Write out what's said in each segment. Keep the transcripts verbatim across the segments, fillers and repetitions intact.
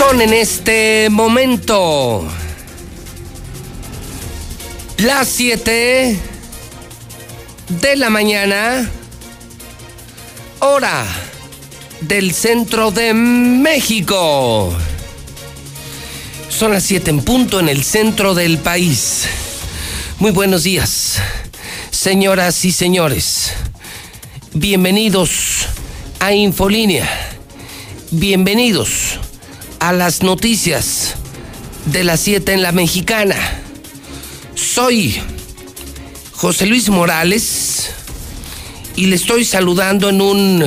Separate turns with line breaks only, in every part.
Son en este momento las siete de la mañana, hora del centro de México. Son las siete en punto en el centro del país. Muy buenos días, señoras y señores. Bienvenidos a Infolínea. Bienvenidos a las noticias de las siete en la Mexicana. Soy José Luis Morales y le estoy saludando en un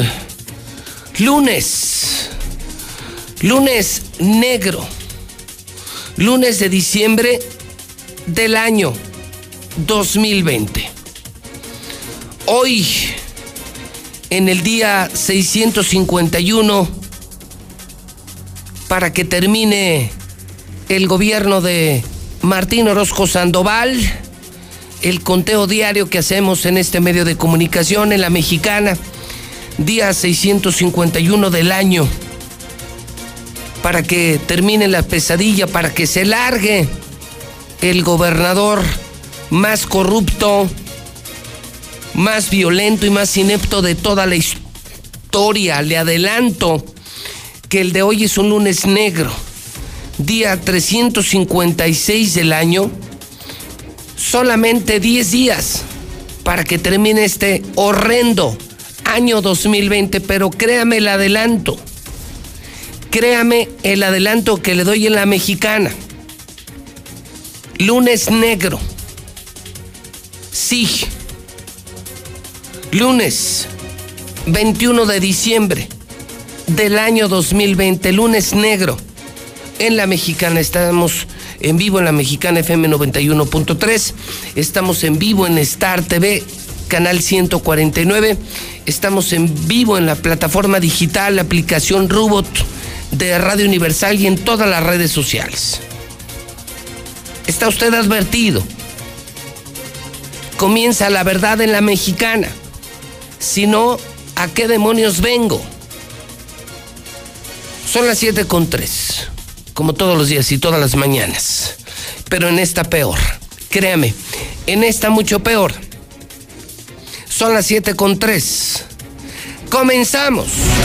lunes, lunes negro, lunes de diciembre del año dos mil veinte. Hoy, en el día seiscientos cincuenta y uno, para que termine el gobierno de Martín Orozco Sandoval, el conteo diario que hacemos en este medio de comunicación, en la Mexicana, día seiscientos cincuenta y uno del año, para que termine la pesadilla, para que se largue el gobernador más corrupto, más violento y más inepto de toda la historia. Le adelanto que el de hoy es un lunes negro, día trescientos cincuenta y seis del año. Solamente diez días para que termine este horrendo año dos mil veinte, pero créame el adelanto, créame el adelanto que le doy en la Mexicana. Lunes negro, sí, lunes veintiuno de diciembre del año dos mil veinte, lunes negro en la Mexicana. Estamos en vivo en la Mexicana F M noventa y uno punto tres, estamos en vivo en Star T V, canal ciento cuarenta y nueve, estamos en vivo en la plataforma digital, la aplicación Rubot de Radio Universal y en todas las redes sociales. Está usted advertido. Comienza la verdad en la Mexicana. Si no, ¿a qué demonios vengo? Son las siete con tres, como todos los días y todas las mañanas, pero en esta peor, créame, en esta mucho peor. Son las siete con tres. Comenzamos.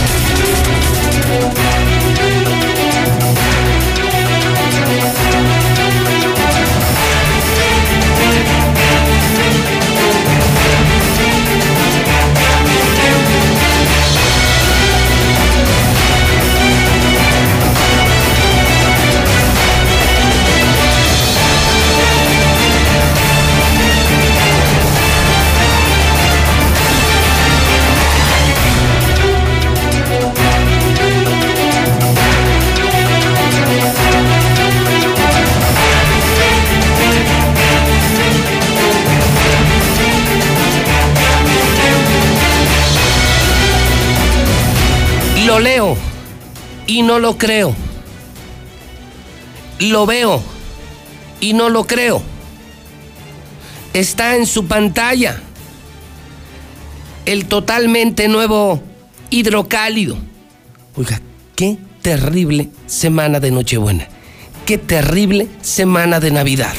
Lo leo y no lo creo. Lo veo y no lo creo. Está en su pantalla el totalmente nuevo hidrocálido. Oiga, qué terrible semana de Nochebuena. Qué terrible semana de Navidad.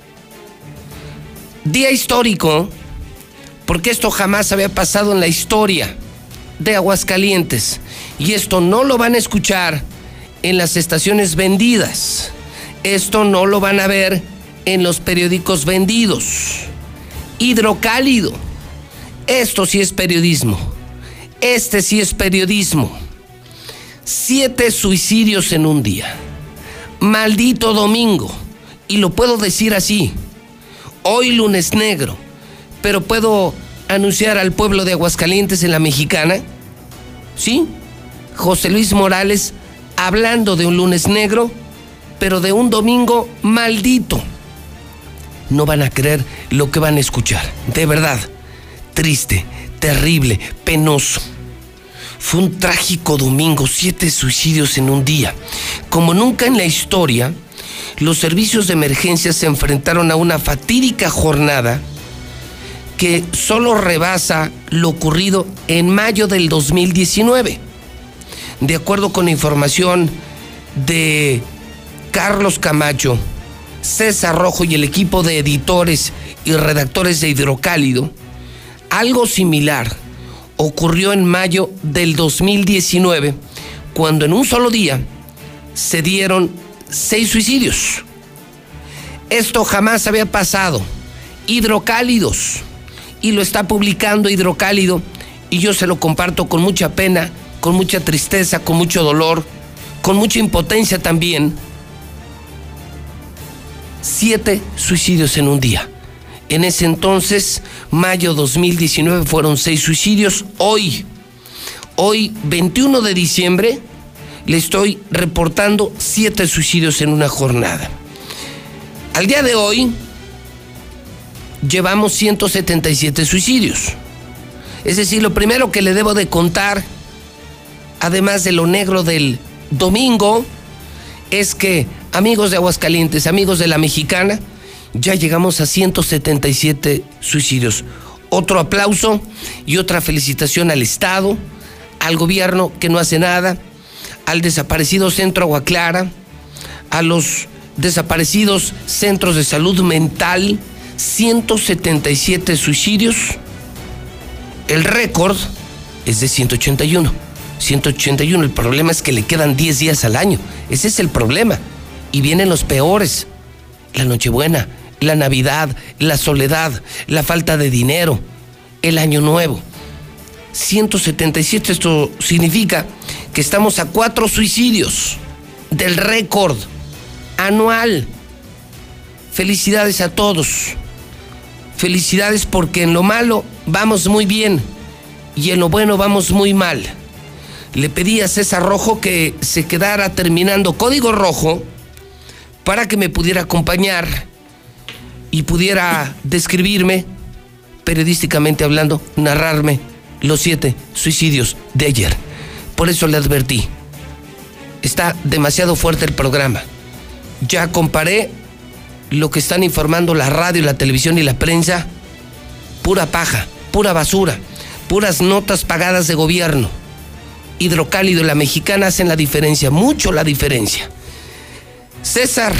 Día histórico, porque esto jamás había pasado en la historia de Aguascalientes. Y esto no lo van a escuchar en las estaciones vendidas. Esto no lo van a ver en los periódicos vendidos. Hidrocálido. Esto sí es periodismo. Este sí es periodismo. Siete suicidios en un día. Maldito domingo. Y lo puedo decir así. Hoy lunes negro. Pero puedo anunciar al pueblo de Aguascalientes en la Mexicana. ¿Sí? José Luis Morales hablando de un lunes negro, pero de un domingo maldito. No van a creer lo que van a escuchar. De verdad, triste, terrible, penoso. Fue un trágico domingo, siete suicidios en un día. Como nunca en la historia, los servicios de emergencia se enfrentaron a una fatídica jornada que solo rebasa lo ocurrido en mayo del dos mil diecinueve. De acuerdo con información de Carlos Camacho, César Rojo y el equipo de editores y redactores de Hidrocálido, algo similar ocurrió en mayo del dos mil diecinueve, cuando en un solo día se dieron seis suicidios. Esto jamás había pasado. Hidrocálidos, y lo está publicando Hidrocálido, y yo se lo comparto con mucha pena, con mucha tristeza, con mucho dolor, con mucha impotencia también. Siete suicidios en un día. En ese entonces, mayo dos mil diecinueve, fueron seis suicidios. Hoy, hoy, veintiuno de diciembre, le estoy reportando siete suicidios en una jornada. Al día de hoy, llevamos ciento setenta y siete suicidios. Es decir, lo primero que le debo de contar, además de lo negro del domingo, es que, amigos de Aguascalientes, amigos de La Mexicana, ya llegamos a ciento setenta y siete suicidios. Otro aplauso y otra felicitación al Estado, al gobierno que no hace nada, al desaparecido Centro Agua Clara, a los desaparecidos centros de salud mental. Ciento setenta y siete suicidios. El récord es de ciento ochenta y uno. ciento ochenta y uno. El problema es que le quedan diez días al año. Ese es el problema. Y vienen los peores. La Nochebuena, la Navidad, la soledad, la falta de dinero, el Año Nuevo. ciento setenta y siete, esto significa que estamos a cuatro suicidios del récord anual. Felicidades a todos. Felicidades, porque en lo malo vamos muy bien y en lo bueno vamos muy mal. Le pedí a César Rojo que se quedara terminando Código Rojo para que me pudiera acompañar y pudiera describirme, periodísticamente hablando, narrarme los siete suicidios de ayer. Por eso le advertí, está demasiado fuerte el programa. Ya comparé lo que están informando la radio, la televisión y la prensa, pura paja, pura basura, puras notas pagadas de gobierno. Hidrocálido y La Mexicana hacen la diferencia, mucho la diferencia. César,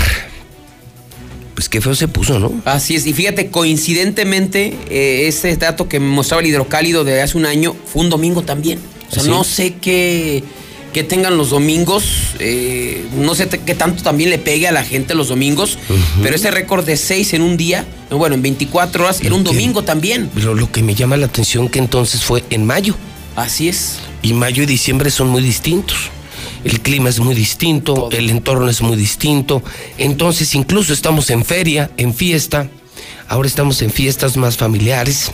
pues qué feo se puso, ¿no?
Así es, y fíjate, coincidentemente, eh, ese dato que me mostraba el Hidrocálido de hace un año fue un domingo también. O sea, ¿sí? No sé qué... que tengan los domingos, eh, no sé qué tanto también le pegue a la gente los domingos, uh-huh. Pero ese récord de seis en un día, bueno, en veinticuatro horas, era un domingo también.
Pero lo que me llama la atención que entonces fue en mayo.
Así es.
Y mayo y diciembre son muy distintos. El clima es muy distinto, todo. El entorno es muy distinto. Entonces incluso estamos en feria, en fiesta. Ahora estamos en fiestas más familiares.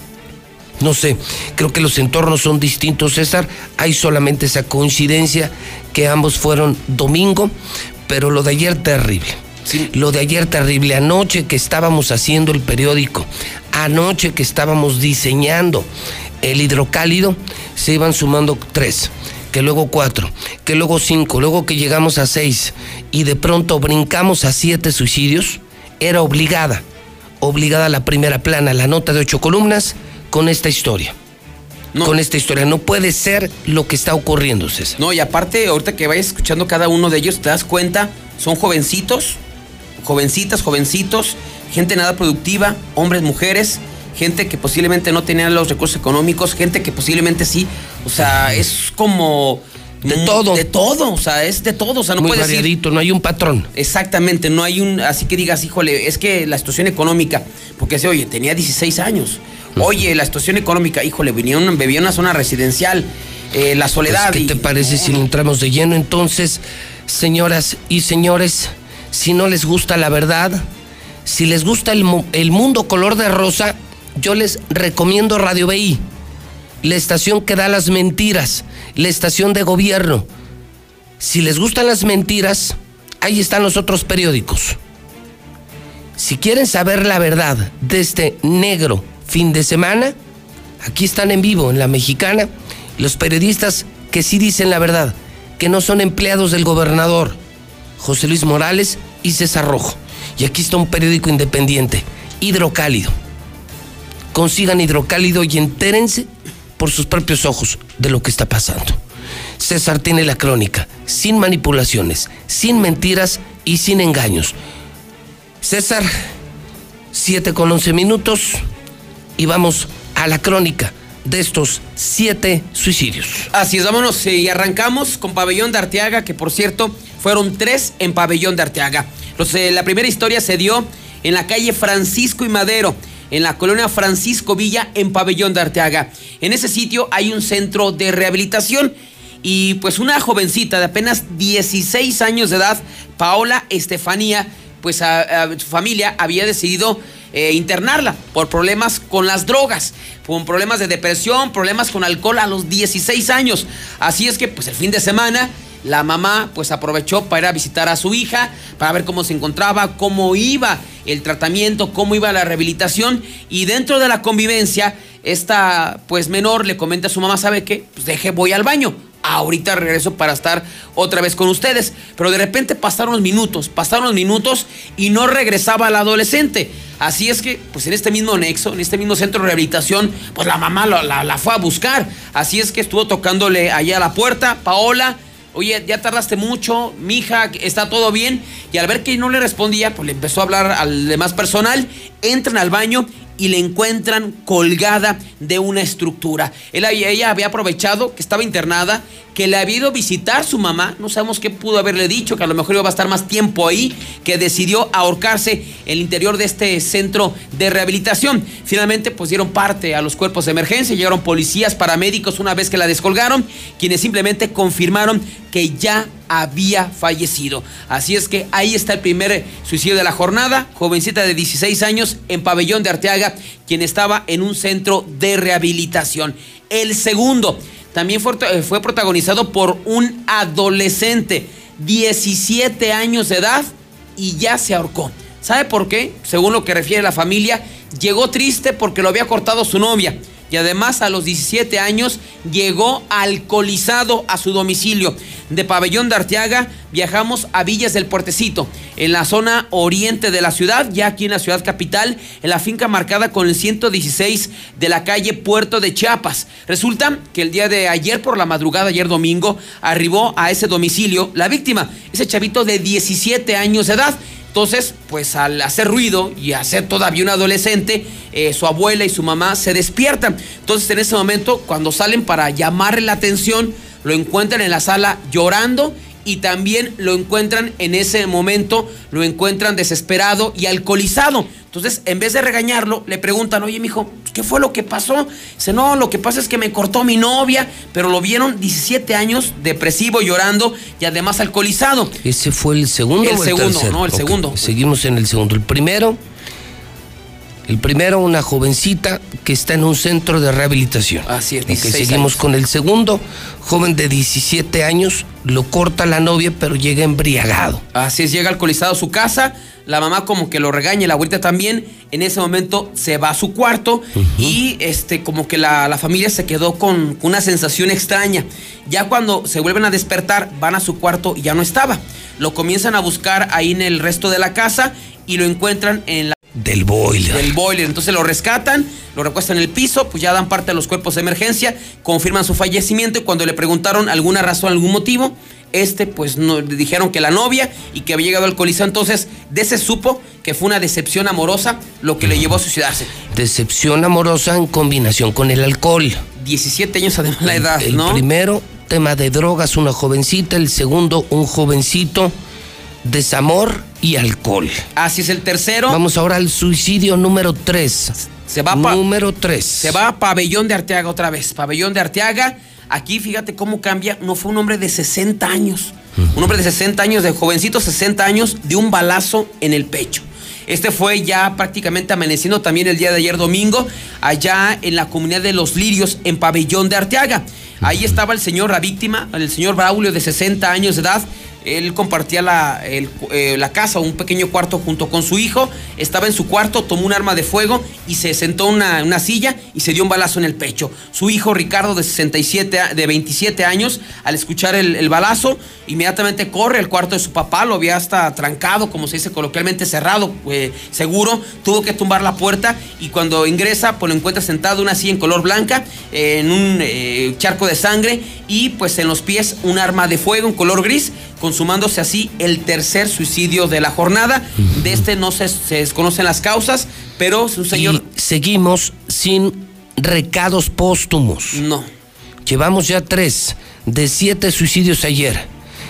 No sé, creo que los entornos son distintos, César. Hay solamente esa coincidencia que ambos fueron domingo, pero lo de ayer terrible. Sí. Lo de ayer terrible. Anoche que estábamos haciendo el periódico, anoche que estábamos diseñando el Hidrocálido, se iban sumando tres, que luego cuatro, que luego cinco, luego que llegamos a seis y de pronto brincamos a siete suicidios. Era obligada, obligada la primera plana, la nota de ocho columnas, con esta historia. No. Con esta historia. No puede ser lo que está ocurriendo, César.
No, y aparte, ahorita que vayas escuchando cada uno de ellos, te das cuenta, son jovencitos, jovencitas, jovencitos, gente nada productiva, hombres, mujeres, gente que posiblemente no tenía los recursos económicos, gente que posiblemente sí. O sea, es como...
De todo.
De todo, o sea, es de todo. O sea, no
muy
puedes
variadito,
decir,
no hay un patrón.
Exactamente, no hay un... Así que digas, híjole, es que la situación económica, porque se oye, tenía dieciséis años. Oye, la situación económica, híjole, vinieron, vivía en una zona residencial, eh, la soledad.
Pues, ¿qué te
y,
parece no, si no entramos de lleno? Entonces, señoras y señores, si no les gusta la verdad, si les gusta el, el mundo color de rosa, yo les recomiendo Radio B I, la estación que da las mentiras, la estación de gobierno. Si les gustan las mentiras, ahí están los otros periódicos. Si quieren saber la verdad de este negro fin de semana, aquí están en vivo en La Mexicana los periodistas que sí dicen la verdad, que no son empleados del gobernador, José Luis Morales y César Rojo. Y aquí está un periódico independiente, Hidrocálido. Consigan Hidrocálido y entérense por sus propios ojos de lo que está pasando. César tiene la crónica. sin manipulaciones, sin mentiras y sin engaños. César, siete con once minutos y vamos a la crónica de estos siete suicidios.
Así es, vámonos y arrancamos con Pabellón de Arteaga, que por cierto fueron tres en Pabellón de Arteaga. Los, eh, la primera historia se dio en la calle Francisco y Madero, en la colonia Francisco Villa, en Pabellón de Arteaga. En ese sitio hay un centro de rehabilitación y pues una jovencita de apenas dieciséis años de edad, Paola Estefanía, pues a, a su familia había decidido eh, internarla por problemas con las drogas, con problemas de depresión, problemas con alcohol a los dieciséis años. Así es que pues el fin de semana la mamá pues aprovechó para ir a visitar a su hija, para ver cómo se encontraba, cómo iba el tratamiento, cómo iba la rehabilitación, y dentro de la convivencia esta pues menor le comenta a su mamá: ¿sabe qué? Pues deje, voy al baño. Ahorita regreso para estar otra vez con ustedes. Pero de repente pasaron los minutos, pasaron los minutos y no regresaba la adolescente. Así es que, pues en este mismo nexo, en este mismo centro de rehabilitación, pues la mamá la, la, la fue a buscar. Así es que estuvo tocándole allá a la puerta: Paola, oye, ya tardaste mucho, mija, ¿está todo bien? Y al ver que no le respondía, pues le empezó a hablar al demás personal. Entran al baño y le encuentran colgada de una estructura. Él, ella había aprovechado que estaba internada, que le había ido a visitar su mamá, no sabemos qué pudo haberle dicho, que a lo mejor iba a estar más tiempo ahí, que decidió ahorcarse en el interior de este centro de rehabilitación. Finalmente pues dieron parte a los cuerpos de emergencia, llegaron policías, paramédicos una vez que la descolgaron, quienes simplemente confirmaron que ya había fallecido. Así es que ahí está el primer suicidio de la jornada, jovencita de dieciséis años en Pabellón de Arteaga, quien estaba en un centro de rehabilitación. El segundo también fue, fue protagonizado por un adolescente, diecisiete años de edad, y ya se ahorcó. ¿Sabe por qué? Según lo que refiere la familia, llegó triste porque lo había cortado su novia. Y además a los diecisiete años llegó alcoholizado a su domicilio. De Pabellón de Arteaga viajamos a Villas del Puertecito, en la zona oriente de la ciudad, ya aquí en la ciudad capital, en la finca marcada con el ciento dieciséis de la calle Puerto de Chiapas. Resulta que el día de ayer por la madrugada, ayer domingo, arribó a ese domicilio la víctima, ese chavito de diecisiete años de edad. Entonces, pues al hacer ruido y a ser todavía un adolescente, eh, su abuela y su mamá se despiertan. Entonces, en ese momento, cuando salen para llamarle la atención, lo encuentran en la sala llorando, y también lo encuentran en ese momento, lo encuentran desesperado y alcoholizado. Entonces, en vez de regañarlo, le preguntan: oye, mijo, ¿qué fue lo que pasó? Dice: no, lo que pasa es que me cortó mi novia. Pero lo vieron diecisiete años, depresivo, llorando y además alcoholizado.
¿Ese fue el segundo
el
o el
segundo,
tercero?
no, el
Okay.
segundo.
Seguimos en el segundo. El primero, el primero, una jovencita que está en un centro de rehabilitación.
Así es,
Okay,
dieciséis
seguimos
años.
con el segundo, joven de diecisiete años, lo corta la novia, pero llega embriagado.
Así es, llega alcoholizado a su casa, la mamá como que lo regaña, la abuelita también. En ese momento se va a su cuarto, uh-huh. y este como que la, la familia se quedó con una sensación extraña. Ya cuando se vuelven a despertar, van a su cuarto y ya no estaba. Lo comienzan a buscar ahí en el resto de la casa y lo encuentran en la...
Del boiler.
Del boiler. Entonces lo rescatan, lo recuestan en el piso, pues ya dan parte a los cuerpos de emergencia, confirman su fallecimiento, y cuando le preguntaron alguna razón, algún motivo, este pues no, le dijeron que la novia y que había llegado alcoholizado. Entonces de ese supo que fue una decepción amorosa lo que le llevó a suicidarse.
Decepción amorosa en combinación con el alcohol.
diecisiete años además la edad,
el, el
¿no?
El primero, tema de drogas, una jovencita. El segundo, un jovencito, desamor y alcohol.
Así es, el tercero.
Vamos ahora al suicidio número tres.
Se va pa-
número tres.
Se va a Pabellón de Arteaga otra vez. Pabellón de Arteaga. Aquí fíjate cómo cambia. No fue un hombre de sesenta años. Uh-huh. Un hombre de sesenta años, de jovencito, sesenta años, de un balazo en el pecho. Este fue ya prácticamente amaneciendo también el día de ayer domingo, allá en la comunidad de Los Lirios, en Pabellón de Arteaga. Ahí estaba el señor, la víctima, el señor Braulio, de sesenta años de edad, Él compartía la, el, eh, la casa, un pequeño cuarto junto con su hijo. Estaba en su cuarto, tomó un arma de fuego y se sentó en una, una silla y se dio un balazo en el pecho. Su hijo Ricardo, de sesenta y siete, de veintisiete años, al escuchar el, el balazo, inmediatamente corre al cuarto de su papá. Lo había hasta trancado, como se dice coloquialmente, cerrado, eh, seguro. Tuvo que tumbar la puerta y cuando ingresa, pues lo encuentra sentado en una silla en color blanca, eh, en un eh, charco de sangre y pues en los pies un arma de fuego en color gris, consumándose así el tercer suicidio de la jornada. De este no se, se desconocen las causas, pero es un señor...
Y seguimos sin recados póstumos.
No.
Llevamos ya tres de siete suicidios ayer.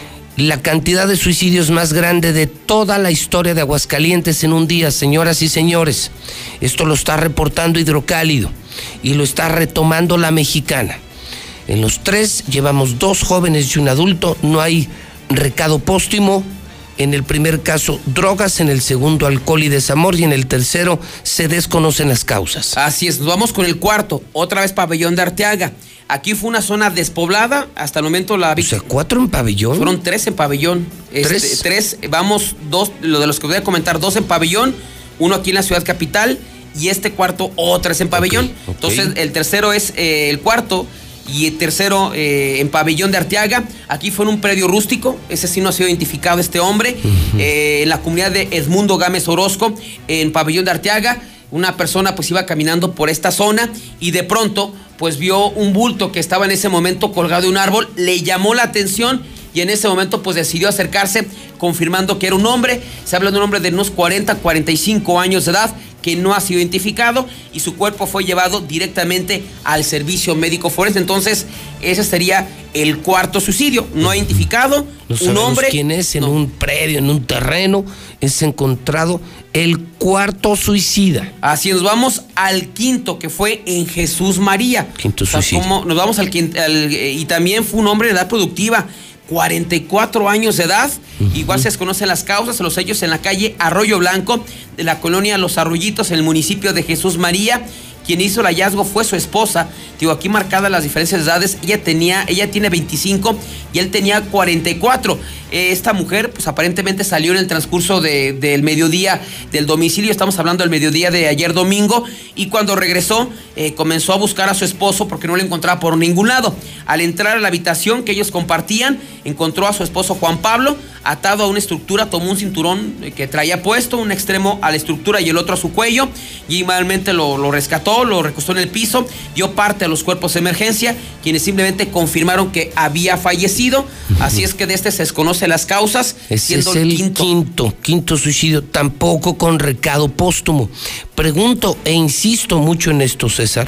La cantidad de suicidios más grande de toda la historia de Aguascalientes en un día, señoras y señores. Esto lo está reportando Hidrocálido y lo está retomando La Mexicana. En los tres llevamos dos jóvenes y un adulto. No hay recado póstumo. En el primer caso, drogas. En el segundo, alcohol y desamor. Y en el tercero, se desconocen las causas.
Así es, nos vamos con el cuarto. Otra vez Pabellón de Arteaga. Aquí fue una zona despoblada. Hasta el momento la
víctima... O sea, ¿cuatro en Pabellón?
Fueron tres en Pabellón.
¿Tres?
Este, tres, vamos, dos, lo de los que voy a comentar, dos en Pabellón, uno aquí en la ciudad capital, y este cuarto, otra es en Pabellón. Okay, okay. Entonces, el tercero es eh, el cuarto, y el tercero eh, en Pabellón de Arteaga. Aquí fue en un predio rústico. Ese sí no ha sido identificado este hombre. Uh-huh. eh, en la comunidad de Edmundo Gámez Orozco, en Pabellón de Arteaga. Una persona pues iba caminando por esta zona y de pronto pues vio un bulto que estaba en ese momento colgado de un árbol. Le llamó la atención y en ese momento pues decidió acercarse, confirmando que era un hombre. Se habla de un hombre de unos cuarenta, cuarenta y cinco años de edad, que no ha sido identificado, y su cuerpo fue llevado directamente al servicio médico forense. Entonces, ese sería el cuarto suicidio, no identificado,
no
un hombre.
¿Quién es? En
no.
un predio, en un terreno, es encontrado el cuarto suicida.
Así nos vamos al quinto, que fue en Jesús María.
Quinto suicidio.
O sea, como nos vamos al quinto, al, y también fue un hombre de edad productiva, cuarenta y cuatro años de edad. Uh-huh. Igual se desconocen las causas, los hechos en la calle Arroyo Blanco de la colonia Los Arroyitos, en el municipio de Jesús María. Quien hizo el hallazgo fue su esposa. Digo, aquí marcadas las diferencias de edades. Ella tenía, ella tiene veinticinco y él tenía cuarenta y cuatro. Eh, esta mujer, pues aparentemente salió en el transcurso de, del mediodía del domicilio. Estamos hablando del mediodía de ayer domingo. Y cuando regresó, eh, comenzó a buscar a su esposo porque no lo encontraba por ningún lado. Al entrar a la habitación que ellos compartían, encontró a su esposo Juan Pablo atado a una estructura. Tomó un cinturón que traía puesto, un extremo a la estructura y el otro a su cuello, y igualmente lo, lo rescató, lo recostó en el piso, dio parte a los cuerpos de emergencia, quienes simplemente confirmaron que había fallecido. Así es que de este se desconocen las causas.
Ese
siendo
es el
quinto.
quinto, quinto suicidio, tampoco con recado póstumo. Pregunto e insisto mucho en esto, César,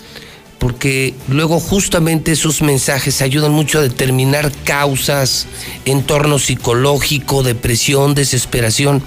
porque luego justamente esos mensajes ayudan mucho a determinar causas, entorno psicológico, depresión, desesperación.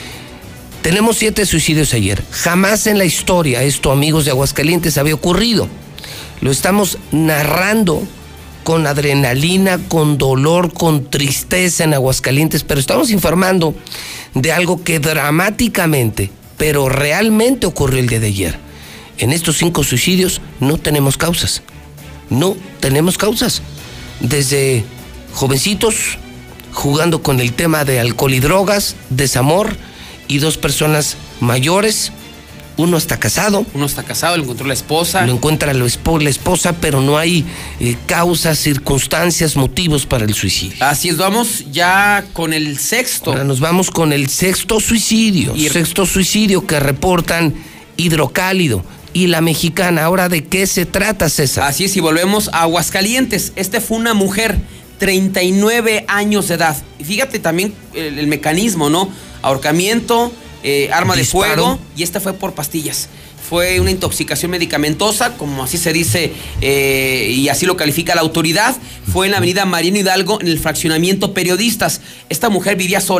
Tenemos siete suicidios ayer. Jamás en la historia esto, amigos de Aguascalientes, había ocurrido. Lo estamos narrando con adrenalina, con dolor, con tristeza en Aguascalientes, pero estamos informando de algo que dramáticamente, pero realmente ocurrió el día de ayer. En estos cinco suicidios no tenemos causas. No tenemos causas. Desde jovencitos jugando con el tema de alcohol y drogas, desamor, y dos personas mayores. Uno está casado.
Uno está casado, lo encontró la esposa.
Lo encuentra la, esp- la esposa, pero no hay eh, causas, circunstancias, motivos para el suicidio.
Así es, vamos ya con el sexto.
Ahora nos vamos con el sexto suicidio. Y... Sexto suicidio que reportan Hidrocálido y La Mexicana. Ahora, ¿de qué se trata, César?
Así es, y volvemos a Aguascalientes. Este fue una mujer, treinta y nueve años de edad. Y fíjate también el, el mecanismo, ¿no? Ahorcamiento, eh, arma Disparo. de fuego, y esta fue por pastillas. Fue una intoxicación medicamentosa, como así se dice, eh, y así lo califica la autoridad. Fue en la avenida Mariano Hidalgo, en el fraccionamiento Periodistas. Esta mujer vivía sola,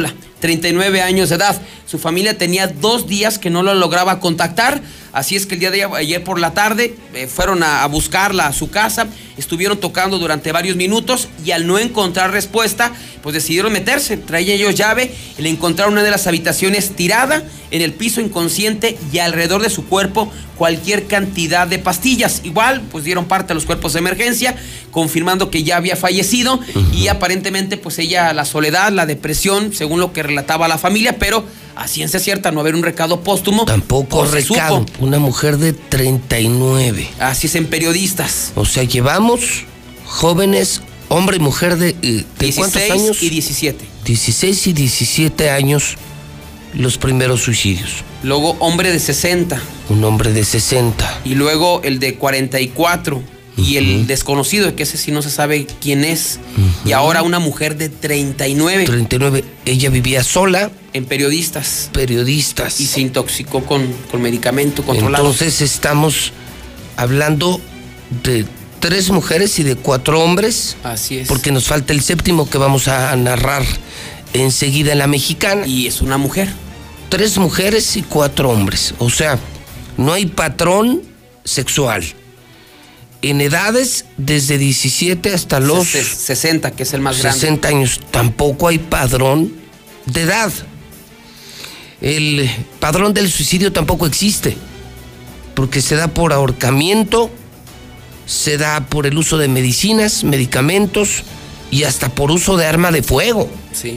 treinta y nueve años de edad. Su familia tenía dos días que no lo lograba contactar, así es que el día de ayer por la tarde eh, fueron a, a buscarla a su casa, estuvieron tocando durante varios minutos y al no encontrar respuesta, pues decidieron meterse. Traían ellos llave y le encontraron una de las habitaciones tirada, en el piso inconsciente y alrededor de su cuerpo cualquier cantidad de pastillas. Igual, pues dieron parte a los cuerpos de emergencia, confirmando que ya había fallecido. Uh-huh. Y aparentemente, pues ella, la soledad, la depresión, según lo que relataba la familia, pero a ciencia cierta no haber un recado póstumo.
Tampoco
pues,
recado, una mujer de treinta y nueve.
Así es, en periodistas.
O sea, llevamos jóvenes, hombre y mujer de, ¿de
dieciséis
cuántos años?
Y diecisiete.
dieciséis y diecisiete años, los primeros suicidios.
Luego hombre de sesenta.
Un hombre de sesenta.
Y luego el de cuarenta y cuatro. Uh-huh. Y el desconocido, que ese sí no se sabe quién es. Uh-huh. Y ahora una mujer de treinta y nueve.
treinta y nueve. Ella vivía sola.
En periodistas.
Periodistas.
Y se intoxicó con, con medicamento controlado.
Entonces estamos hablando de tres mujeres y de cuatro hombres.
Así es.
Porque nos falta el séptimo que vamos a narrar enseguida en La Mexicana.
Y es una mujer.
Tres mujeres y cuatro hombres. O sea, no hay patrón sexual. En edades desde diecisiete hasta los
sesenta, que es el más grande.
sesenta años. Tampoco hay padrón de edad. El padrón del suicidio tampoco existe, porque se da por ahorcamiento, se da por el uso de medicinas, medicamentos y hasta por uso de arma de fuego.
Sí.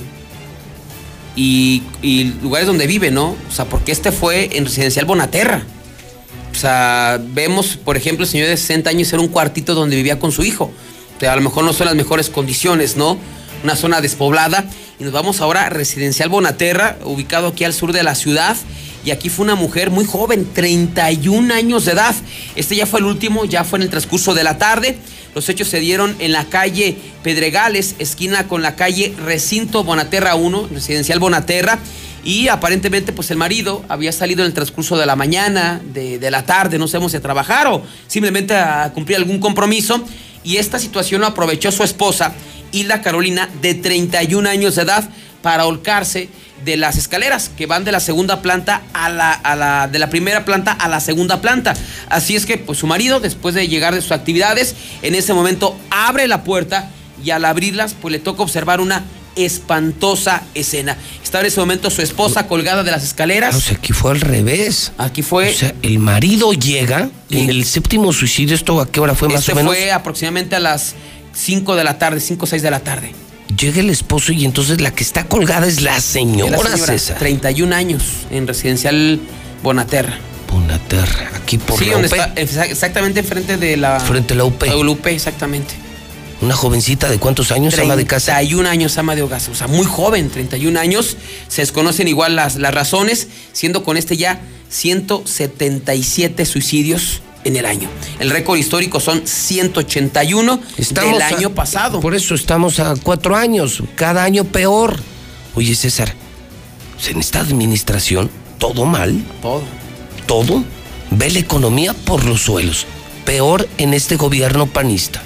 Y, y lugares donde vive, ¿no? O sea, porque este fue en Residencial Bonaterra. O sea, vemos, por ejemplo, el señor de sesenta años era un cuartito donde vivía con su hijo. O sea, a lo mejor no son las mejores condiciones, ¿no? Una zona despoblada. Y nos vamos ahora a Residencial Bonaterra, ubicado aquí al sur de la ciudad. Y aquí fue una mujer muy joven, treinta y un años de edad. Este ya fue el último, ya fue en el transcurso de la tarde. Los hechos se dieron en la calle Pedregales, esquina con la calle Recinto Bonaterra uno, Residencial Bonaterra. Y aparentemente, pues el marido había salido en el transcurso de la mañana, de, de la tarde, no sabemos si a trabajar o simplemente a cumplir algún compromiso. Y esta situación lo aprovechó su esposa, Hilda Carolina, de treinta y un años de edad, para ahorcarse de las escaleras que van de la segunda planta a la, a la de la primera planta a la segunda planta. Así es que pues su marido, después de llegar de sus actividades, en ese momento abre la puerta y al abrirlas pues le toca observar una espantosa escena. Estaba en ese momento su esposa colgada de las escaleras.
O sea, aquí fue al revés.
Aquí fue.
O sea, el marido llega y en el séptimo suicidio. ¿Esto a qué hora fue más
este
o menos?
Fue aproximadamente a las cinco de la tarde, cinco o seis de la tarde.
Llega el esposo y entonces la que está colgada es la señora,
la señora
César.
treinta y un años en Residencial Bonaterra.
Bonaterra, aquí por
sí,
la U P.
Sí, donde está exactamente enfrente de la...
Frente a la U P.
La U P, exactamente.
Una jovencita de cuántos años, ama de casa.
treinta y un años, ama de hogar. O sea, muy joven, treinta y un años. Se desconocen igual las, las razones, siendo con este ya ciento setenta y siete suicidios en el año. El récord histórico son ciento ochenta y uno estamos del año a, pasado.
Por eso estamos a cuatro años, cada año peor. Oye, César, en esta administración, todo mal.
Todo.
Todo. Ve la economía por los suelos. Peor en este gobierno panista.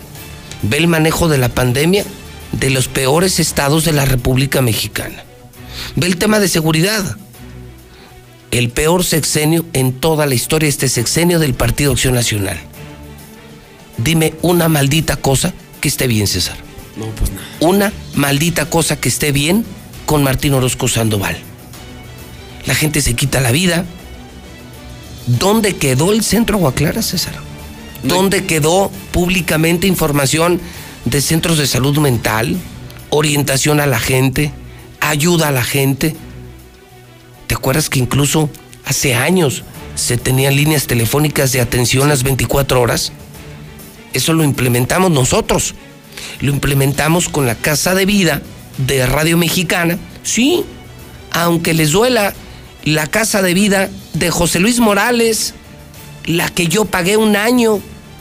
Ve el manejo de la pandemia de los peores estados de la República Mexicana. Ve el tema de seguridad. El peor sexenio en toda la historia, este sexenio del Partido Acción Nacional. Dime una maldita cosa que esté bien, César.
No, pues nada.
Una maldita cosa que esté bien con Martín Orozco Sandoval. La gente se quita la vida. ¿Dónde quedó el Centro Agua Clara, César? ¿Dónde quedó públicamente información de centros de salud mental, orientación a la gente, ayuda a la gente? ¿Te acuerdas que incluso hace años se tenían líneas telefónicas de atención las veinticuatro horas? Eso lo implementamos nosotros. Lo implementamos con la Casa de Vida de Radio Mexicana. Sí, aunque les duela, la Casa de Vida de José Luis Morales, la que yo pagué un año.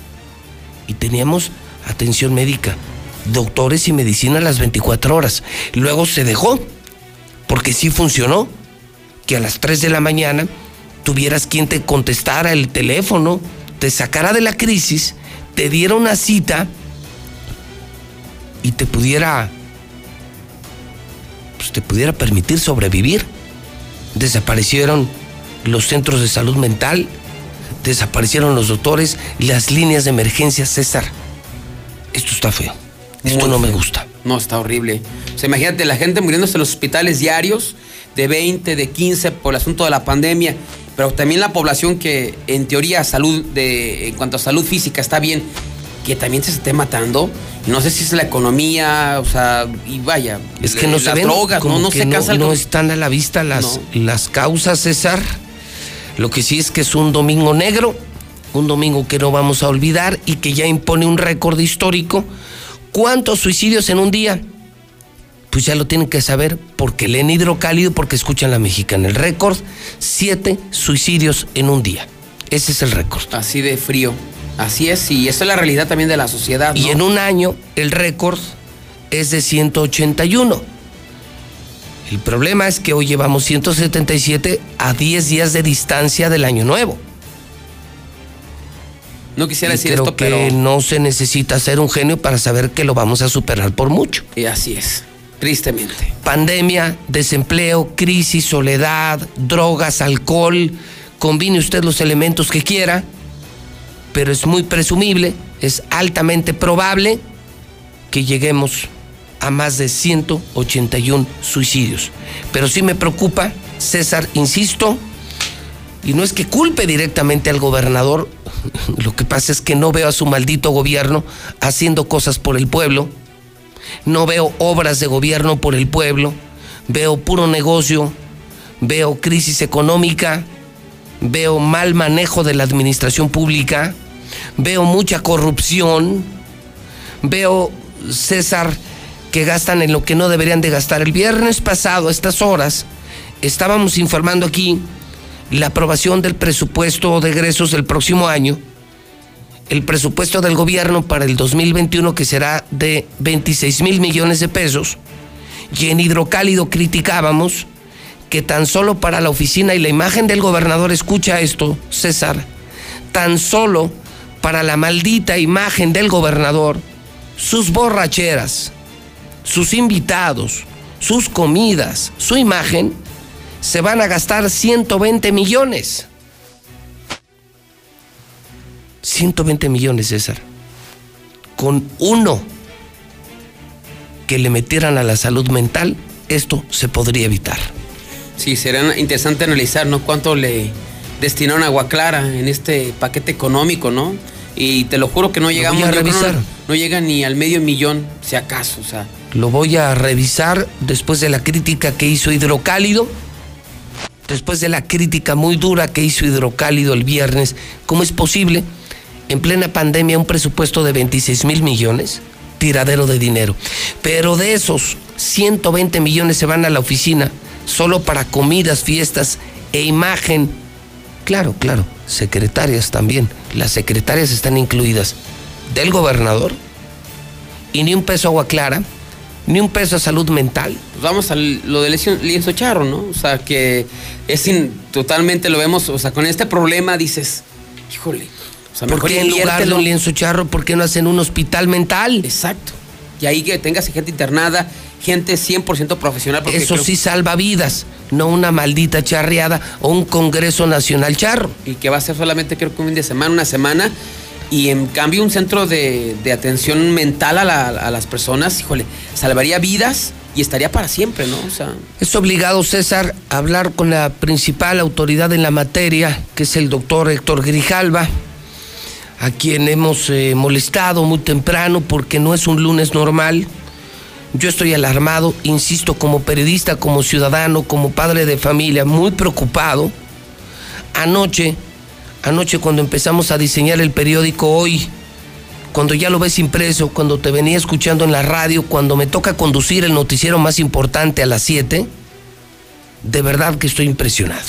Y teníamos atención médica, doctores y medicina las veinticuatro horas. Luego se dejó, porque sí funcionó, que a las tres de la mañana tuvieras quien te contestara el teléfono, te sacara de la crisis, te diera una cita y te pudiera pues, te pudiera permitir sobrevivir. Desaparecieron los centros de salud mental, desaparecieron los doctores, las líneas de emergencia, César. Esto está feo. Esto no me gusta.
No, está horrible. O sea, imagínate la gente muriéndose en los hospitales diarios, de veinte, de quince, por el asunto de la pandemia, pero también la población que en teoría salud de, en cuanto a salud física está bien, que también se esté matando. No sé si es la economía, o sea, y vaya,
es que no
las
se ven,
drogas, no, no se
no,
cansa el...
no están a la vista las, no. las causas, César. Lo que sí es que es un domingo negro, un domingo que no vamos a olvidar y que ya impone un récord histórico. ¿Cuántos suicidios en un día? Pues ya lo tienen que saber porque leen Hidrocálido, porque escuchan La Mexicana. El récord, siete suicidios en un día. Ese es el récord.
Así de frío. Así es, y eso es la realidad también de la sociedad, ¿no?
Y en un año, el récord es de ciento ochenta y uno. El problema es que hoy llevamos ciento setenta y siete a diez días de distancia del Año Nuevo.
No quisiera
y
decir
creo
esto,
que
pero...
no se necesita ser un genio para saber que lo vamos a superar por mucho.
Y así es, tristemente.
Pandemia, desempleo, crisis, soledad, drogas, alcohol, combine usted los elementos que quiera, pero es muy presumible, es altamente probable que lleguemos a más de ciento ochenta y uno suicidios. Pero sí me preocupa, César, insisto, y no es que culpe directamente al gobernador, lo que pasa es que no veo a su maldito gobierno haciendo cosas por el pueblo, no veo obras de gobierno por el pueblo, veo puro negocio, veo crisis económica, veo mal manejo de la administración pública, veo mucha corrupción, veo, César, que gastan en lo que no deberían de gastar. El viernes pasado, a estas horas, estábamos informando aquí la aprobación del presupuesto de egresos del próximo año, el presupuesto del gobierno para el dos mil veintiuno, que será de veintiséis mil millones de pesos, y en Hidrocálido criticábamos que tan solo para la oficina y la imagen del gobernador, escucha esto, César, tan solo para la maldita imagen del gobernador, sus borracheras, sus invitados, sus comidas, su imagen, se van a gastar ciento veinte millones. ciento veinte millones, César. Con uno que le metieran a la salud mental, esto se podría evitar.
Sí, será interesante analizar, ¿no? Cuánto le destinaron a Agua Clara en este paquete económico, ¿no? Y te lo juro que no llegamos,
a revisar.
No, no llega ni al medio millón, si acaso, o sea.
Lo voy a revisar después de la crítica que hizo Hidrocálido, después de la crítica muy dura que hizo Hidrocálido el viernes. ¿Cómo es posible, en plena pandemia, un presupuesto de veintiséis mil millones? Tiradero de dinero. Pero de esos, ciento veinte millones se van a la oficina, solo para comidas, fiestas e imagen. Claro, claro, secretarias también. Las secretarias están incluidas del gobernador, y ni un peso a Agua Clara, ni un peso a salud mental.
Pues vamos a lo del lienzo charro, ¿no? O sea, que es in, totalmente lo vemos, o sea, con este problema dices, híjole, o sea,
¿por qué en lugar de un lienzo charro, por qué no hacen un hospital mental?
Exacto. Y ahí que tengas gente internada, gente cien por ciento profesional. Porque
eso
creo...
sí salva vidas, no una maldita charreada o un Congreso Nacional charro.
Y que va a ser solamente, creo que un fin de semana, una semana. Y en cambio un centro de, de atención mental a, la, a las personas, híjole, salvaría vidas y estaría para siempre, ¿no? O sea...
Es obligado, César, a hablar con la principal autoridad en la materia, que es el doctor Héctor Grijalva, a quien hemos eh, molestado muy temprano porque no es un lunes normal. Yo estoy alarmado, insisto, como periodista, como ciudadano, como padre de familia, muy preocupado. Anoche... Anoche cuando empezamos a diseñar el periódico Hoy, cuando ya lo ves impreso, cuando te venía escuchando en la radio, cuando me toca conducir el noticiero más importante a las siete, de verdad que estoy impresionado,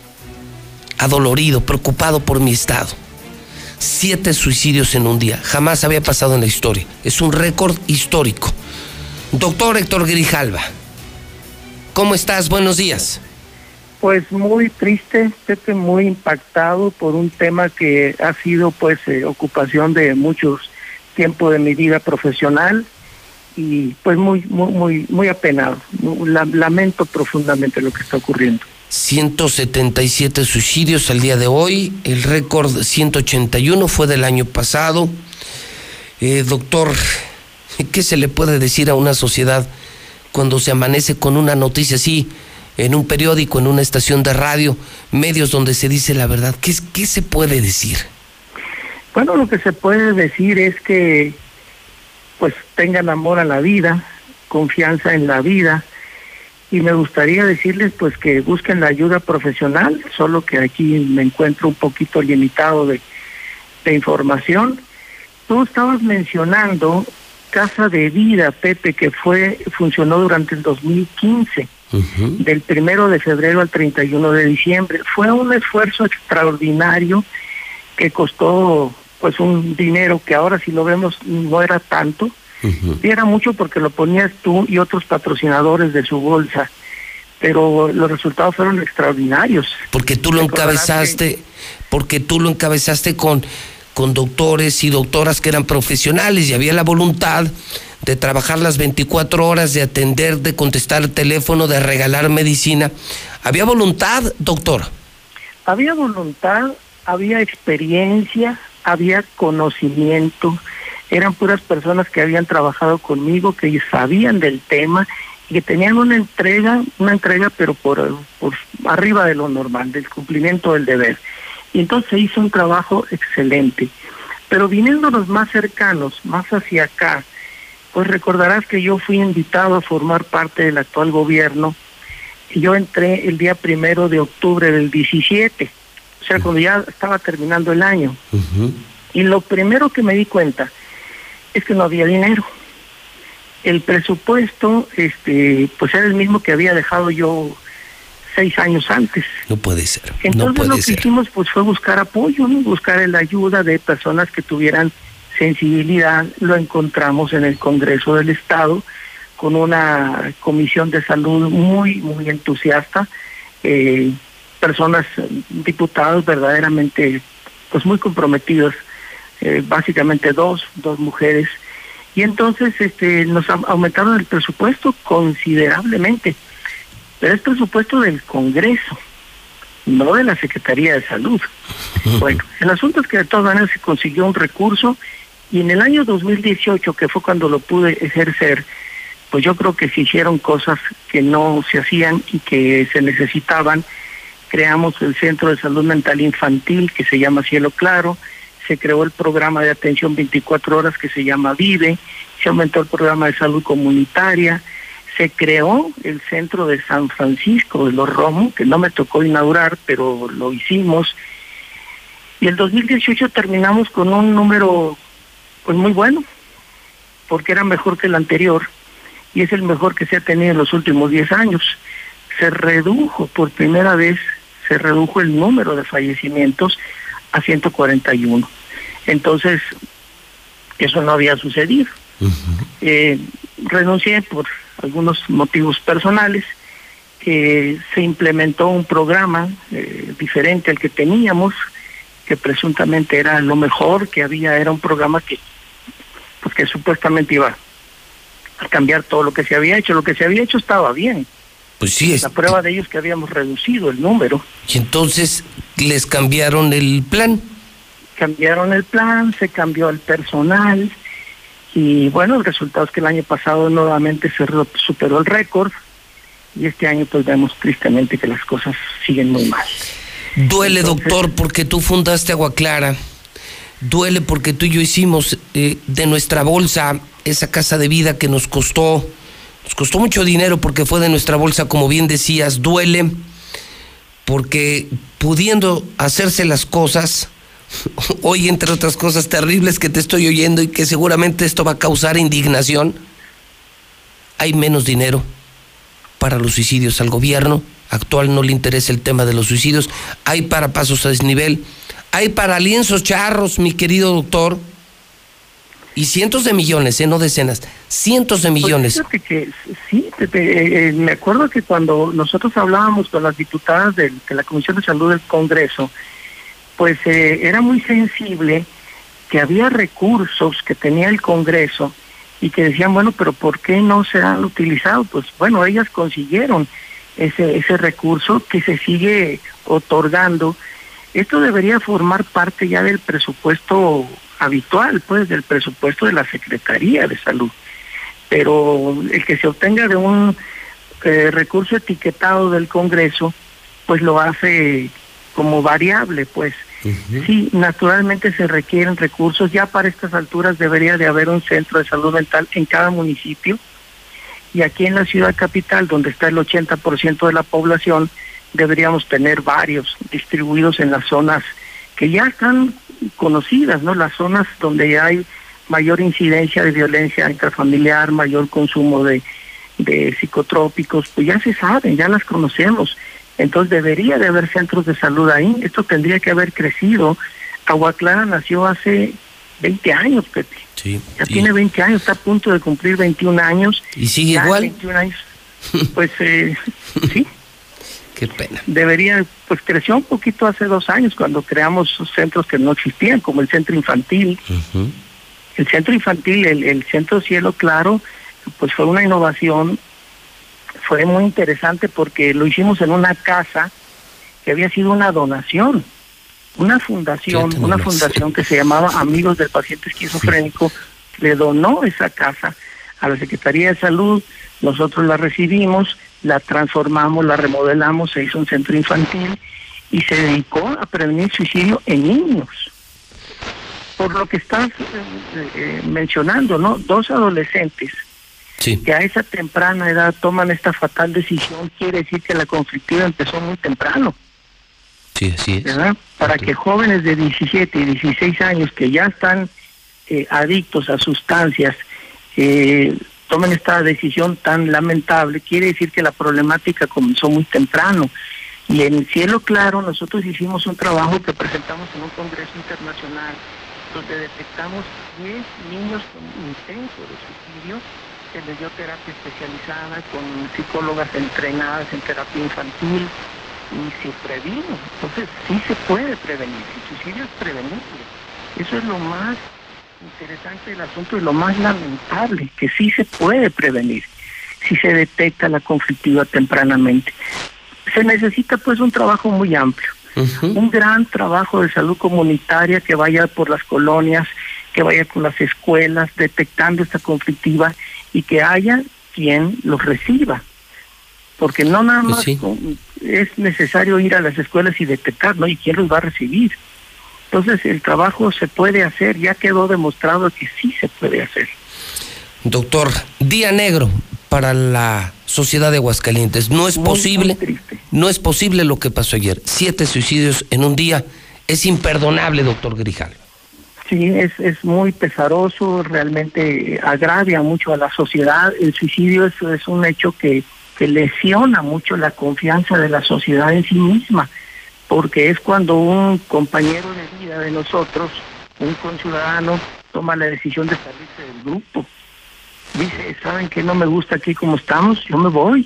adolorido, preocupado por mi estado. Siete suicidios en un día, jamás había pasado en la historia, es un récord histórico. Doctor Héctor Grijalva, ¿cómo estás? Buenos días.
Pues muy triste, Pepe, muy impactado por un tema que ha sido pues eh, ocupación de muchos tiempos de mi vida profesional y pues muy, muy, muy, muy apenado. Lamento profundamente lo que está ocurriendo.
ciento setenta y siete suicidios al día de hoy, el récord ciento ochenta y uno fue del año pasado. Eh, doctor, ¿qué se le puede decir a una sociedad cuando se amanece con una noticia así, en un periódico, en una estación de radio, medios donde se dice la verdad? ¿Qué, qué se puede decir?
Bueno, lo que se puede decir es que pues tengan amor a la vida, confianza en la vida, y me gustaría decirles pues que busquen la ayuda profesional, solo que aquí me encuentro un poquito limitado de, de información. Tú estabas mencionando Casa de Vida, Pepe, que fue funcionó durante el dos mil quince, uh-huh. del primero de febrero al treinta y uno de diciembre. Fue un esfuerzo extraordinario que costó pues un dinero que ahora si lo vemos no era tanto, uh-huh. y era mucho porque lo ponías tú y otros patrocinadores de su bolsa, pero los resultados fueron extraordinarios.
Porque tú lo encabezaste, que... porque tú lo encabezaste con, con doctores y doctoras que eran profesionales y había la voluntad de trabajar las veinticuatro horas, de atender, de contestar el teléfono, de regalar medicina. ¿Había voluntad, doctor?
Había voluntad, había experiencia, había conocimiento, eran puras personas que habían trabajado conmigo, que sabían del tema y que tenían una entrega, una entrega pero por, por arriba de lo normal, del cumplimiento del deber. Y entonces se hizo un trabajo excelente. Pero viniéndonos más cercanos, más hacia acá, pues recordarás que yo fui invitado a formar parte del actual gobierno y yo entré el día primero de octubre del diecisiete. O sea, cuando ya estaba terminando el año. Uh-huh. Y lo primero que me di cuenta es que no había dinero. El presupuesto, este, pues era el mismo que había dejado yo seis años antes.
No puede ser.
Entonces
no puede
lo que
ser.
hicimos pues fue buscar apoyo, ¿no? Buscar la ayuda de personas que tuvieran sensibilidad. Lo encontramos en el Congreso del Estado con una comisión de salud muy, muy entusiasta. Eh, personas, diputados verdaderamente pues muy comprometidos, eh, básicamente dos, dos mujeres, y entonces este nos aumentaron el presupuesto considerablemente, pero es presupuesto del Congreso, no de la Secretaría de Salud. Bueno, el asunto es que de todas maneras se consiguió un recurso, y en el año dos mil dieciocho, que fue cuando lo pude ejercer, pues yo creo que se hicieron cosas que no se hacían y que se necesitaban. Creamos el Centro de Salud Mental Infantil, que se llama Cielo Claro, se creó el programa de atención veinticuatro horas que se llama Vive, se aumentó el programa de salud comunitaria, se creó el Centro de San Francisco de los Romo, que no me tocó inaugurar, pero lo hicimos, y el dos mil dieciocho terminamos con un número pues muy bueno, porque era mejor que el anterior, y es el mejor que se ha tenido en los últimos diez años. Se redujo por primera vez, se redujo el número de fallecimientos a ciento cuarenta y uno. Entonces, eso no había sucedido. Uh-huh. Eh, renuncié por algunos motivos personales, que se implementó un programa eh, diferente al que teníamos, que presuntamente era lo mejor que había, era un programa que, pues, que supuestamente iba a cambiar todo lo que se había hecho. Lo que se había hecho estaba bien.
Pues sí, es...
La prueba de ello es que habíamos reducido el número.
Y entonces les cambiaron el plan.
Cambiaron el plan, se cambió el personal, y bueno, el resultado es que el año pasado nuevamente se superó el récord, y este año pues vemos tristemente que las cosas siguen muy mal.
Duele, entonces, doctor, porque tú fundaste Agua Clara. Duele porque tú y yo hicimos eh, de nuestra bolsa esa casa de vida que nos costó... Nos costó mucho dinero porque fue de nuestra bolsa, como bien decías. Duele porque pudiendo hacerse las cosas, hoy entre otras cosas terribles que te estoy oyendo y que seguramente esto va a causar indignación, hay menos dinero para los suicidios. Al gobierno actual no le interesa el tema de los suicidios. Hay para pasos a desnivel, hay para lienzos charros, mi querido doctor. Y cientos de millones, eh, no decenas, cientos de millones.
Pues fíjate que sí, te, te, eh, me acuerdo que cuando nosotros hablábamos con las diputadas de, de la Comisión de Salud del Congreso, pues eh, era muy sensible que había recursos que tenía el Congreso y que decían, bueno, pero ¿por qué no se han utilizado? Pues bueno, ellas consiguieron ese, ese recurso que se sigue otorgando. Esto debería formar parte ya del presupuesto habitual, pues del presupuesto de la Secretaría de Salud, pero el que se obtenga de un eh, recurso etiquetado del Congreso, pues lo hace como variable, pues. Uh-huh. Sí, naturalmente se requieren recursos. Ya para estas alturas debería de haber un centro de salud mental en cada municipio, y aquí en la ciudad capital, donde está el ochenta por ciento de la población, deberíamos tener varios distribuidos en las zonas que ya están conocidas, ¿no? Las zonas donde hay mayor incidencia de violencia intrafamiliar, mayor consumo de, de psicotrópicos, pues ya se saben, ya las conocemos. Entonces debería de haber centros de salud ahí. Esto tendría que haber crecido. Agua Clara nació hace veinte años, Pepe.
Sí,
ya
sí.
Tiene veinte años, está a punto de cumplir veintiún años.
¿Y sigue
ya
igual?
veintiún años, pues eh, sí.
Qué pena.
Debería, pues creció un poquito hace dos años cuando creamos centros que no existían, como el centro infantil. Uh-huh. El centro infantil, el, el centro Cielo Claro, pues fue una innovación. Fue muy interesante porque lo hicimos en una casa que había sido una donación, una fundación, una fundación que se llamaba Amigos del Paciente Esquizofrénico, le donó esa casa a la Secretaría de Salud, nosotros la recibimos, la transformamos, la remodelamos, se hizo un centro infantil y se dedicó a prevenir suicidio en niños. Por lo que estás eh, eh, mencionando, ¿no? Dos adolescentes sí. que a esa temprana edad toman esta fatal decisión, quiere decir que la conflictiva empezó muy temprano.
Sí, así es.
¿Verdad? Para okay. que jóvenes de diecisiete y dieciséis años que ya están eh, adictos a sustancias eh, tomen esta decisión tan lamentable, quiere decir que la problemática comenzó muy temprano. Y en Cielo Claro nosotros hicimos un trabajo que presentamos en un congreso internacional, donde detectamos diez niños con intento de suicidio, se les dio terapia especializada con psicólogas entrenadas en terapia infantil y se previno. Entonces sí se puede prevenir, el suicidio es prevenible. Eso es lo más interesante del asunto y lo más lamentable, que sí se puede prevenir si se detecta la conflictiva tempranamente. Se necesita pues un trabajo muy amplio, uh-huh. un gran trabajo de salud comunitaria que vaya por las colonias, que vaya con las escuelas detectando esta conflictiva y que haya quien los reciba, porque no nada más pues sí. es necesario ir a las escuelas y detectar, ¿no? Y quién los va a recibir. Entonces el trabajo se puede hacer, ya quedó demostrado que sí se puede hacer.
Doctor, día negro para la sociedad de Aguascalientes. No es muy, posible, muy no es posible lo que pasó ayer. Siete suicidios en un día, es imperdonable, doctor Grijalva.
Sí, es, es muy pesaroso, realmente agravia mucho a la sociedad. El suicidio es, es un hecho que, que lesiona mucho la confianza de la sociedad en sí misma, porque es cuando un compañero de vida de nosotros, un conciudadano, toma la decisión de salirse del grupo. Dice, ¿saben qué? No me gusta aquí como estamos, yo me voy.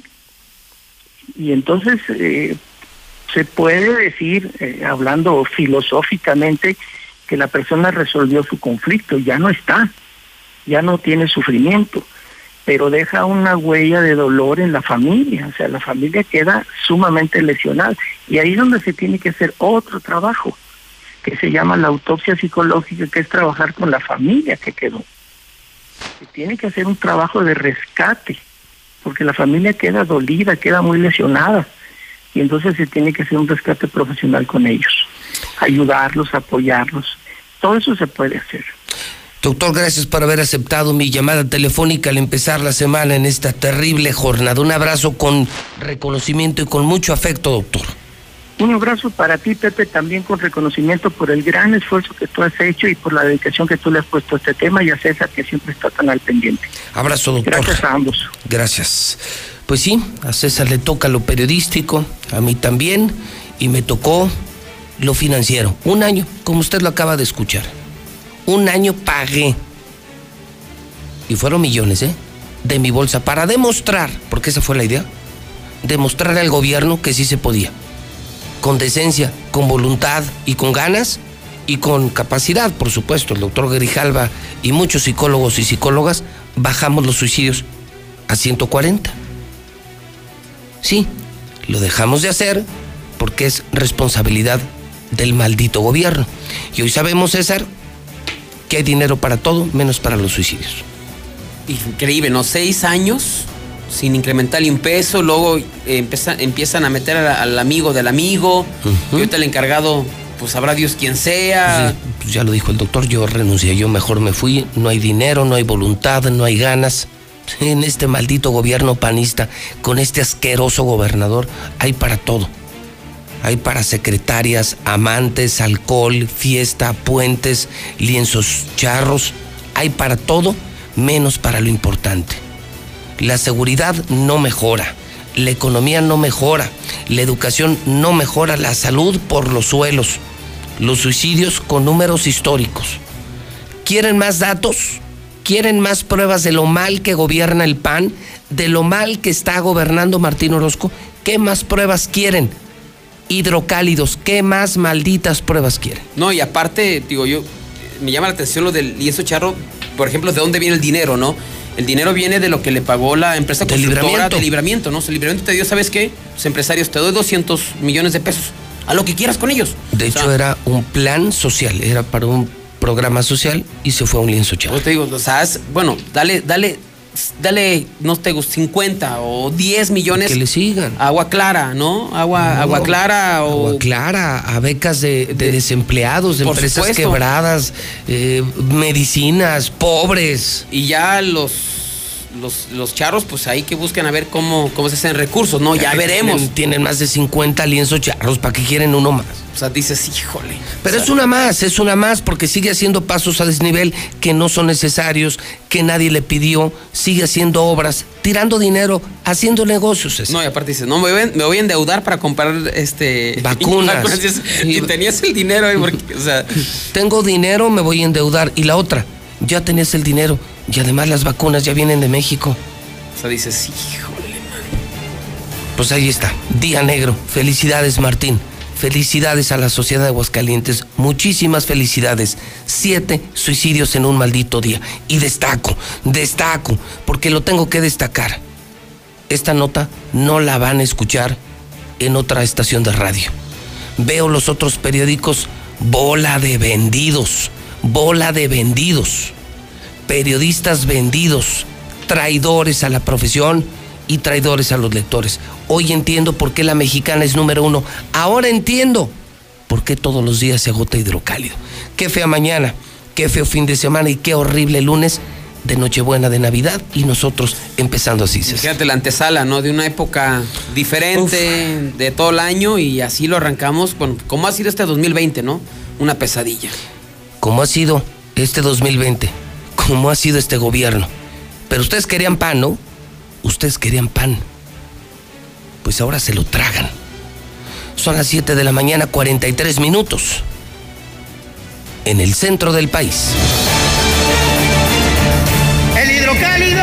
Y entonces eh, se puede decir, eh, hablando filosóficamente, que la persona resolvió su conflicto, ya no está, ya no tiene sufrimiento, pero deja una huella de dolor en la familia, o sea, la familia queda sumamente lesionada, y ahí es donde se tiene que hacer otro trabajo, que se llama la autopsia psicológica, que es trabajar con la familia que quedó. Se tiene que hacer un trabajo de rescate, porque la familia queda dolida, queda muy lesionada, y entonces se tiene que hacer un rescate profesional con ellos, ayudarlos, apoyarlos, todo eso se puede hacer.
Doctor, gracias por haber aceptado mi llamada telefónica al empezar la semana en esta terrible jornada. Un abrazo con reconocimiento y con mucho afecto, doctor.
Un abrazo para ti, Pepe, también con reconocimiento por el gran esfuerzo que tú has hecho y por la dedicación que tú le has puesto a este tema, y a César, que siempre está tan al pendiente.
Abrazo, doctor.
Gracias a ambos.
Gracias. Pues sí, a César le toca lo periodístico, a mí también, y me tocó lo financiero. Un año, como usted lo acaba de escuchar. Un año pagué, y fueron millones, ¿eh? De mi bolsa, para demostrar, porque esa fue la idea, demostrar al gobierno que sí se podía. Con decencia, con voluntad y con ganas y con capacidad, por supuesto. El doctor Grijalva y muchos psicólogos y psicólogas bajamos los suicidios a ciento cuarenta. Sí, lo dejamos de hacer porque es responsabilidad del maldito gobierno. Y hoy sabemos, César, que hay dinero para todo, menos para los suicidios.
Increíble, ¿no? Seis años sin incrementarle un peso, luego eh, empiezan, empiezan a meter al, al amigo del amigo, uh-huh. Y ahorita el encargado, pues sabrá Dios quién sea.
Sí, pues ya lo dijo el doctor, yo renuncié, yo mejor me fui, no hay dinero, no hay voluntad, no hay ganas. En este maldito gobierno panista, con este asqueroso gobernador, hay para todo. Hay para secretarias, amantes, alcohol, fiesta, puentes, lienzos charros. Hay para todo, menos para lo importante. La seguridad no mejora, la economía no mejora, la educación no mejora, la salud por los suelos, los suicidios con números históricos. ¿Quieren más datos? ¿Quieren más pruebas de lo mal que gobierna el P A N? ¿De lo mal que está gobernando Martín Orozco? ¿Qué más pruebas quieren? Hidrocálidos, ¿qué más malditas pruebas quieren?
No, y aparte, digo yo, me llama la atención lo del lienzo charro, por ejemplo, ¿de dónde viene el dinero, no? El dinero viene de lo que le pagó la empresa constructora de Libramiento, ¿no? O sea, el Libramiento te dio, ¿sabes qué? Los empresarios, te doy doscientos millones de pesos, a lo que quieras con ellos.
De o hecho, sea, era un plan social, era para un programa social y se fue a un lienzo charro.
Yo te digo, o sea, es, bueno, dale, dale, dale, no te gusta, cincuenta o diez millones.
Que le sigan.
Agua Clara, ¿no? Agua, no, agua Clara o...
Agua Clara, a becas de, de, de desempleados, de empresas supuesto. quebradas, eh, medicinas, pobres.
Y ya los... Los, los charros, pues ahí que busquen a ver cómo, cómo se hacen recursos, ¿no? Ya, ya veremos.
Tienen, tienen más de cincuenta lienzos charros, ¿para qué quieren uno más?
O sea, dices, híjole.
Pero
o sea,
es una más, es una más, porque sigue haciendo pasos a desnivel que no son necesarios, que nadie le pidió, sigue haciendo obras, tirando dinero, haciendo negocios. Ese.
No, y aparte dices, no, me voy, a, me voy a endeudar para comprar este
vacunas.
vacunas. Y, y tenías el dinero ahí, porque, o sea.
Tengo dinero, me voy a endeudar. Y la otra, ya tenías el dinero. Y además las vacunas ya vienen de México.
O sea, dices, híjole, man.
Pues ahí está, día negro. Felicidades, Martín. Felicidades a la sociedad de Aguascalientes. Muchísimas felicidades. Siete suicidios en un maldito día. Y destaco, destaco, porque lo tengo que destacar. Esta nota no la van a escuchar en otra estación de radio. Veo los otros periódicos, bola de vendidos, bola de vendidos. Periodistas vendidos, traidores a la profesión y traidores a los lectores. Hoy entiendo por qué la Mexicana es número uno. Ahora entiendo por qué todos los días se agota Hidrocálido. Qué fea mañana, qué feo fin de semana y qué horrible lunes de Nochebuena, de Navidad, y nosotros empezando así.
Fíjate la antesala, ¿no? De una época diferente. Uf. De todo el año, y así lo arrancamos. Bueno, ¿cómo ha sido este dos mil veinte, no? Una pesadilla.
¿Cómo ha sido este dos mil veinte? ¿Cómo ha sido este gobierno? Pero ustedes querían pan, ¿no? Ustedes querían pan. Pues ahora se lo tragan. Son las siete de la mañana, cuarenta y tres minutos. En el centro del país.
¡El Hidrocálido!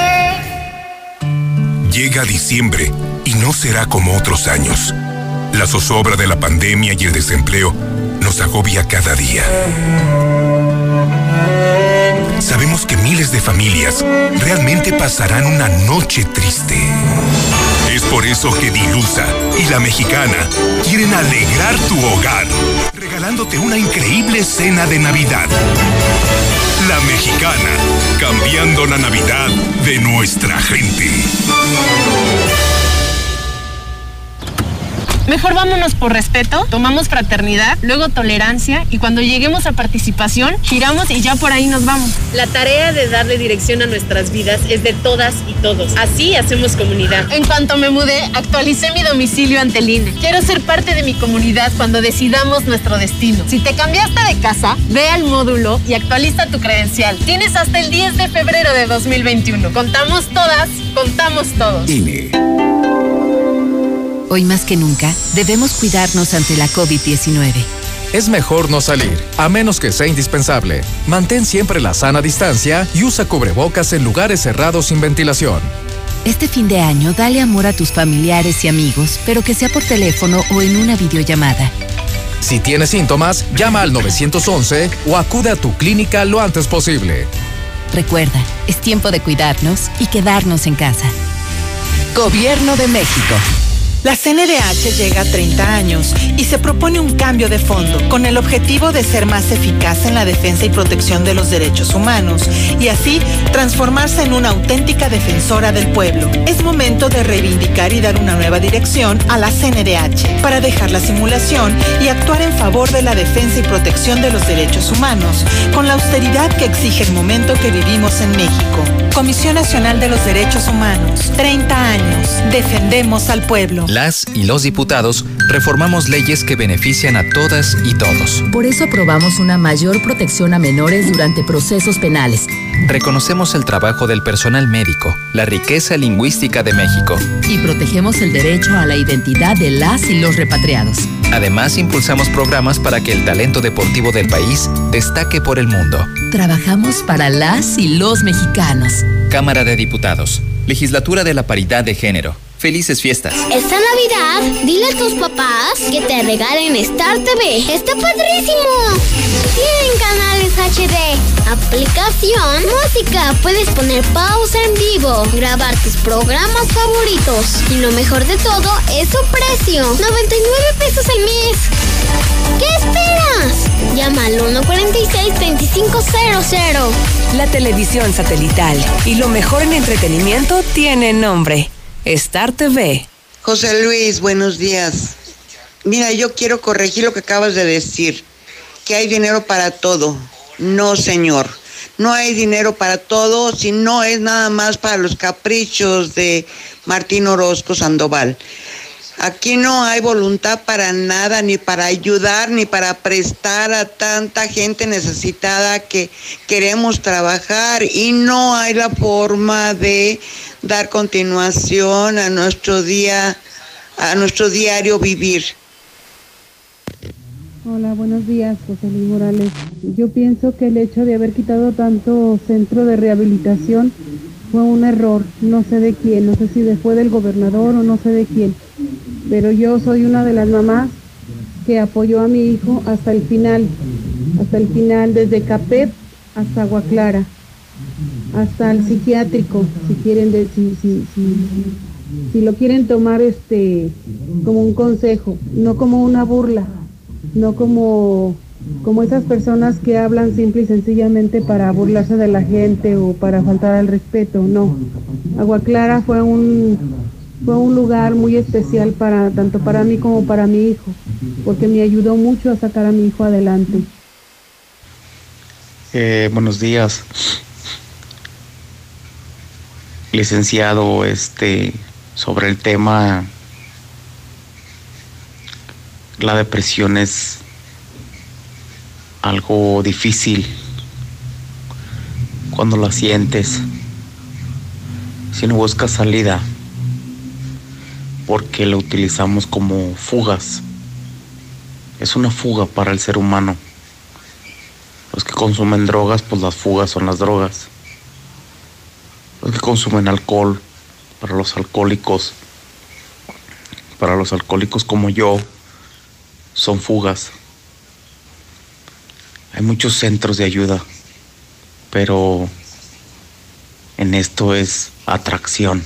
Llega diciembre y no será como otros años. La zozobra de la pandemia y el desempleo nos agobia cada día. Sabemos que miles de familias realmente pasarán una noche triste. Es por eso que Dilusa y La Mexicana quieren alegrar tu hogar, regalándote una increíble cena de Navidad. La Mexicana, cambiando la Navidad de nuestra gente.
Mejor vámonos por respeto, tomamos fraternidad, luego tolerancia, y cuando lleguemos a participación, giramos y ya por ahí nos vamos.
La tarea de darle dirección a nuestras vidas es de todas y todos. Así hacemos comunidad.
En cuanto me mudé, actualicé mi domicilio ante el I N E. Quiero ser parte de mi comunidad cuando decidamos nuestro destino. Si te cambiaste de casa, ve al módulo y actualiza tu credencial. Tienes hasta el diez de febrero de dos mil veintiuno. Contamos todas, contamos todos.
I N E.
Hoy más que nunca, debemos cuidarnos ante la COVID diecinueve.
Es mejor no salir, a menos que sea indispensable. Mantén siempre la sana distancia y usa cubrebocas en lugares cerrados sin ventilación.
Este fin de año, dale amor a tus familiares y amigos, pero que sea por teléfono o en una videollamada.
Si tienes síntomas, llama al nueve once o acude a tu clínica lo antes posible.
Recuerda, es tiempo de cuidarnos y quedarnos en casa. Gobierno de México.
La C N D H llega a treinta años y se propone un cambio de fondo con el objetivo de ser más eficaz en la defensa y protección de los derechos humanos y así transformarse en una auténtica defensora del pueblo. Es momento de reivindicar y dar una nueva dirección a la C N D H para dejar la simulación y actuar en favor de la defensa y protección de los derechos humanos con la austeridad que exige el momento que vivimos en México. Comisión Nacional de los Derechos Humanos. treinta años. Defendemos al pueblo.
Las y los diputados reformamos leyes que benefician a todas y todos.
Por eso aprobamos una mayor protección a menores durante procesos penales.
Reconocemos el trabajo del personal médico, la riqueza lingüística de México.
Y protegemos el derecho a la identidad de las y los repatriados.
Además, impulsamos programas para que el talento deportivo del país destaque por el mundo.
Trabajamos para las y los mexicanos.
Cámara de Diputados. Legislatura de la Paridad de Género. Felices fiestas.
Esta Navidad, dile a tus papás que te regalen Star T V. ¡Está padrísimo! Tienen canales H D, aplicación, música. Puedes poner pausa en vivo, grabar tus programas favoritos. Y lo mejor de todo es su precio. noventa y nueve pesos al mes. ¿Qué esperas? Llama al uno cuarenta y seis, veinticinco cero cero.
La televisión satelital y lo mejor en entretenimiento tiene nombre. Star T V.
José Luis, buenos días. Mira, yo quiero corregir lo que acabas de decir, que hay dinero para todo. No, señor. No hay dinero para todo, si no es nada más para los caprichos de Martín Orozco Sandoval. Aquí no hay voluntad para nada, ni para ayudar, ni para prestar a tanta gente necesitada que queremos trabajar y no hay la forma de dar continuación a nuestro día, a nuestro diario vivir.
Hola, buenos días, José Luis Morales. Yo pienso que el hecho de haber quitado tanto centro de rehabilitación fue un error, no sé de quién, no sé si fue del gobernador o no sé de quién, pero yo soy una de las mamás que apoyó a mi hijo hasta el final, hasta el final, desde Capep hasta Agua Clara, hasta el psiquiátrico, si quieren, de, si, si, si, si lo quieren tomar este como un consejo, no como una burla, no como, como esas personas que hablan simple y sencillamente para burlarse de la gente o para faltar al respeto, no. Agua Clara fue un, fue un lugar muy especial para tanto para mí como para mi hijo, porque me ayudó mucho a sacar a mi hijo adelante.
Eh, buenos días, licenciado, este, sobre el tema, la depresión es algo difícil cuando la sientes, si no buscas salida, porque la utilizamos como fugas, es una fuga para el ser humano. Los que consumen drogas, pues las fugas son las drogas. Los que consumen alcohol, para los alcohólicos, para los alcohólicos como yo, son fugas. Hay muchos centros de ayuda, pero en esto es atracción,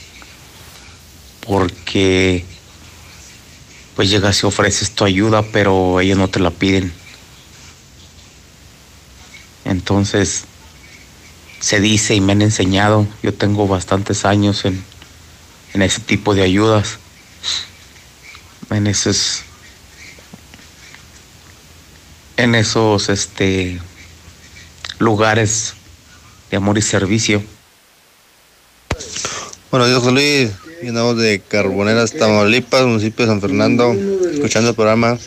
porque pues llegas y ofreces tu ayuda, pero ellos no te la piden. Entonces, se dice y me han enseñado, yo tengo bastantes años en, en ese tipo de ayudas, en esos, en esos este, lugares de amor y servicio.
Bueno, yo José Luis, venimos de Carboneras, Tamaulipas, municipio de San Fernando, escuchando el programa.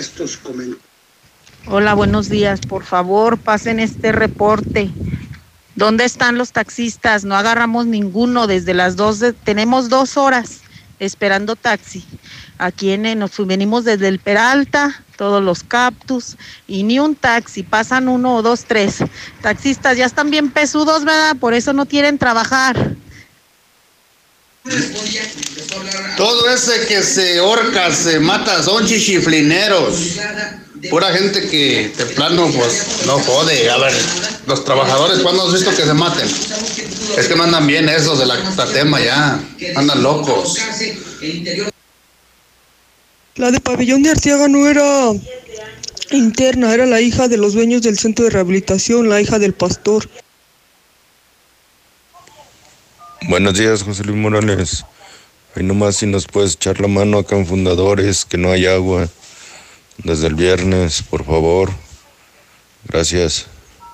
Hola, buenos días. Por favor, pasen este reporte. ¿Dónde están los taxistas? No agarramos ninguno desde las dos. De, tenemos dos horas esperando taxi. Aquí en, nos venimos desde el Peralta, todos los Cactus, y ni un taxi. Pasan uno o dos, tres. Taxistas ya están bien pesudos, ¿verdad? Por eso no quieren trabajar.
Todo ese que se horca, se mata, son chichiflineros. pura gente que de plano pues no jode. A ver, los trabajadores, ¿cuándo has visto que se maten? Es que no andan bien esos de la Tatema ya, andan locos.
La de Pabellón de Arteaga no era interna, era la hija de los dueños del centro de rehabilitación, la hija del pastor.
Buenos días, José Luis Morales. Hoy nomás si nos puedes echar la mano acá en Fundadores, que no hay agua desde el viernes, por favor. Gracias.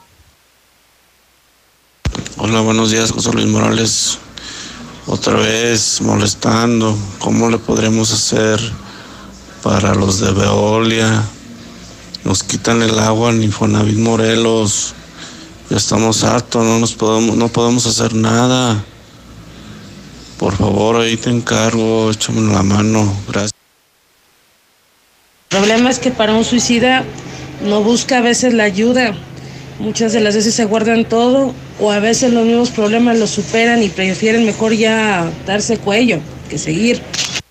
Hola, buenos días, José Luis Morales. Otra vez molestando. ¿Cómo le podremos hacer para los de Veolia? Nos quitan el agua en Infonavit Morelos. Ya estamos hartos, no nos podemos, no podemos hacer nada. Por favor, ahí te encargo, échame la mano, gracias.
El problema es que para un suicida no busca a veces la ayuda. Muchas de las veces se guardan todo o a veces los mismos problemas los superan y prefieren mejor ya darse cuello que seguir.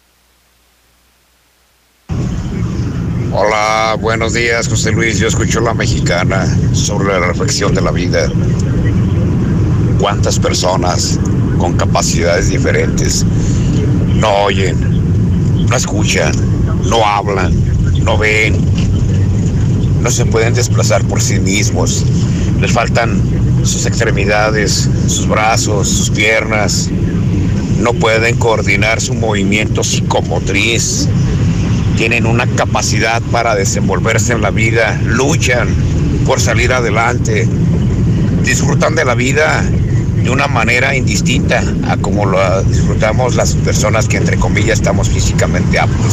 Hola, buenos días, José Luis. Yo escucho La Mexicana sobre la reflexión de la vida. ¿Cuántas personas con capacidades diferentes no oyen, no escuchan, no hablan, no ven, no se pueden desplazar por sí mismos? Les faltan sus extremidades, sus brazos, sus piernas. No pueden coordinar su movimiento psicomotriz. Tienen una capacidad para desenvolverse en la vida, luchan por salir adelante, disfrutan de la vida de una manera indistinta a como lo disfrutamos las personas que entre comillas estamos físicamente aptos.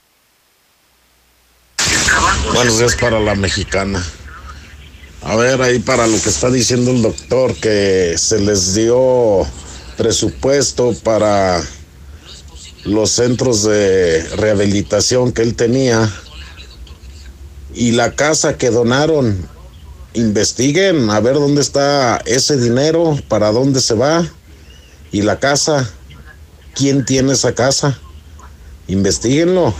Buenos días para La Mexicana. A ver, ahí para lo que está diciendo el doctor, que se les dio presupuesto para los centros de rehabilitación que él tenía y la casa que donaron. Investiguen a ver dónde está ese dinero, para dónde se va, y la casa, quién tiene esa casa. Investíguenlo.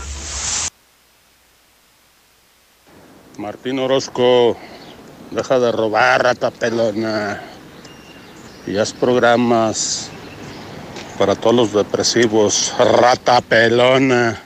Martín Orozco, deja de robar, rata pelona, y haz programas para todos los depresivos, rata pelona.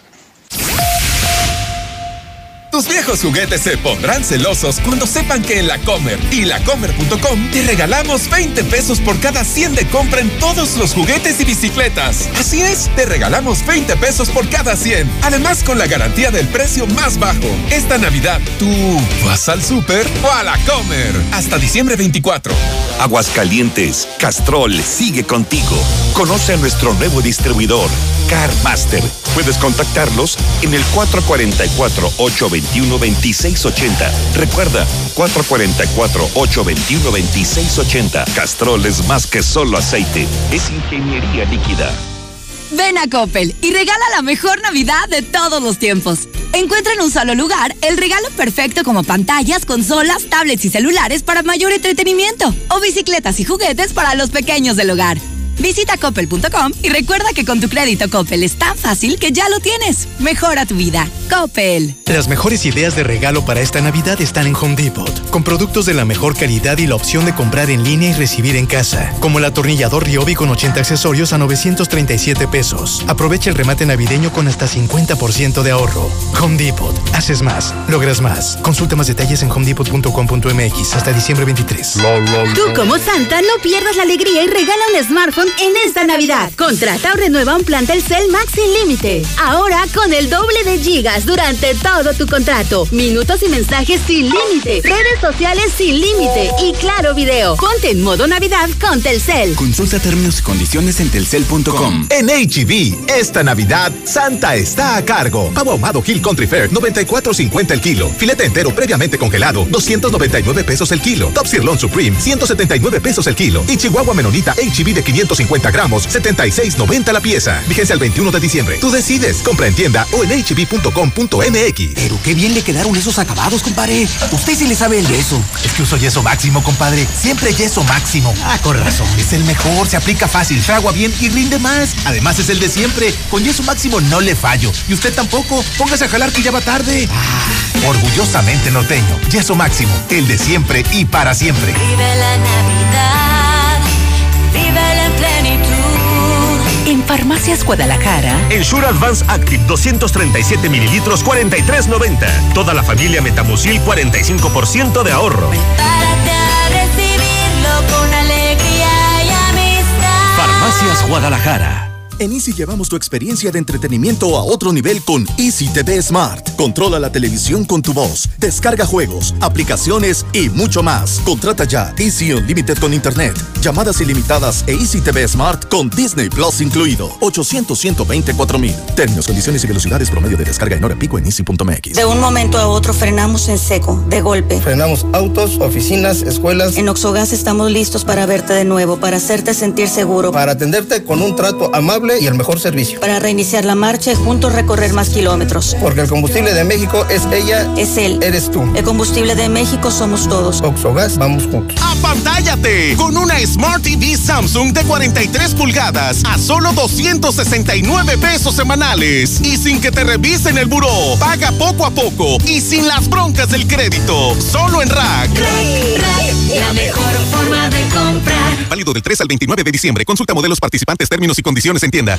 Tus viejos juguetes se pondrán celosos cuando sepan que en La Comer y la comer punto com te regalamos veinte pesos por cada cien de compra en todos los juguetes y bicicletas. Así es, te regalamos veinte pesos por cada cien. Además, con la garantía del precio más bajo. Esta Navidad, ¿tú vas al súper o a La Comer? Hasta diciembre veinticuatro.
Aguascalientes, Castrol sigue contigo. Conoce a nuestro nuevo distribuidor, CarMaster. Puedes contactarlos en el cuatro cuatro cuatro, ocho dos uno, dos seis ocho cero. Recuerda, cuatro cuatro cuatro, ocho dos uno, dos seis ocho cero. Castrol es más que solo aceite, es ingeniería líquida.
Ven a Coppel y regala la mejor Navidad de todos los tiempos. Encuentra en un solo lugar el regalo perfecto como pantallas, consolas, tablets y celulares para mayor entretenimiento o bicicletas y juguetes para los pequeños del hogar. Visita coppel punto com y recuerda que con tu crédito Coppel es tan fácil que ya lo tienes. Mejora tu vida. Coppel.
Las mejores ideas de regalo para esta Navidad están en Home Depot, con productos de la mejor calidad y la opción de comprar en línea y recibir en casa, como el atornillador Ryobi con ochenta accesorios a novecientos treinta y siete pesos. Aprovecha el remate navideño con hasta cincuenta por ciento de ahorro. Home Depot. Haces más, logras más. Consulta más detalles en home depot punto com punto m x hasta diciembre veintitrés.
Tú como Santa no pierdas la alegría y regala un smartphone en esta Navidad. Contrata o renueva un plan Telcel Max sin límite. Ahora con el doble de gigas durante todo tu contrato. Minutos y mensajes sin límite. Redes sociales sin límite. Y claro video. Ponte en modo Navidad con Telcel.
Consulta términos y condiciones en telcel punto com.
En H E B, esta Navidad, Santa está a cargo. Pavo ahumado Hill Country Fair, noventa y cuatro cincuenta el kilo. Filete entero previamente congelado, doscientos noventa y nueve pesos el kilo. Top Sirloin Supreme, ciento setenta y nueve pesos el kilo. Y Chihuahua Menonita H E B de quinientos cincuenta gramos, setenta y seis noventa la pieza. Vigencia el veintiuno de diciembre. Tú decides. Compra en tienda o en h b punto com punto m x.
Pero qué bien le quedaron esos acabados, compadre. Usted sí le sabe el yeso.
Es que uso yeso máximo, compadre. Siempre yeso máximo.
Ah, con razón.
Es el mejor, se aplica fácil, fragua bien y rinde más. Además es el de siempre. Con yeso máximo no le fallo. Y usted tampoco. Póngase a jalar que ya va tarde. Ah, orgullosamente norteño. Yeso máximo. El de siempre y para siempre.
Vive la Navidad. Vive la plenitud.
En Farmacias Guadalajara.
Ensure Advance Active doscientos treinta y siete mililitros, cuarenta y tres noventa. Toda la familia Metamucil, cuarenta y cinco por ciento de ahorro.
Prepárate a recibirlo con alegría y amistad.
Farmacias Guadalajara.
En Easy llevamos tu experiencia de entretenimiento a otro nivel con Easy T V Smart. Controla la televisión con tu voz, descarga juegos, aplicaciones y mucho más. Contrata ya Easy Unlimited con internet, llamadas ilimitadas e Easy T V Smart con Disney Plus incluido. ochocientos, ciento veinticuatro mil. Términos, condiciones y velocidades promedio de descarga en hora pico en easy punto m x.
De un momento a otro frenamos en seco, de golpe.
Frenamos autos, oficinas, escuelas.
En Oxogas estamos listos para verte de nuevo, para hacerte sentir seguro.
Para atenderte con un trato amable y el mejor servicio.
Para reiniciar la marcha y juntos recorrer más kilómetros.
Porque el combustible de México es ella,
es él,
eres tú.
El combustible de México somos todos.
Oxogas, vamos juntos.
¡Apantállate! Con una Smart T V Samsung de cuarenta y tres pulgadas a solo doscientos sesenta y nueve pesos semanales. Y sin que te revisen el buró. Paga poco a poco y sin las broncas del crédito. Solo en Rack.
Rack, Rack, la mejor forma de comprar.
Válido del tres al veintinueve de diciembre. Consulta modelos participantes, términos y condiciones en tienda.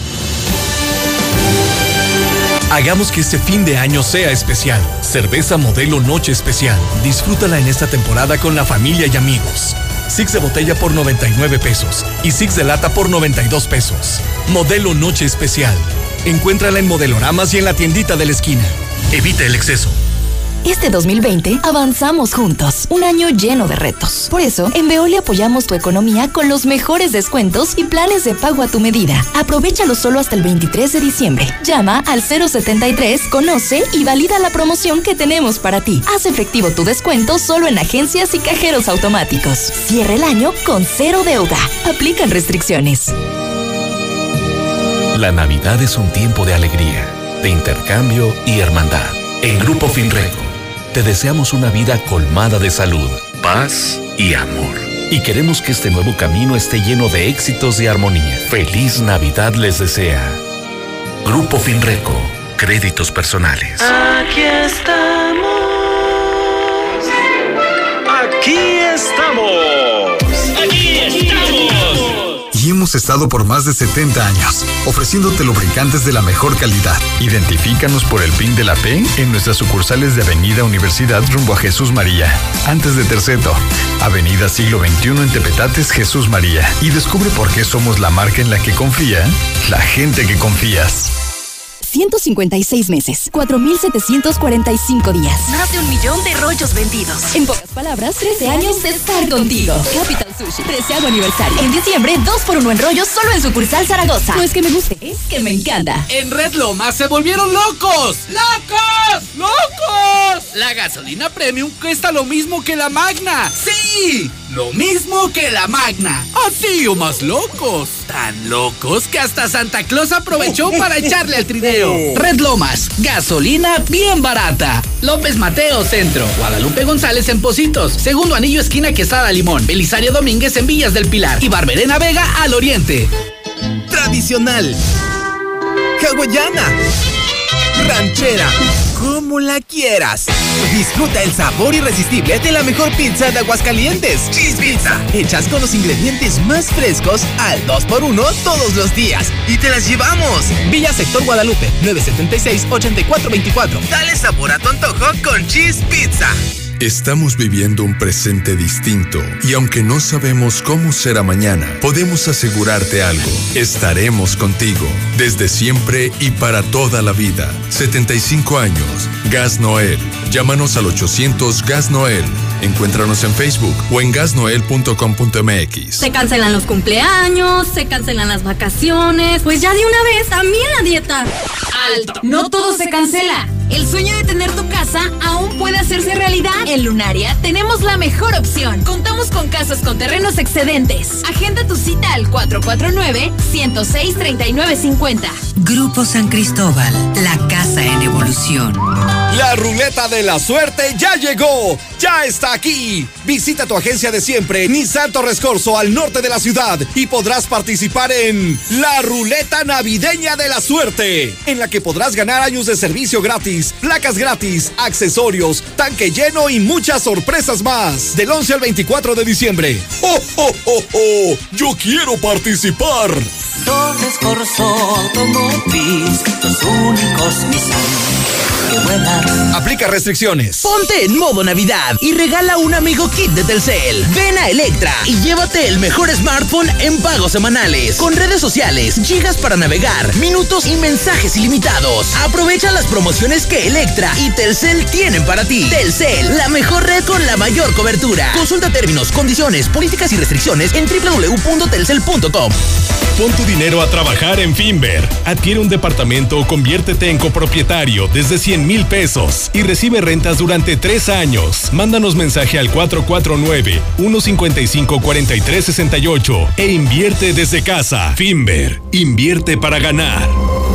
Hagamos que este fin de año sea especial. Cerveza Modelo Noche Especial. Disfrútala en esta temporada con la familia y amigos. Six de botella por noventa y nueve pesos y Six de lata por noventa y dos pesos. Modelo Noche Especial. Encuéntrala en Modeloramas y en la tiendita de la esquina. Evita el exceso.
Este dos mil veinte avanzamos juntos, un año lleno de retos. Por eso, en Veolia apoyamos tu economía con los mejores descuentos y planes de pago a tu medida. Aprovéchalo solo hasta el veintitrés de diciembre. Llama al cero setenta y tres, conoce y valida la promoción que tenemos para ti. Haz efectivo tu descuento solo en agencias y cajeros automáticos. Cierra el año con cero deuda. Aplican restricciones.
La Navidad es un tiempo de alegría, de intercambio y hermandad. En Grupo Finreco te deseamos una vida colmada de salud, paz y amor. Y queremos que este nuevo camino esté lleno de éxitos y armonía. Feliz Navidad les desea Grupo Finreco, créditos personales.
Aquí estamos.
Aquí estamos.
Aquí estamos.
Y hemos estado por más de setenta años, ofreciéndote lubricantes de la mejor calidad.
Identifícanos por el PIN de la P en nuestras sucursales de Avenida Universidad rumbo a Jesús María, antes de Terceto, Avenida Siglo veintiuno en Tepetates, Jesús María. Y descubre por qué somos la marca en la que confía la gente que confías.
ciento cincuenta y seis meses, cuatro mil setecientos cuarenta y cinco días. Más de un millón de rollos vendidos. En pocas palabras, trece años de estar contigo. Capital Sushi, treceavo aniversario. En diciembre, dos por uno en rollos solo en sucursal Zaragoza. No es que me guste, es que me encanta.
En Red Lomas se volvieron locos. ¡Locos! ¡Locos! La gasolina premium cuesta lo mismo que la Magna. ¡Sí! Lo mismo que la Magna. Así o más locos. Tan locos que hasta Santa Claus aprovechó para echarle al trineo. Red Lomas, gasolina bien barata. López Mateo Centro, Guadalupe González en Pocitos, Segundo Anillo esquina Quesada Limón, Belisario Domínguez en Villas del Pilar y Barberena Vega al oriente.
Tradicional, hawaiana, ranchera, como la quieras. Disfruta el sabor irresistible de la mejor pizza de Aguascalientes. Cheese Pizza. Hechas con los ingredientes más frescos al dos por uno todos los días. Y te las llevamos. Villa Sector Guadalupe, nueve siete seis, ocho cuatro dos cuatro. Dale sabor a tu antojo con Cheese Pizza.
Estamos viviendo un presente distinto y aunque no sabemos cómo será mañana, podemos asegurarte algo. Estaremos contigo desde siempre y para toda la vida. setenta y cinco años. Gas Noel. Llámanos al ochocientos Gas Noel. Encuéntranos en Facebook o en gas noel punto com punto m x.
Se cancelan los cumpleaños, se cancelan las vacaciones. Pues ya de una vez, también la dieta.
¡Alto! No todo se cancela. El sueño de tener tu casa aún puede hacerse realidad. En Lunaria tenemos la mejor opción. Contamos con casas con terrenos excedentes. Agenda tu cita al cuatro cuatro nueve, uno cero seis, tres nueve cinco cero.
Grupo San Cristóbal, la casa en evolución.
La ruleta de la suerte ya llegó, ya está aquí. Visita tu agencia de siempre, Nissan Torres Corzo, al norte de la ciudad, y podrás participar en la ruleta navideña de la suerte, en la que podrás ganar años de servicio gratis, placas gratis, accesorios, tanque lleno y muchas sorpresas más. Del once al veinticuatro de diciembre. ¡Oh, oh, oh, oh! ¡Yo quiero participar!
Torres Corso Automotriz, los únicos Nissan que vuelan.
Aplica restricciones.
Ponte en modo Navidad y regala un amigo kit de Telcel. Ven a Electra y llévate el mejor smartphone en pagos semanales, con redes sociales, gigas para navegar, minutos y mensajes ilimitados. Aprovecha las promociones que Electra y Telcel tienen para ti. Telcel, la mejor red con la mayor cobertura. Consulta términos, condiciones, políticas y restricciones en doble u doble u doble u punto telcel punto com.
Pon tu dinero a trabajar en Finver. Adquiere un departamento o conviértete en copropietario desde cien mil pesos y recibe rentas durante tres años. Mándanos mensaje al cuatro cuatro nueve, uno cinco cinco, cuatro tres seis ocho e invierte desde casa. Finver, invierte para ganar.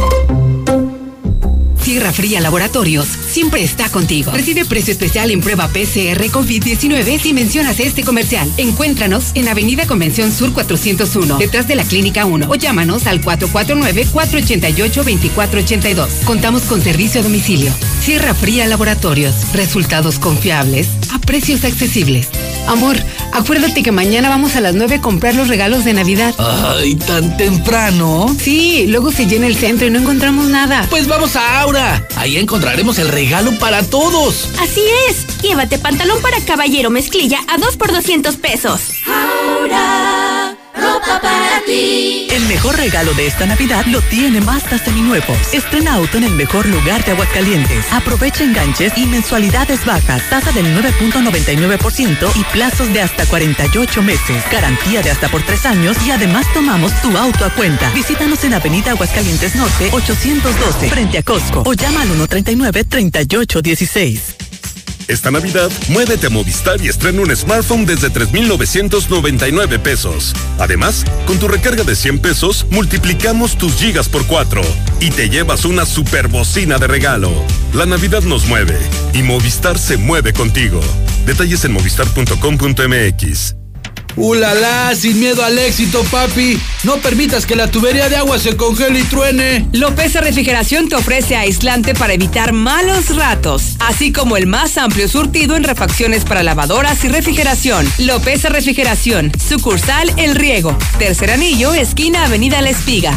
Sierra Fría Laboratorios siempre está contigo. Recibe precio especial en prueba P C R COVID diecinueve si mencionas este comercial. Encuéntranos en Avenida Convención Sur cuatrocientos uno, detrás de la Clínica uno, o llámanos al cuatro cuatro nueve, cuatro ocho ocho, dos cuatro ocho dos. Contamos con servicio a domicilio. Sierra Fría Laboratorios. Resultados confiables a precios accesibles. Amor, acuérdate que mañana vamos a las nueve a comprar los regalos de Navidad.
Ay, ¿tan temprano?
Sí, luego se llena el centro y no encontramos nada.
Pues vamos a Aura. Ahí encontraremos el regalo para todos.
Así es. Llévate pantalón para caballero mezclilla a dos por doscientos pesos.
Aura, ropa para ti.
El mejor regalo de esta Navidad lo tiene Mazda Seminuevos. Estrena auto en el mejor lugar de Aguascalientes. Aprovecha enganches y mensualidades bajas. Tasa del nueve punto noventa y nueve por ciento y plazos de hasta cuarenta y ocho meses. Garantía de hasta por tres años y además tomamos tu auto a cuenta. Visítanos en Avenida Aguascalientes Norte ochocientos doce, frente a Costco, o llama al uno treinta y nueve, treinta y ocho dieciséis.
Esta Navidad, muévete a Movistar y estrena un smartphone desde tres mil novecientos noventa y nueve pesos. Además, con tu recarga de cien pesos, multiplicamos tus gigas por cuatro y te llevas una super bocina de regalo. La Navidad nos mueve y Movistar se mueve contigo. Detalles en movistar punto com punto m x.
¡Ulala! Sin miedo al éxito, papi. No permitas que la tubería de agua se congele y truene.
Lopeza Refrigeración te ofrece aislante para evitar malos ratos, así como el más amplio surtido en refacciones para lavadoras y refrigeración. Lopeza Refrigeración, sucursal El Riego, tercer anillo, esquina Avenida La Espiga.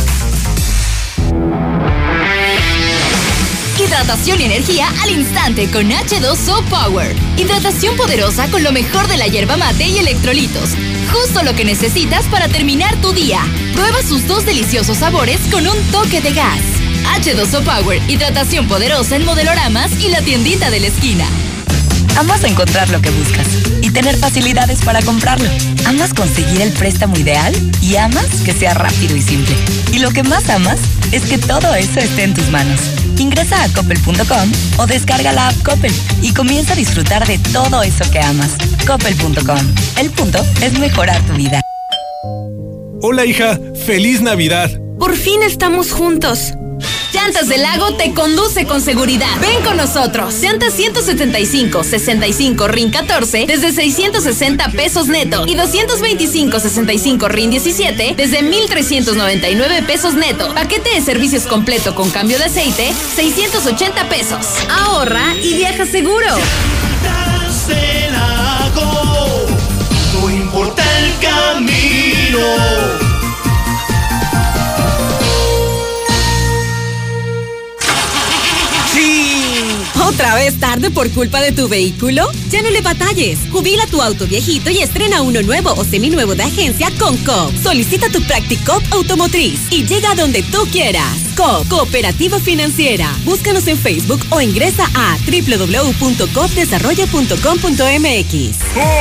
Hidratación y energía al instante con hache dos O Power. Hidratación poderosa con lo mejor de la yerba mate y electrolitos. Justo lo que necesitas para terminar tu día. Prueba sus dos deliciosos sabores con un toque de gas. hache dos O Power, hidratación poderosa en modeloramas y la tiendita de la esquina.
Amas encontrar lo que buscas y tener facilidades para comprarlo. Amas conseguir el préstamo ideal y amas que sea rápido y simple. Y lo que más amas es que todo eso esté en tus manos. Ingresa a coppel punto com o descarga la app Coppel y comienza a disfrutar de todo eso que amas. coppel punto com. El punto es mejorar tu vida.
Hola, hija. ¡Feliz Navidad!
Por fin estamos juntos.
Llantas del Lago te conduce con seguridad. Ven con nosotros. Llantas ciento setenta y cinco, sesenta y cinco R I N catorce desde seiscientos sesenta pesos neto y doscientos veinticinco, sesenta y cinco R I N diecisiete desde mil trescientos noventa y nueve pesos neto. Paquete de servicios completo con cambio de aceite, seiscientos ochenta pesos. Ahorra y viaja seguro.
Llantas del Lago, no importa el camino.
¿Otra vez tarde por culpa de tu vehículo? Ya no le batalles. Jubila tu auto viejito y estrena uno nuevo o seminuevo de agencia con C O P. Solicita tu Practicop Automotriz y llega a donde tú quieras. C O P, Cooperativa Financiera. Búscanos en Facebook o ingresa a doble u doble u doble u punto coop desarrollo punto com punto m x.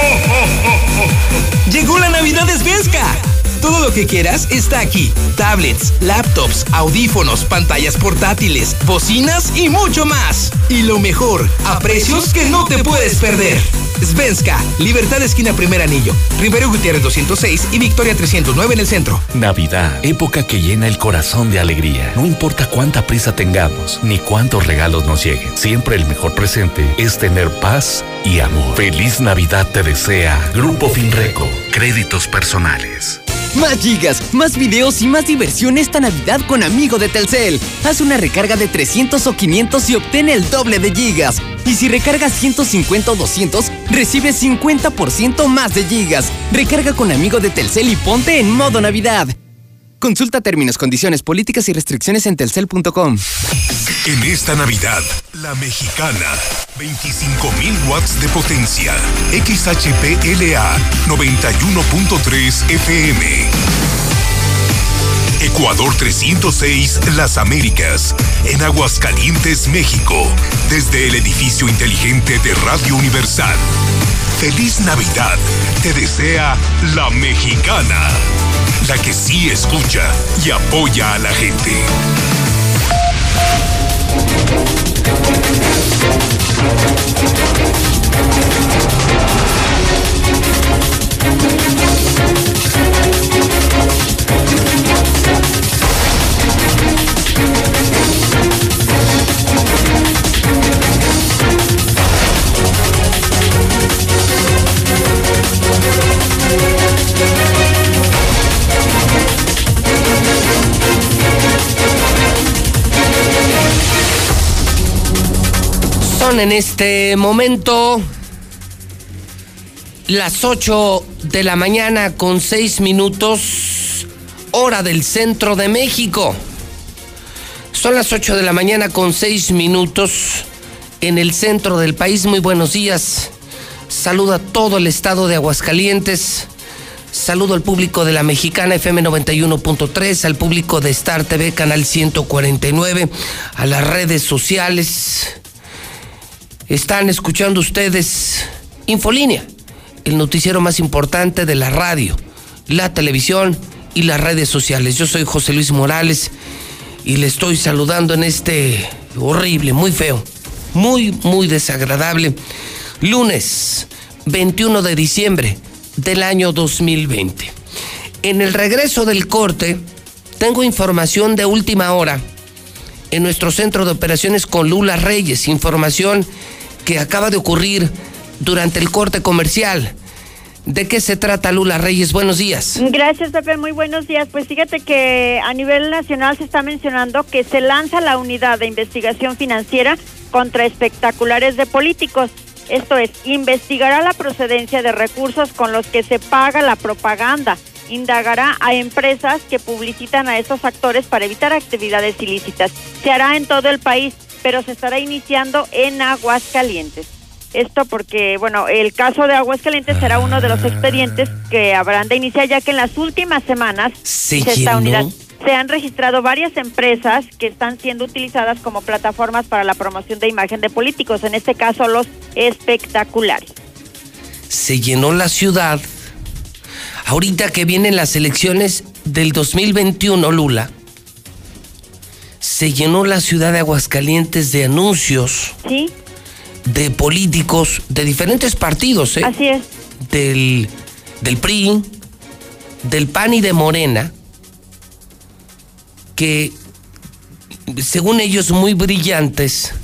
Llegó la Navidad de Svenska. Todo lo que quieras está aquí. Tablets, laptops, audífonos, pantallas portátiles, bocinas y mucho más. Y lo mejor, a precios que no te puedes perder. Svenska, Libertad esquina Primer Anillo, Rivero Gutiérrez doscientos seis y Victoria trescientos nueve en el centro.
Navidad, época que llena el corazón de alegría. No importa cuánta prisa tengamos, ni cuántos regalos nos lleguen. Siempre el mejor presente es tener paz y amor. Feliz Navidad te desea Grupo Finreco. Créditos personales.
Más gigas, más videos y más diversión esta Navidad con Amigo de Telcel. Haz una recarga de trescientos o quinientos y obtén el doble de gigas. Y si recargas ciento cincuenta o doscientos, recibes cincuenta por ciento más de gigas. Recarga con Amigo de Telcel y ponte en modo Navidad. Consulta términos, condiciones, políticas y restricciones en telcel punto com.
En esta Navidad, La Mexicana, veinticinco mil watts de potencia, X H P L A noventa y uno punto tres F M. Ecuador trescientos seis, Las Américas, en Aguascalientes, México, desde el edificio inteligente de Radio Universal. Feliz Navidad, te desea La Mexicana, la que sí escucha y apoya a la gente.
Son en este momento las ocho de la mañana con seis minutos, hora del centro de México. Son las ocho de la mañana con seis minutos en el centro del país. Muy buenos días. Saludo a todo el estado de Aguascalientes. Saludo al público de La Mexicana F M noventa y uno punto tres, al público de Star T V Canal ciento cuarenta y nueve, a las redes sociales. Están escuchando ustedes Infolínea, el noticiero más importante de la radio, la televisión y las redes sociales. Yo soy José Luis Morales y le estoy saludando en este horrible, muy feo, muy, muy desagradable lunes veintiuno de diciembre del año dos mil veinte. En el regreso del corte, tengo información de última hora en nuestro centro de operaciones con Lula Reyes, información que acaba de ocurrir durante el corte comercial. ¿De qué se trata, Lula Reyes? Buenos días.
Gracias, Pepe. Muy buenos días. Pues fíjate que a nivel nacional se está mencionando que se lanza la unidad de investigación financiera contra espectaculares de políticos. Esto es, investigará la procedencia de recursos con los que se paga la propaganda. Indagará a empresas que publicitan a estos actores para evitar actividades ilícitas. Se hará en todo el país, pero se estará iniciando en Aguascalientes. Esto porque, bueno, el caso de Aguascalientes será uno de los expedientes que habrán de iniciar, ya que en las últimas semanas
se
esta unidad se han registrado varias empresas que están siendo utilizadas como plataformas para la promoción de imagen de políticos, en este caso los espectaculares.
Se llenó la ciudad. Ahorita que vienen las elecciones del dos mil veintiuno, Lula, se llenó la ciudad de Aguascalientes de anuncios.
Sí.
De políticos de diferentes partidos, ¿eh?
Así es.
Del, del P R I, del P A N y de Morena, que, según ellos, muy brillantes,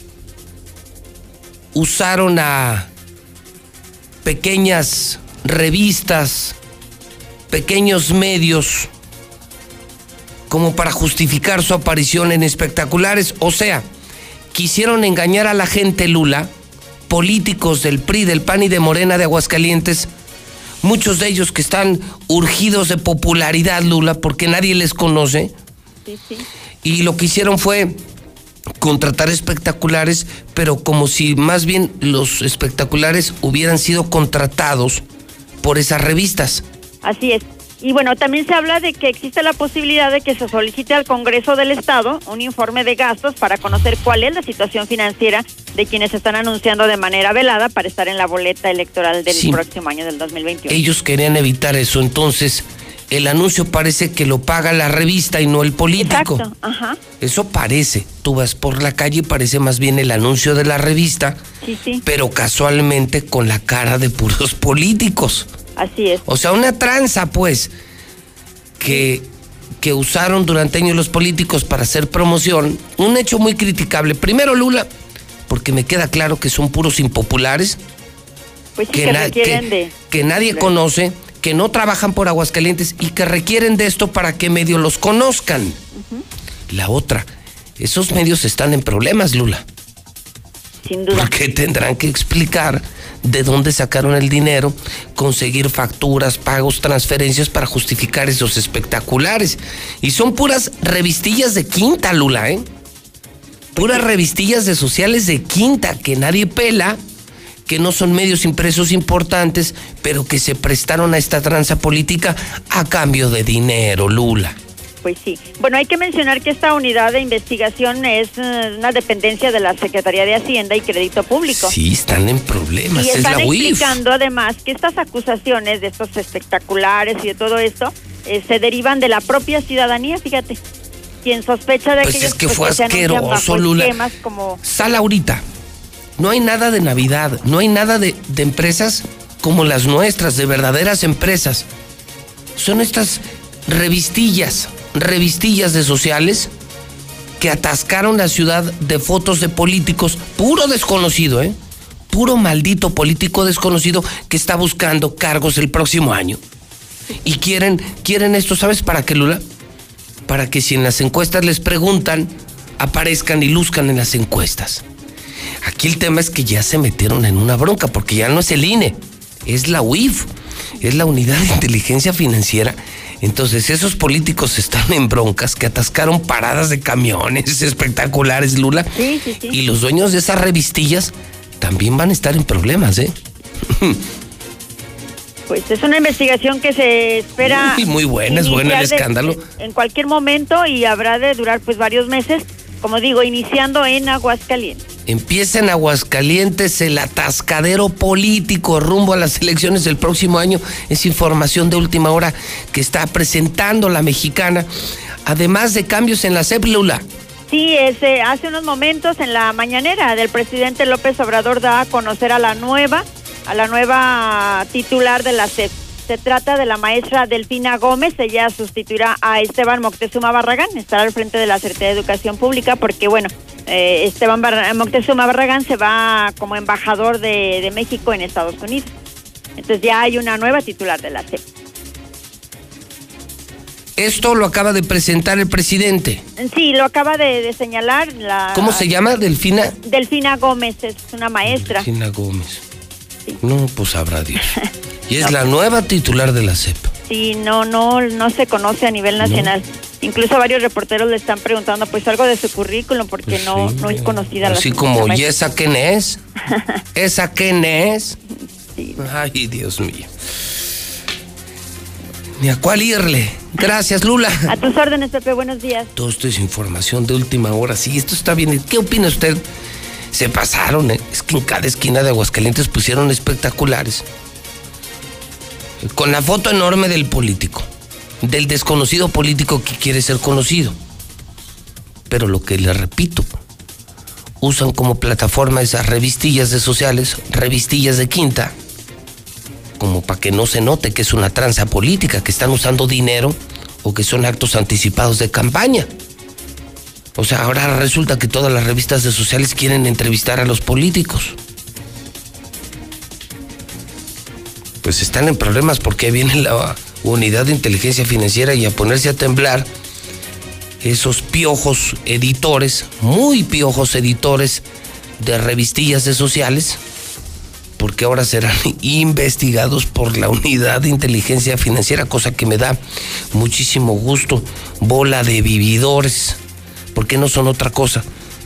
usaron a pequeñas revistas, pequeños medios, como para justificar su aparición en espectaculares. O sea, quisieron engañar a la gente, Lula, políticos del P R I, del P A N y de Morena de Aguascalientes, muchos de ellos que están urgidos de popularidad, Lula, porque nadie les conoce.
Sí, sí.
Y lo que hicieron fue contratar espectaculares, pero como si más bien los espectaculares hubieran sido contratados por esas revistas.
Así es. Y bueno, también se habla de que existe la posibilidad de que se solicite al Congreso del Estado un informe de gastos para conocer cuál es la situación financiera de quienes están anunciando de manera velada para estar en la boleta electoral del sí. próximo año del dos mil veintiuno.
Ellos querían evitar eso, entonces el anuncio parece que lo paga la revista y no el político.
Exacto, ajá.
Eso parece. Tú vas por la calle y parece más bien el anuncio de la revista,
sí, sí.
pero casualmente con la cara de puros políticos.
Así es.
O sea, una tranza, pues, que, que usaron durante años los políticos para hacer promoción. Un hecho muy criticable. Primero, Lula, porque me queda claro que son puros impopulares.
Pues sí,
que,
que
na-
requieren
que,
de...
que nadie conoce, que no trabajan por Aguascalientes y que requieren de esto para que medio los conozcan. Uh-huh. La otra, esos medios están en problemas, Lula.
Sin duda.
Porque tendrán que explicar de dónde sacaron el dinero, conseguir facturas, pagos, transferencias para justificar esos espectaculares. Y son puras revistillas de quinta, Lula, ¿eh? Puras revistillas de sociales de quinta que nadie pela, que no son medios impresos importantes, pero que se prestaron a esta tranza política a cambio de dinero, Lula.
Pues sí. Bueno, hay que mencionar que esta unidad de investigación es uh, una dependencia de la Secretaría de Hacienda y Crédito Público.
Sí, están en problemas,
y
es
están
la U I F.
explicando además que estas acusaciones de estos espectaculares y de todo esto eh, se derivan de la propia ciudadanía, fíjate. Quien sospecha de
pues
aquellos
es que
pues,
fue
que se anuncian
asqueroso,
bajo
Lula.
esquemas como...
Sal ahorita. No hay nada de Navidad, no hay nada de, de empresas como las nuestras, de verdaderas empresas. Son estas revistillas, revistillas de sociales que atascaron la ciudad de fotos de políticos, puro desconocido, ¿eh? Puro maldito político desconocido que está buscando cargos el próximo año. Y quieren, quieren esto, ¿sabes para qué, Lula? Para que si en las encuestas les preguntan, aparezcan y luzcan en las encuestas. Aquí el tema es que ya se metieron en una bronca, porque ya no es el I N E, es la U I F, es la Unidad de Inteligencia Financiera. Entonces esos políticos están en broncas, que atascaron paradas de camiones espectaculares, Lula.
Sí, sí, sí.
Y los dueños de esas revistillas también van a estar en problemas, ¿eh?
Pues es una investigación que se espera...
Muy, muy buena, es bueno el escándalo.
De, en cualquier momento y habrá de durar pues varios meses, como digo, iniciando en Aguascalientes.
Empieza en Aguascalientes el atascadero político rumbo a las elecciones del próximo año. Es información de última hora que está presentando la Mexicana, además de cambios en la C E P, Lula.
Sí, es, eh, hace unos momentos en la mañanera del presidente López Obrador da a conocer a la nueva, a la nueva titular de la C E P. Se trata de la maestra Delfina Gómez. Ella sustituirá a Esteban Moctezuma Barragán, estará al frente de la Secretaría de Educación Pública porque, bueno, eh, Esteban Bar- Moctezuma Barragán se va como embajador de, de México en Estados Unidos. Entonces ya hay una nueva titular de la C E P.
Esto lo acaba de presentar el presidente.
Sí, lo acaba de, de señalar. La,
¿Cómo se llama? ¿Delfina?
Delfina Gómez, es una maestra.
Delfina Gómez. Sí. No, pues sabrá Dios. Y es no, la nueva titular de la C E P.
Sí, no, no, no se conoce a nivel nacional. No. Incluso varios reporteros le están preguntando pues algo de su currículum porque pues no, sí, no es conocida.
Así la como, ¿y esa quién es? ¿Esa quién es?
Sí.
Ay, Dios mío. Ni a cuál irle. Gracias, Lula.
A tus órdenes, Pepe, buenos días.
Todo esto es información de última hora. Sí, esto está bien. ¿Qué opina usted? Se pasaron, ¿eh? Es que en cada esquina de Aguascalientes pusieron espectaculares. Con la foto enorme del político. Del desconocido político que quiere ser conocido. Pero lo que le repito, usan como plataforma esas revistillas de sociales, revistillas de quinta, como para que no se note que es una tranza política, que están usando dinero o que son actos anticipados de campaña. O sea, ahora resulta que todas las revistas de sociales quieren entrevistar a los políticos. Pues están en problemas porque viene la Unidad de Inteligencia Financiera y a ponerse a temblar esos piojos editores, muy piojos editores de revistillas de sociales, porque ahora serán investigados por la Unidad de Inteligencia Financiera, cosa que me da muchísimo gusto. Bola de vividores, porque no son otra cosa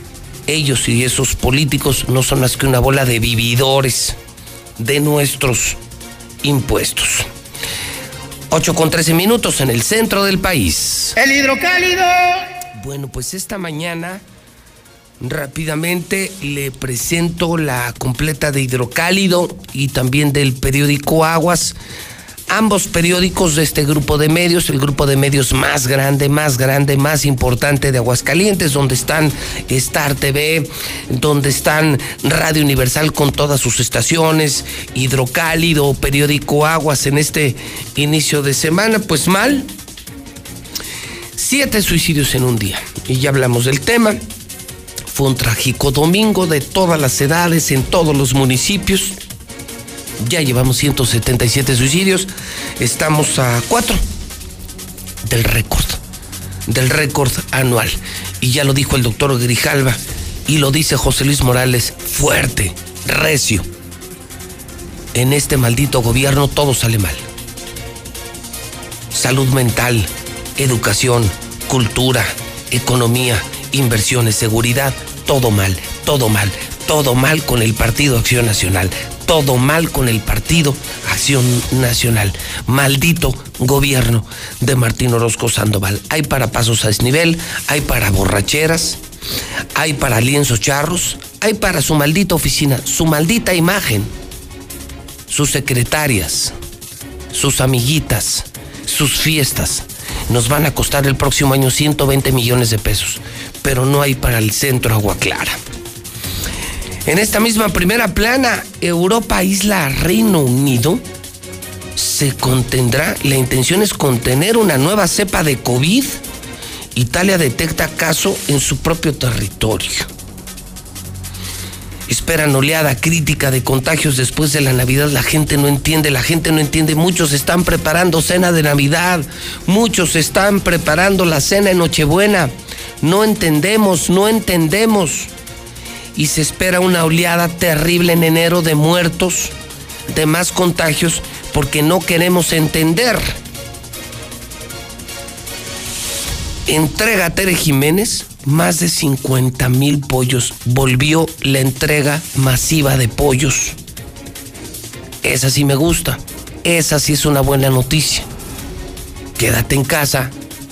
ellos y esos políticos no son más que una bola de vividores de nuestros impuestos. ocho con trece minutos en el centro del país.
El hidrocálido.
Bueno, pues esta mañana rápidamente le presento la completa de Hidrocálido y también del periódico Aguas. Ambos periódicos de este grupo de medios, el grupo de medios más grande, más grande, más importante de Aguascalientes, donde están Star T V, donde están Radio Universal con todas sus estaciones, Hidrocálido, periódico Aguas en este inicio de semana, pues mal. Siete suicidios en un día, y ya hablamos del tema. Fue un trágico domingo de todas las edades, en todos los municipios. Ya llevamos ciento setenta y siete suicidios. Estamos a cuatro del récord, del récord anual. Y ya lo dijo el doctor Grijalva, y lo dice José Luis Morales, fuerte, recio. En este maldito gobierno todo sale mal. Salud mental, educación, cultura, economía, inversiones, seguridad, todo mal, todo mal, todo mal con el Partido Acción Nacional. Todo mal con el Partido Acción Nacional. Maldito gobierno de Martín Orozco Sandoval. Hay para pasos a desnivel, hay para borracheras, hay para lienzos charros, hay para su maldita oficina, su maldita imagen, sus secretarias, sus amiguitas, sus fiestas. Nos van a costar el próximo año ciento veinte millones de pesos, pero no hay para el centro Agua Clara. En esta misma primera plana, Europa aísla Reino Unido. Se contendrá, la intención es contener una nueva cepa de COVID. Italia detecta caso en su propio territorio. Esperan oleada crítica de contagios después de la Navidad. La gente no entiende, la gente no entiende. Muchos están preparando cena de Navidad. Muchos están preparando la cena de Nochebuena. No entendemos, no entendemos. Y se espera una oleada terrible en enero de muertos, de más contagios, porque no queremos entender. Entrega Tere Jiménez más de cincuenta mil pollos. Volvió la entrega masiva de pollos. Esa sí me gusta. Esa sí es una buena noticia. Quédate en casa.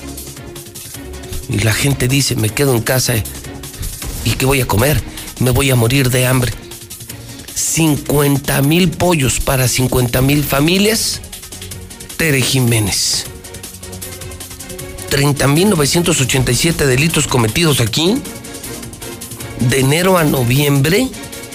Y la gente dice, me quedo en casa. ¿Y qué voy a comer? Me voy a morir de hambre. cincuenta mil pollos para cincuenta mil familias. Tere Jiménez. treinta mil novecientos ochenta y siete delitos cometidos aquí. De enero a noviembre.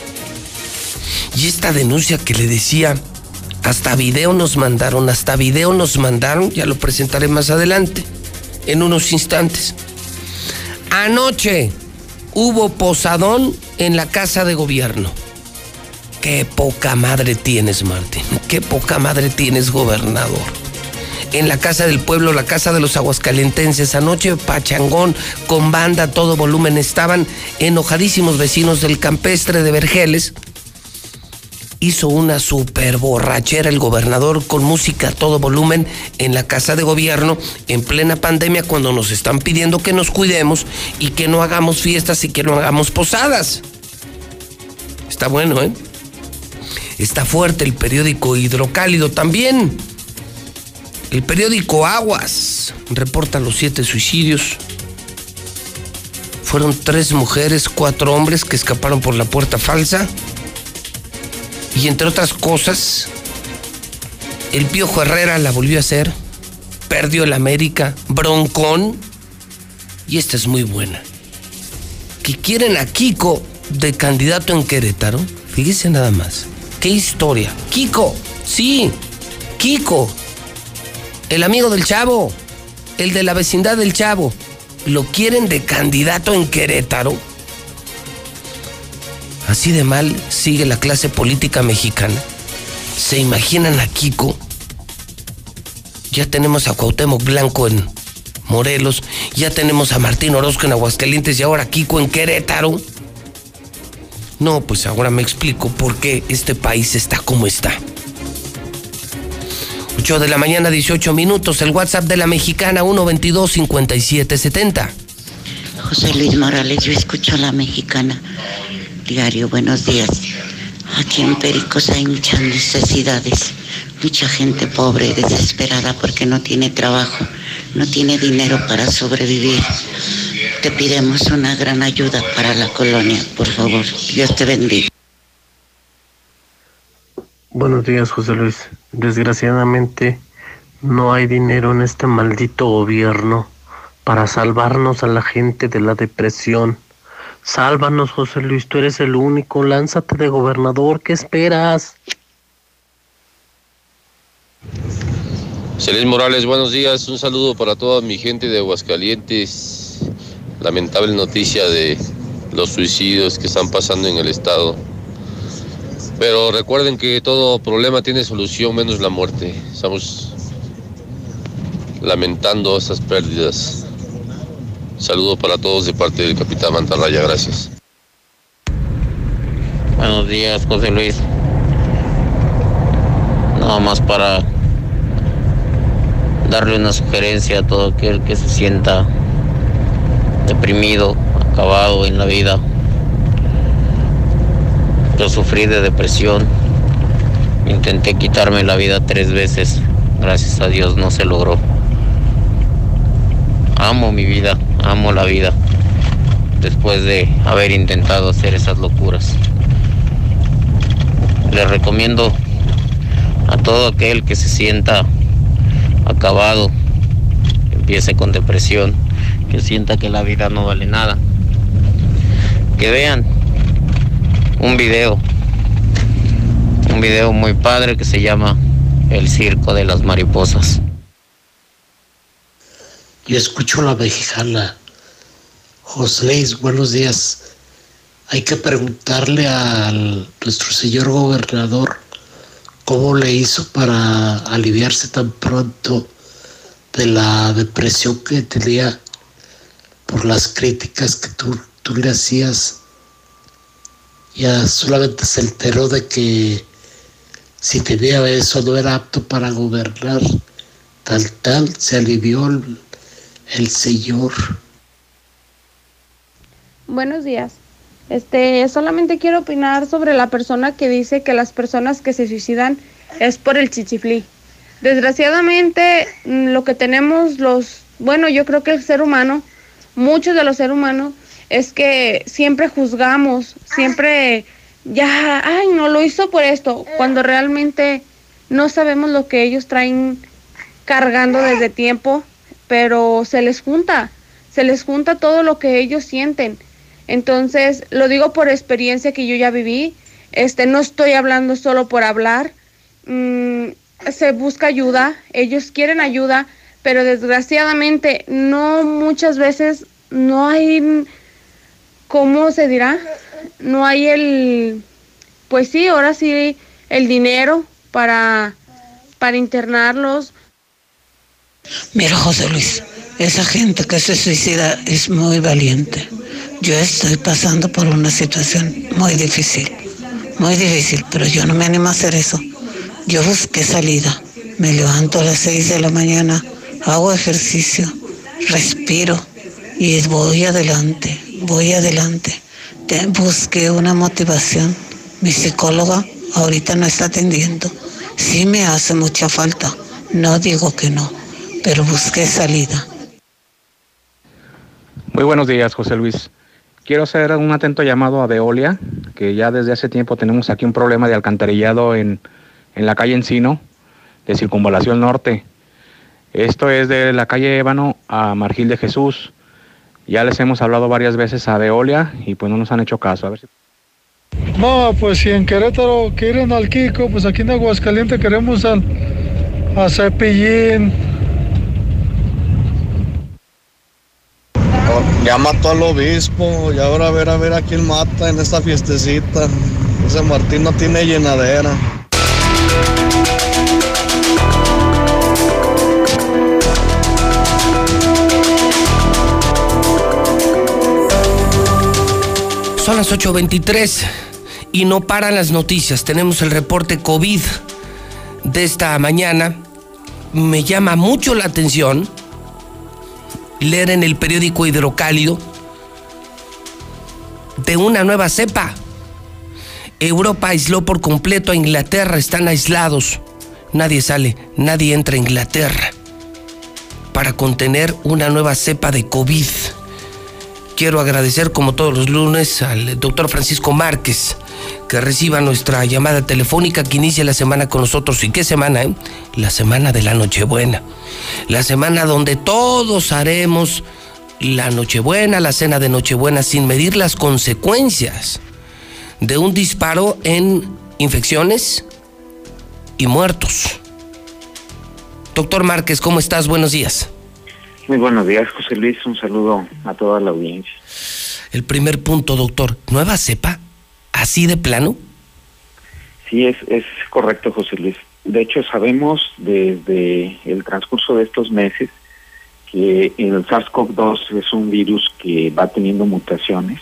Y esta denuncia que le decía, hasta video nos mandaron, hasta video nos mandaron, ya lo presentaré más adelante, en unos instantes. Anoche hubo posadón en la Casa de Gobierno. Qué poca madre tienes, Martín. Qué poca madre tienes, gobernador. En la Casa del Pueblo, la Casa de los Aguascalentenses, anoche pachangón, con banda a todo volumen. Estaban enojadísimos vecinos del campestre de Vergeles. Hizo una super borrachera el gobernador con música a todo volumen en la Casa de Gobierno en plena pandemia, cuando nos están pidiendo que nos cuidemos y que no hagamos fiestas y que no hagamos posadas. Está bueno, ¿eh? Está fuerte el periódico Hidrocálido también. El periódico Aguas reporta los siete suicidios. Fueron tres mujeres, cuatro hombres que escaparon por la puerta falsa. Y entre otras cosas, el Piojo Herrera la volvió a hacer. Perdió el América, broncón. Y esta es muy buena. Que quieren a Kiko de candidato en Querétaro. Fíjese nada más. ¡Qué historia! Kiko, sí, Kiko. El amigo del Chavo, el de la vecindad del Chavo. ¿Lo quieren de candidato en Querétaro? Así de mal sigue la clase política mexicana. ¿Se imaginan a Kiko? Ya tenemos a Cuauhtémoc Blanco en Morelos, ya tenemos a Martín Orozco en Aguascalientes y ahora Kiko en Querétaro. No, pues ahora me explico por qué este país está como está. ocho de la mañana, dieciocho minutos, el WhatsApp de la mexicana uno veintidós cincuenta y siete setenta.
José Luis Morales, yo escucho a La Mexicana diario. Buenos días. Aquí en Pericos hay muchas necesidades, mucha gente pobre, desesperada porque no tiene trabajo, no tiene dinero para sobrevivir. Te pidemos una gran ayuda para la colonia, por favor. Dios te bendiga.
Buenos días, José Luis. Desgraciadamente no hay dinero en este maldito gobierno para salvarnos a la gente de la depresión. Sálvanos, José Luis, tú eres el único. Lánzate de gobernador, ¿qué esperas?
José Luis Morales, buenos días. Un saludo para toda mi gente de Aguascalientes. Lamentable noticia de los suicidios que están pasando en el estado. Pero recuerden que todo problema tiene solución menos la muerte. Estamos lamentando esas pérdidas. Saludo para todos de parte del capitán Mantarraya, gracias.
Buenos días, José Luis. Nada más para darle una sugerencia a todo aquel que se sienta deprimido, acabado en la vida. Yo sufrí de depresión, intenté quitarme la vida tres veces, gracias a Dios no se logró. Amo mi vida, amo la vida, después de haber intentado hacer esas locuras. Les recomiendo a todo aquel que se sienta acabado, que empiece con depresión, que sienta que la vida no vale nada, que vean un video, un video muy padre que se llama El Circo de las Mariposas.
Yo escucho La Mexicana. José Luis, buenos días. Hay que preguntarle a nuestro señor gobernador cómo le hizo para aliviarse tan pronto de la depresión que tenía por las críticas que tú, tú le hacías. Ya solamente se enteró de que si tenía eso no era apto para gobernar. Tal, tal, se alivió el, el señor.
Buenos días. Este, solamente quiero opinar sobre la persona que dice que las personas que se suicidan es por el chichiflí. Desgraciadamente, lo que tenemos los, bueno, yo creo que el ser humano, muchos de los seres humanos, es que siempre juzgamos, siempre, ya, ay, no lo hizo por esto, cuando realmente no sabemos lo que ellos traen cargando desde tiempo, pero se les junta, se les junta todo lo que ellos sienten. Entonces, lo digo por experiencia que yo ya viví, este, no estoy hablando solo por hablar, mm, se busca ayuda, ellos quieren ayuda, pero desgraciadamente no muchas veces no hay, ¿cómo se dirá? No hay el, pues sí, ahora sí, el dinero para, para internarlos.
Mira, José Luis, esa gente que se suicida es muy valiente. Yo estoy pasando por una situación muy difícil, muy difícil, pero yo no me animo a hacer eso. Yo busqué salida, me levanto a las seis de la mañana, hago ejercicio, respiro y voy adelante, voy adelante. Te busqué una motivación. Mi psicóloga ahorita no está atendiendo. Sí me hace mucha falta, no digo que no, pero busqué salida.
Muy buenos días, José Luis. Quiero hacer un atento llamado a Veolia, que ya desde hace tiempo tenemos aquí un problema de alcantarillado en, en la calle Encino, de Circunvalación Norte. Esto es de la calle Ébano a Margil de Jesús. Ya les hemos hablado varias veces a Veolia y pues no nos han hecho caso. A ver si...
No, pues si en Querétaro quieren al Kiko, pues aquí en Aguascalientes queremos al, a Cepillín.
Ya mató al obispo y ahora a ver a ver a quién mata en esta fiestecita. Ese Martín no tiene llenadera.
Son las ocho veintitrés y no paran las noticias. Tenemos el reporte COVID de esta mañana. Me llama mucho la atención leer en el periódico Hidrocálido de una nueva cepa. Europa aisló por completo a Inglaterra, están aislados. Nadie sale, nadie entra a Inglaterra para contener una nueva cepa de COVID. Quiero agradecer, como todos los lunes, al doctor Francisco Márquez, que reciba nuestra llamada telefónica, que inicie la semana con nosotros. ¿Y qué semana, eh? La semana de la Nochebuena. La semana donde todos haremos la Nochebuena, la cena de Nochebuena, sin medir las consecuencias de un disparo en infecciones y muertos. Doctor Márquez, ¿cómo estás? Buenos días.
Muy buenos días, José Luis. Un saludo a toda la audiencia.
El primer punto, doctor, ¿nueva cepa? ¿Así de plano?
Sí, es, es correcto, José Luis. De hecho, sabemos desde el transcurso de estos meses que el SARS-CoV dos es un virus que va teniendo mutaciones.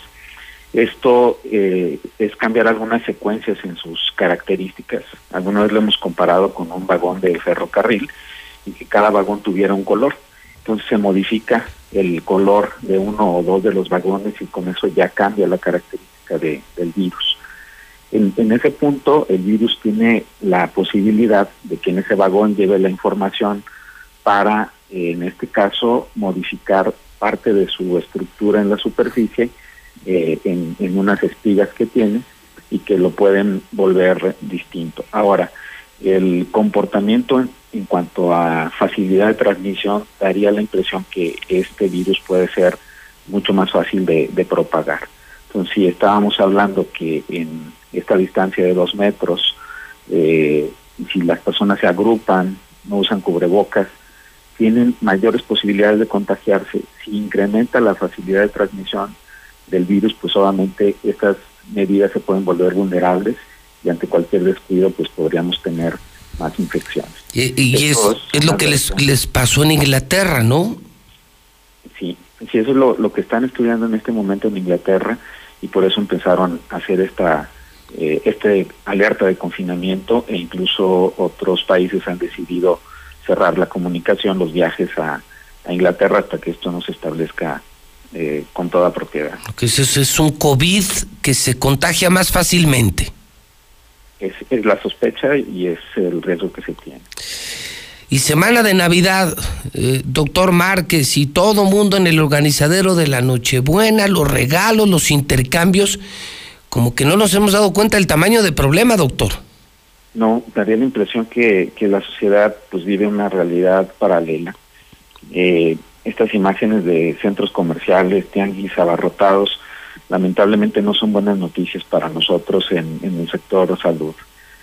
Esto eh, es cambiar algunas secuencias en sus características. Alguna vez lo hemos comparado con un vagón de ferrocarril y que cada vagón tuviera un color. Entonces se modifica el color de uno o dos de los vagones y con eso ya cambia la característica de, del virus. En, en ese punto el virus tiene la posibilidad de que en ese vagón lleve la información para, eh, en este caso, modificar parte de su estructura en la superficie eh, en, en unas espigas que tiene y que lo pueden volver distinto. Ahora, el comportamiento en, en cuanto a facilidad de transmisión daría la impresión que este virus puede ser mucho más fácil de, de propagar. Entonces, si estábamos hablando que en esta distancia de dos metros, eh, si las personas se agrupan, no usan cubrebocas, tienen mayores posibilidades de contagiarse. Si incrementa la facilidad de transmisión del virus, pues obviamente estas medidas se pueden volver vulnerables y ante cualquier descuido pues podríamos tener más infecciones.
Y, y es, es lo que les, les pasó en Inglaterra, ¿no?
Sí, sí, eso es lo, lo que están estudiando en este momento en Inglaterra y por eso empezaron a hacer esta eh, este alerta de confinamiento e incluso otros países han decidido cerrar la comunicación, los viajes a, a Inglaterra hasta que esto no se establezca eh, con toda propiedad.
Que es, es un COVID que se contagia más fácilmente.
Es, es la sospecha y es el riesgo que se tiene.
Y semana de Navidad, eh, doctor Márquez, y todo mundo en el organizadero de la Nochebuena, los regalos, los intercambios, como que no nos hemos dado cuenta del tamaño del problema, doctor.
No, daría la impresión que, que la sociedad pues vive una realidad paralela. Eh, estas imágenes de centros comerciales, tianguis abarrotados, lamentablemente no son buenas noticias para nosotros en, en el sector salud.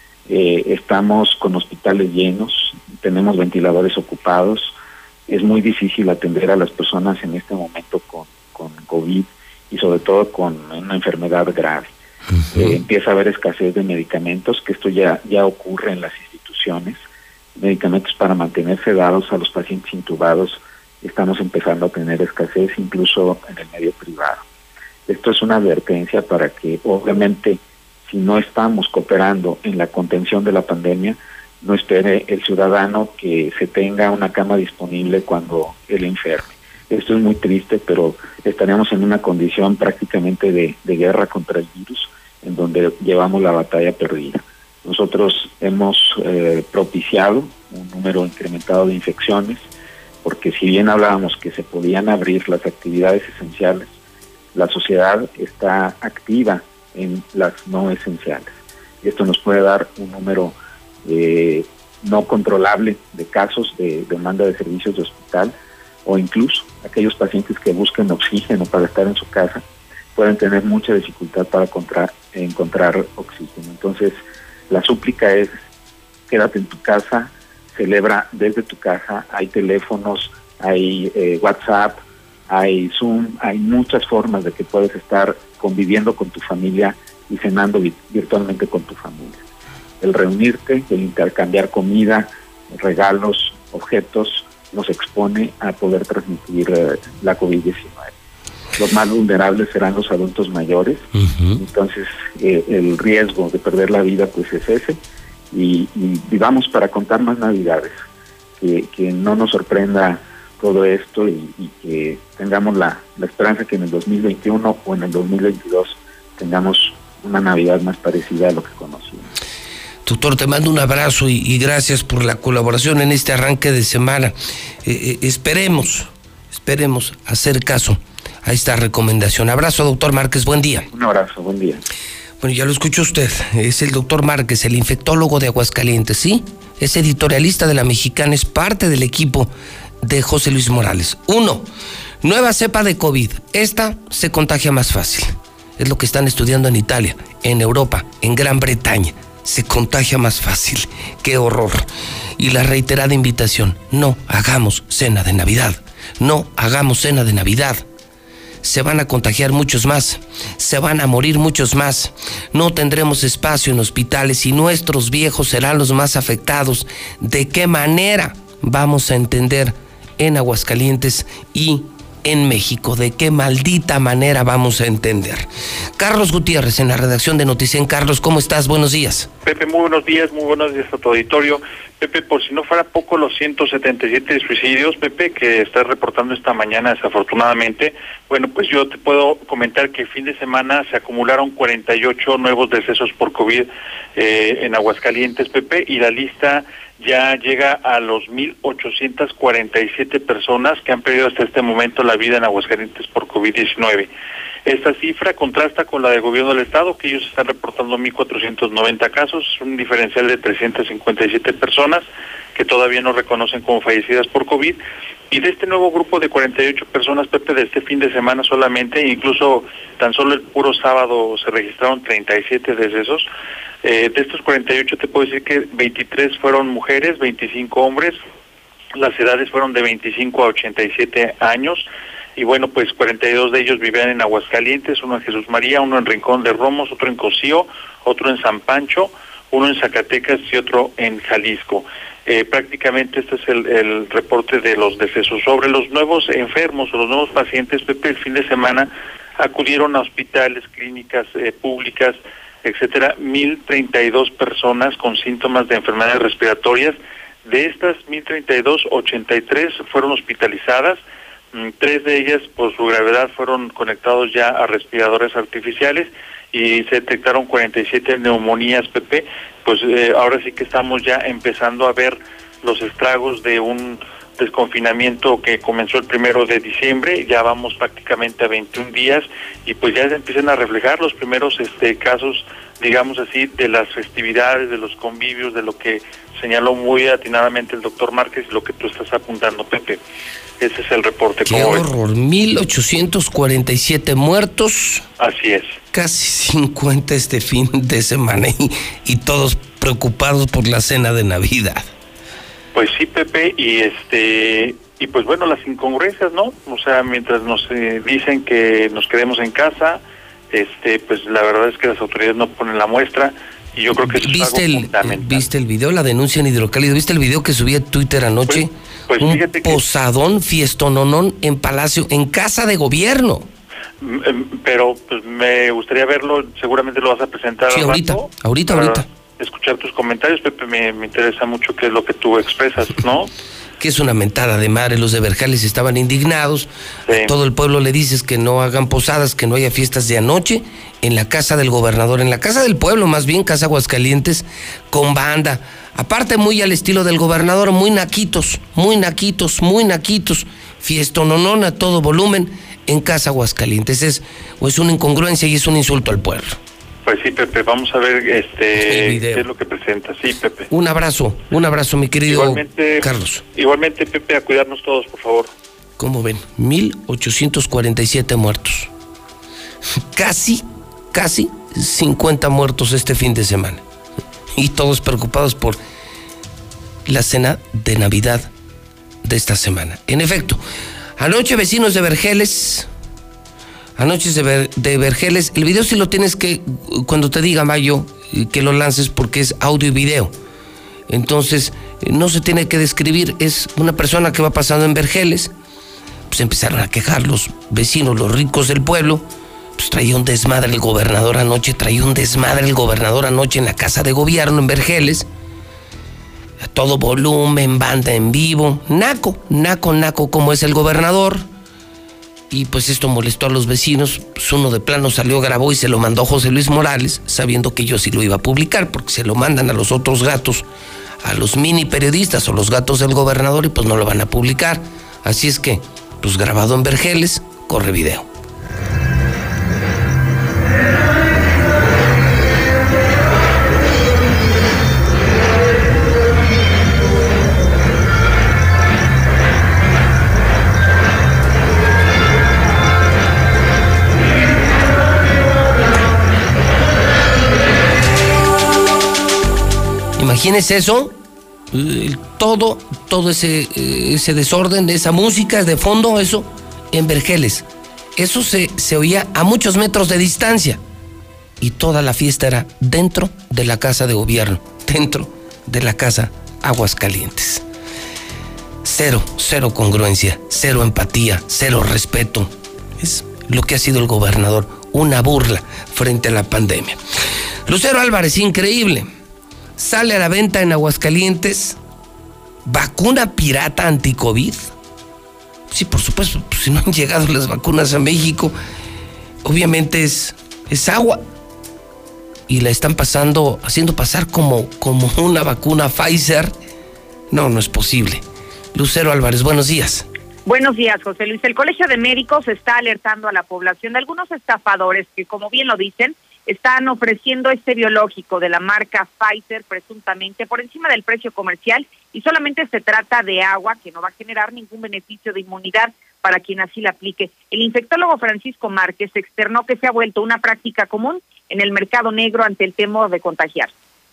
Eh, estamos con hospitales llenos, tenemos ventiladores ocupados, es muy difícil atender a las personas en este momento con, con COVID y sobre todo con una enfermedad grave. Uh-huh. Eh, empieza a haber escasez de medicamentos, que esto ya, ya ocurre en las instituciones, medicamentos para mantener sedados a los pacientes intubados, estamos empezando a tener escasez incluso en el medio privado. Esto es una advertencia para que, obviamente, si no estamos cooperando en la contención de la pandemia, no espere el ciudadano que se tenga una cama disponible cuando él enferme. Esto es muy triste, pero estaríamos en una condición prácticamente de, de guerra contra el virus, en donde llevamos la batalla perdida. Nosotros hemos eh, propiciado un número incrementado de infecciones, porque si bien hablábamos que se podían abrir las actividades esenciales, la sociedad está activa en las no esenciales. Esto nos puede dar un número eh, no controlable de casos de demanda de servicios de hospital, o incluso aquellos pacientes que busquen oxígeno para estar en su casa pueden tener mucha dificultad para encontrar, encontrar oxígeno. Entonces, la súplica es: quédate en tu casa, celebra desde tu casa, hay teléfonos, hay eh, WhatsApp, hay Zoom, hay muchas formas de que puedes estar conviviendo con tu familia y cenando vi- virtualmente con tu familia. El reunirte, el intercambiar comida, regalos, objetos, nos expone a poder transmitir eh, la COVID diecinueve. Los más vulnerables serán los adultos mayores, uh-huh. Entonces eh, el riesgo de perder la vida pues es ese, y, y vivamos para contar más Navidades, que, que no nos sorprenda todo esto y, y que tengamos la, la esperanza que en el dos mil veintiuno o en el dos mil veintidós tengamos una Navidad más parecida a lo que conocimos.
Doctor, te mando un abrazo y, y gracias por la colaboración en este arranque de semana. Eh, eh, esperemos, esperemos hacer caso a esta recomendación. Abrazo, doctor Márquez, buen día.
Un abrazo, buen día.
Bueno, ya lo escuchó usted, es el doctor Márquez, el infectólogo de Aguascalientes, ¿sí? Es editorialista de La Mexicana, es parte del equipo de José Luis Morales. Uno, nueva cepa de COVID, esta se contagia más fácil. Es lo que están estudiando en Italia, en Europa, en Gran Bretaña. Se contagia más fácil. ¡Qué horror! Y la reiterada invitación, no hagamos cena de Navidad. No hagamos cena de Navidad. Se van a contagiar muchos más, se van a morir muchos más, no tendremos espacio en hospitales y nuestros viejos serán los más afectados. ¿De qué manera vamos a entender en Aguascalientes y en México? ¿De qué maldita manera vamos a entender? Carlos Gutiérrez en la redacción de Noticien. Carlos, ¿cómo estás? Buenos días.
Pepe, muy buenos días, muy buenos días a tu auditorio. Pepe, por si no fuera poco los ciento setenta y siete suicidios, Pepe, que estás reportando esta mañana desafortunadamente, bueno, pues yo te puedo comentar que fin de semana se acumularon cuarenta y ocho nuevos decesos por COVID eh, en Aguascalientes, Pepe, y la lista ya llega a los mil ochocientas cuarenta y siete personas que han perdido hasta este momento la vida en Aguascalientes por COVID diecinueve. Esta cifra contrasta con la del gobierno del estado, que ellos están reportando mil cuatrocientos noventa casos, un diferencial de trescientas cincuenta y siete personas que todavía no reconocen como fallecidas por COVID. Y de este nuevo grupo de cuarenta y ocho personas, Pepe, de este fin de semana solamente, incluso tan solo el puro sábado se registraron treinta y siete decesos. Eh, de estos cuarenta y ocho te puedo decir que veintitrés fueron mujeres, veinticinco hombres, las edades fueron de veinticinco a ochenta y siete años, y bueno, pues cuarenta y dos de ellos vivían en Aguascalientes, uno en Jesús María, uno en Rincón de Romos, otro en Cocío, otro en San Pancho, uno en Zacatecas y otro en Jalisco. Eh, prácticamente este es el, el reporte de los decesos. Sobre los nuevos enfermos o los nuevos pacientes, Pepe, el fin de semana acudieron a hospitales, clínicas eh, públicas, etcétera, mil treinta y dos personas con síntomas de enfermedades respiratorias. De estas mil treinta y dos, ochenta y tres fueron hospitalizadas, tres de ellas por su gravedad fueron conectados ya a respiradores artificiales y se detectaron cuarenta y siete neumonías, Pepe. Pues eh, ahora sí que estamos ya empezando a ver los estragos de un desconfinamiento que comenzó el primero de diciembre, ya vamos prácticamente a veintiún días y pues ya se empiezan a reflejar los primeros este casos, digamos así, de las festividades, de los convivios, de lo que señaló muy atinadamente el doctor Márquez y lo que tú estás apuntando, Pepe. Ese es el reporte.
¡Qué horror! mil ochocientos cuarenta y siete muertos.
Así es.
Casi cincuenta este fin de semana y, y todos preocupados por la cena de Navidad.
Pues sí, Pepe, y este y pues bueno, las incongruencias, ¿no? O sea, mientras nos eh, dicen que nos quedemos en casa, este pues la verdad es que las autoridades no ponen la muestra y yo creo que eso
¿Viste
es algo
el,
fundamental.
¿Viste el video, la denuncia en Hidrocálido? ¿Viste el video que subí a Twitter anoche?
Pues, pues
Un
fíjate que...
posadón, fiestononón en Palacio, en Casa de Gobierno.
Pero pues me gustaría verlo, seguramente lo vas a presentar.
Sí,
al
ahorita,
rato,
ahorita, ahorita.
Escuchar tus comentarios, Pepe, me, me interesa mucho qué es lo que tú expresas, ¿no?
Que es una mentada de madre, los de Verjales estaban indignados, sí. A todo el pueblo le dices que no hagan posadas, que no haya fiestas de anoche, en la casa del gobernador, en la casa del pueblo, más bien, Casa Aguascalientes, con banda, aparte muy al estilo del gobernador, muy naquitos, muy naquitos, muy naquitos, fiestononón a todo volumen, en Casa Aguascalientes, es, o es una incongruencia y es un insulto al pueblo.
Pues sí, Pepe, vamos a ver este qué es lo que presenta. Sí, Pepe.
Un abrazo, un abrazo, mi querido igualmente, Carlos.
Igualmente, Pepe, a cuidarnos todos, por favor.
¿Cómo ven? mil ochocientos cuarenta y siete muertos. Casi, casi cincuenta muertos este fin de semana. Y todos preocupados por la cena de Navidad de esta semana. En efecto, anoche vecinos de Vergeles... Anoche de, Ver, de Vergeles, el video sí lo tienes que, cuando te diga Mayo, que lo lances porque es audio y video. Entonces, no se tiene que describir, es una persona que va pasando en Vergeles, pues empezaron a quejar los vecinos, los ricos del pueblo, pues traía un desmadre el gobernador anoche, traía un desmadre el gobernador anoche en la casa de gobierno en Vergeles, a todo volumen, banda en vivo, naco, naco, naco como es el gobernador. y pues esto molestó a los vecinos. Pues uno de plano salió, grabó y se lo mandó a José Luis Morales, sabiendo que yo sí lo iba a publicar, porque se lo mandan a los otros gatos, a los mini periodistas o los gatos del gobernador, y pues no lo van a publicar. Así es que, pues grabado en Vergeles, corre video. Imagínese eso, todo, todo ese, ese desorden, esa música de fondo, eso en Vergeles. Eso se, se oía a muchos metros de distancia. Y toda la fiesta era dentro de la casa de gobierno, dentro de la casa Aguascalientes. Cero, cero congruencia, cero empatía, cero respeto. Es lo que ha sido el gobernador, una burla frente a la pandemia. Lucero Álvarez, increíble. Sale a la venta en Aguascalientes vacuna pirata anti-COVID. Sí, por supuesto, pues si no han llegado las vacunas a México, obviamente es, es agua. Y la están pasando, haciendo pasar como, como una vacuna Pfizer. No, no es posible. Lucero Álvarez, buenos días.
Buenos días, José Luis. El Colegio de Médicos está alertando a la población de algunos estafadores que, como bien lo dicen, están ofreciendo este biológico de la marca Pfizer presuntamente por encima del precio comercial, y solamente se trata de agua que no va a generar ningún beneficio de inmunidad para quien así la aplique. El infectólogo Francisco Márquez externó que se ha vuelto una práctica común en el mercado negro ante el temor de contagiar.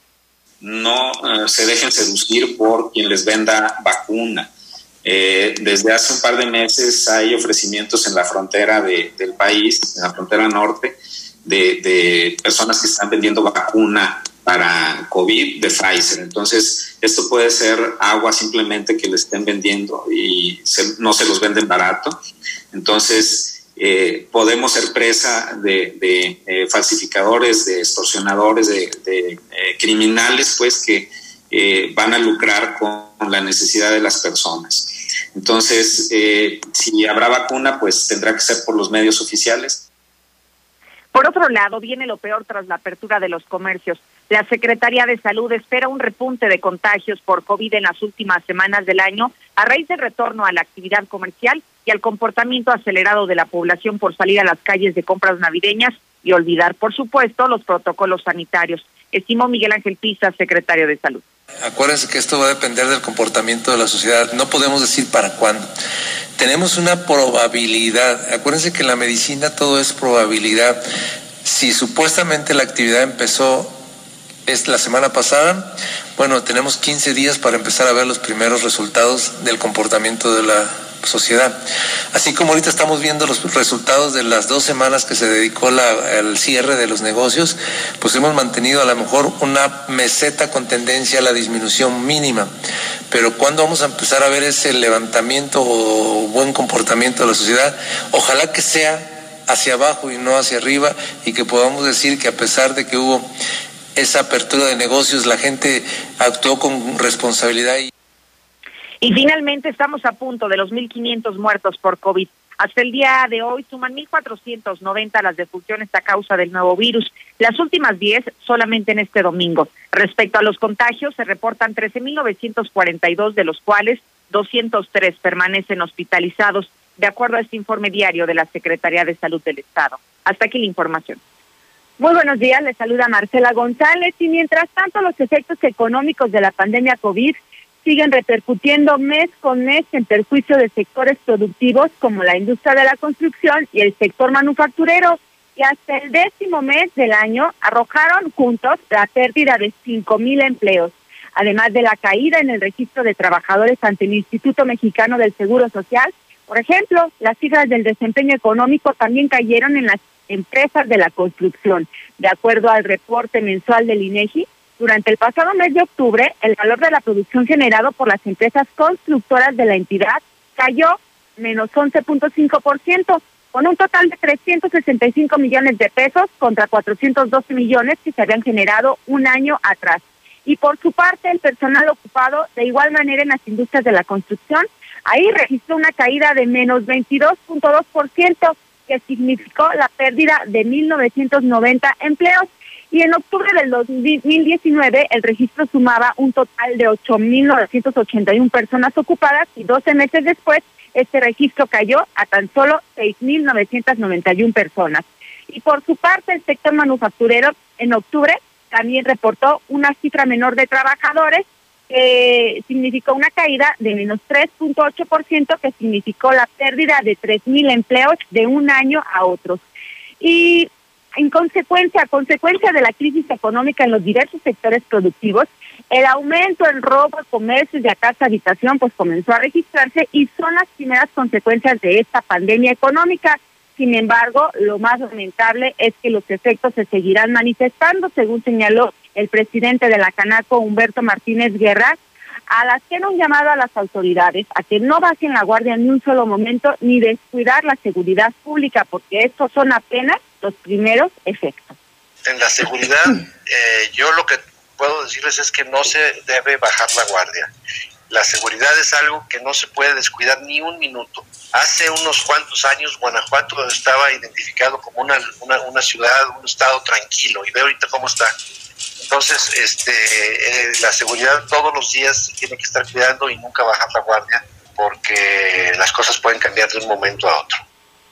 No uh, se dejen seducir por quien les venda vacuna. Eh, desde hace un par de meses hay ofrecimientos en la frontera de, del país, en la frontera norte, De, de personas que están vendiendo vacuna para COVID de Pfizer. Entonces, esto puede ser agua simplemente que le estén vendiendo y se, no se los venden barato. Entonces, eh, podemos ser presa de, de eh, falsificadores, de extorsionadores, de, de eh, criminales, pues, que eh, van a lucrar con la necesidad de las personas. Entonces, eh, si habrá vacuna, pues tendrá que ser por los medios oficiales.
Por otro lado, viene lo peor tras la apertura de los comercios. La Secretaría de Salud espera un repunte de contagios por COVID en las últimas semanas del año a raíz del retorno a la actividad comercial y al comportamiento acelerado de la población por salir a las calles de compras navideñas y olvidar, por supuesto, los protocolos sanitarios. Estimó Miguel Ángel Pisa, secretario de Salud.
Acuérdense que esto va a depender del comportamiento de la sociedad. No podemos decir para cuándo. Tenemos una probabilidad. Acuérdense que en la medicina todo es probabilidad. Si supuestamente la actividad empezó es la semana pasada, bueno, tenemos quince días para empezar a ver los primeros resultados del comportamiento de la sociedad. Así como ahorita estamos viendo los resultados de las dos semanas que se dedicó la, al cierre de los negocios, pues hemos mantenido a lo mejor una meseta con tendencia a la disminución mínima. Pero ¿cuándo vamos a empezar a ver ese levantamiento o buen comportamiento de la sociedad? Ojalá que sea hacia abajo y no hacia arriba, y que podamos decir que a pesar de que hubo esa apertura de negocios, la gente actuó con responsabilidad. Y
Y finalmente estamos a punto de los mil quinientos muertos por COVID. Hasta el día de hoy suman mil cuatrocientos noventa las defunciones a causa del nuevo virus. Las últimas diez solamente en este domingo. Respecto a los contagios, se reportan trece mil novecientos cuarenta y dos, de los cuales doscientos tres permanecen hospitalizados, de acuerdo a este informe diario de la Secretaría de Salud del Estado. Hasta aquí la información.
Muy buenos días, les saluda Marcela González. Y mientras tanto, los efectos económicos de la pandemia COVID siguen repercutiendo mes con mes en perjuicio de sectores productivos como la industria de la construcción y el sector manufacturero, y hasta el décimo mes del año arrojaron juntos la pérdida de cinco mil empleos, además de la caída en el registro de trabajadores ante el Instituto Mexicano del Seguro Social. Por ejemplo, las cifras del desempeño económico también cayeron en las empresas de la construcción. De acuerdo al reporte mensual del INEGI, durante el pasado mes de octubre, el valor de la producción generado por las empresas constructoras de la entidad cayó menos once punto cinco por ciento, con un total de trescientos sesenta y cinco millones de pesos contra cuatrocientos doce millones que se habían generado un año atrás. Y por su parte, el personal ocupado, de igual manera en las industrias de la construcción, ahí registró una caída de menos veintidós punto dos por ciento, que significó la pérdida de mil novecientos noventa empleos. Y en octubre del dos mil diecinueve, el registro sumaba un total de ocho mil novecientos ochenta y una personas ocupadas, y doce meses después, este registro cayó a tan solo seis mil novecientos noventa y una personas. Y por su parte, el sector manufacturero en octubre también reportó una cifra menor de trabajadores, que significó una caída de menos tres punto ocho por ciento, que significó la pérdida de tres mil empleos de un año a otro. Y en consecuencia, a consecuencia de la crisis económica en los diversos sectores productivos, el aumento en robo de comercios de casa habitación pues comenzó a registrarse, y son las primeras consecuencias de esta pandemia económica. Sin embargo, lo más lamentable es que los efectos se seguirán manifestando, según señaló el presidente de la Canaco, Humberto Martínez Guerra, al hacer un llamado a las autoridades a que no bajen la guardia ni un solo momento, ni descuidar la seguridad pública, porque estos son apenas los primeros efectos.
En la seguridad, eh, yo lo que puedo decirles es que no se debe bajar la guardia. La seguridad es algo que no se puede descuidar ni un minuto. Hace unos cuantos años Guanajuato estaba identificado como una, una, una ciudad, un estado tranquilo, y ve ahorita cómo está. Entonces, este, eh, la seguridad todos los días se tiene que estar cuidando y nunca bajar la guardia, porque las cosas pueden cambiar de un momento a otro.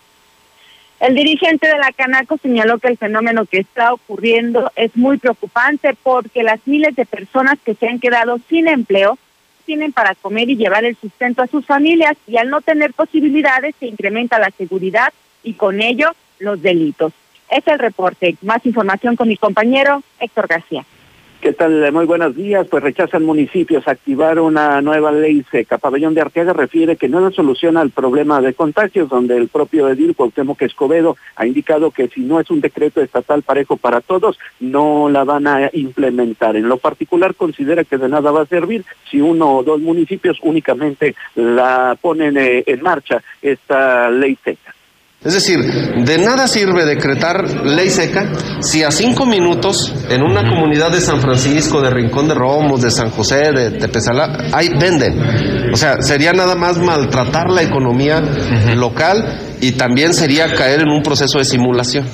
El dirigente de la Canaco señaló que el fenómeno que está ocurriendo es muy preocupante, porque las miles de personas que se han quedado sin empleo tienen para comer y llevar el sustento a sus familias, y al no tener posibilidades se incrementa la seguridad y con ello los delitos. Es el reporte. Más información con mi compañero Héctor García.
¿Qué tal? Muy buenos días. Pues rechazan municipios activar una nueva ley seca. Pabellón de Arteaga refiere que no da solución al problema de contagios, donde el propio edil Cuauhtémoc Escobedo ha indicado que si no es un decreto estatal parejo para todos, no la van a implementar. En lo particular considera que de nada va a servir si uno o dos municipios únicamente la ponen eh, en marcha esta ley seca.
Es decir, de nada sirve decretar ley seca si a cinco minutos en una comunidad de San Francisco, de Rincón de Romos, de San José, de Tepezalá, ahí venden. O sea, sería nada más maltratar la economía uh-huh. local, y también sería caer en un proceso de simulación.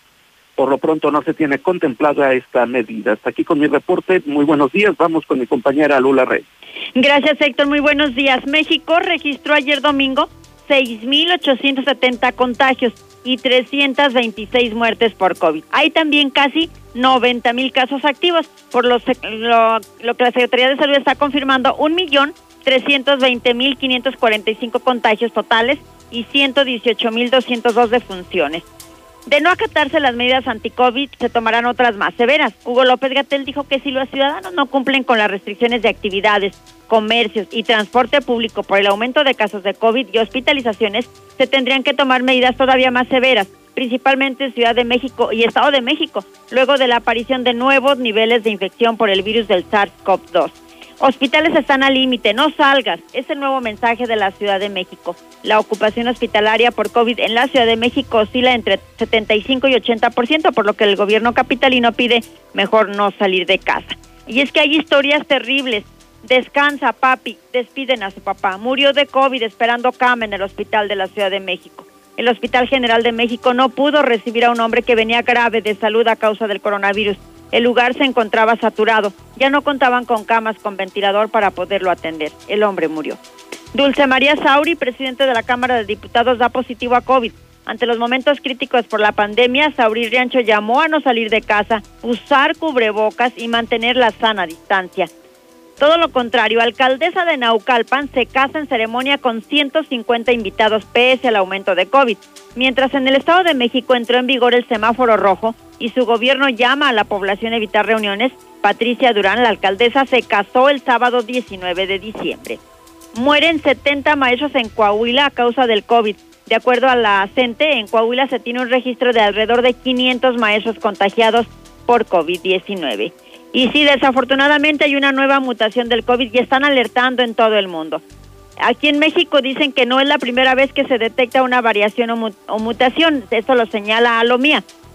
Por lo pronto no se tiene contemplada esta medida. Hasta aquí con mi reporte. Muy buenos días. Vamos con mi compañera Lula Rey.
Gracias, Héctor. Muy buenos días. México registró ayer domingo seis mil ochocientos setenta contagios y trescientas veintiséis muertes por COVID. Hay también casi noventa mil casos activos, por lo, lo, lo que la Secretaría de Salud está confirmando, un millón trescientos veinte mil quinientos cuarenta y cinco contagios totales y ciento dieciocho mil doscientos dos defunciones. De no acatarse las medidas anti-COVID, se tomarán otras más severas. Hugo López-Gatell dijo que si los ciudadanos no cumplen con las restricciones de actividades, comercios y transporte público por el aumento de casos de COVID y hospitalizaciones, se tendrían que tomar medidas todavía más severas, principalmente en Ciudad de México y Estado de México, luego de la aparición de nuevos niveles de infección por el virus del SARS-CoV dos. Hospitales están al límite, no salgas, es el nuevo mensaje de la Ciudad de México. La ocupación hospitalaria por COVID en la Ciudad de México oscila entre setenta y cinco y ochenta por ciento, por lo que el gobierno capitalino pide mejor no salir de casa. Y es que hay historias terribles. Descansa, papi, despiden a su papá. Murió de COVID esperando cama en el hospital de la Ciudad de México. El Hospital General de México no pudo recibir a un hombre que venía grave de salud a causa del coronavirus. El lugar se encontraba saturado. Ya no contaban con camas con ventilador para poderlo atender. El hombre murió. Dulce María Sauri, presidente de la Cámara de Diputados, da positivo a COVID. Ante los momentos críticos por la pandemia, Sauri Riancho llamó a no salir de casa, usar cubrebocas y mantener la sana distancia. Todo lo contrario, alcaldesa de Naucalpan se casa en ceremonia con ciento cincuenta invitados pese al aumento de COVID. Mientras en el Estado de México entró en vigor el semáforo rojo y su gobierno llama a la población a evitar reuniones, Patricia Durán, la alcaldesa, se casó el sábado diecinueve de diciembre. Mueren setenta maestros en Coahuila a causa del COVID. De acuerdo a la CENTE, en Coahuila se tiene un registro de alrededor de quinientos maestros contagiados por COVID diecinueve. Y sí, desafortunadamente hay una nueva mutación del COVID y están alertando en todo el mundo. Aquí en México dicen que no es la primera vez que se detecta una variación o, mu- o mutación, esto lo señala Alomía.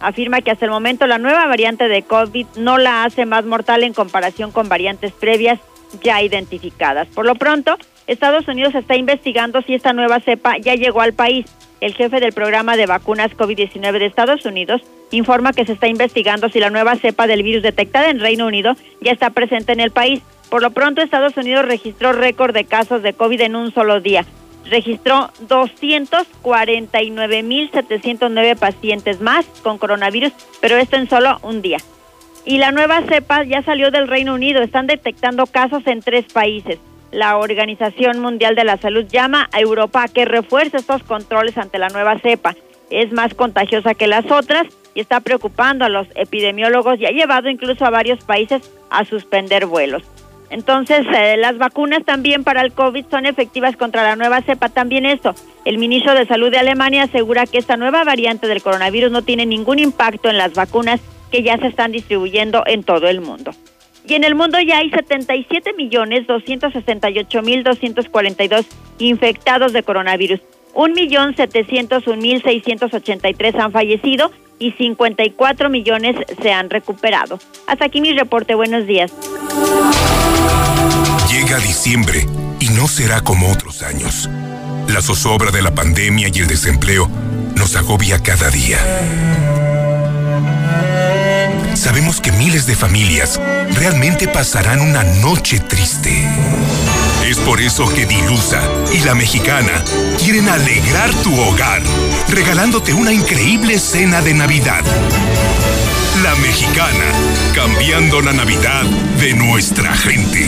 afirma que hasta el momento la nueva variante de COVID no la hace más mortal en comparación con variantes previas ya identificadas. Por lo pronto, Estados Unidos está investigando si esta nueva cepa ya llegó al país. El jefe del programa de vacunas COVID diecinueve de Estados Unidos informa que se está investigando si la nueva cepa del virus detectada en Reino Unido ya está presente en el país. Por lo pronto, Estados Unidos registró récord de casos de COVID en un solo día. Registró doscientos cuarenta y nueve mil setecientos nueve pacientes más con coronavirus, pero esto en solo un día. Y la nueva cepa ya salió del Reino Unido. Están detectando casos en tres países. La Organización Mundial de la Salud llama a Europa a que refuerce estos controles ante la nueva cepa. Es más contagiosa que las otras y está preocupando a los epidemiólogos y ha llevado incluso a varios países a suspender vuelos. Entonces, eh, las vacunas también para el COVID son efectivas contra la nueva cepa. También esto, el ministro de Salud de Alemania asegura que esta nueva variante del coronavirus no tiene ningún impacto en las vacunas que ya se están distribuyendo en todo el mundo. Y en el mundo ya hay setenta y siete millones doscientos sesenta y ocho mil doscientos cuarenta y dos infectados de coronavirus. un millón setecientos un mil seiscientos ochenta y tres han fallecido y cincuenta y cuatro millones se han recuperado. Hasta aquí mi reporte. Buenos días.
Llega diciembre y no será como otros años. La zozobra de la pandemia y el desempleo nos agobia cada día. Sabemos que miles de familias realmente pasarán una noche triste. Es por eso que Dilusa y La Mexicana quieren alegrar tu hogar, regalándote una increíble cena de Navidad. La Mexicana, cambiando la Navidad de nuestra gente.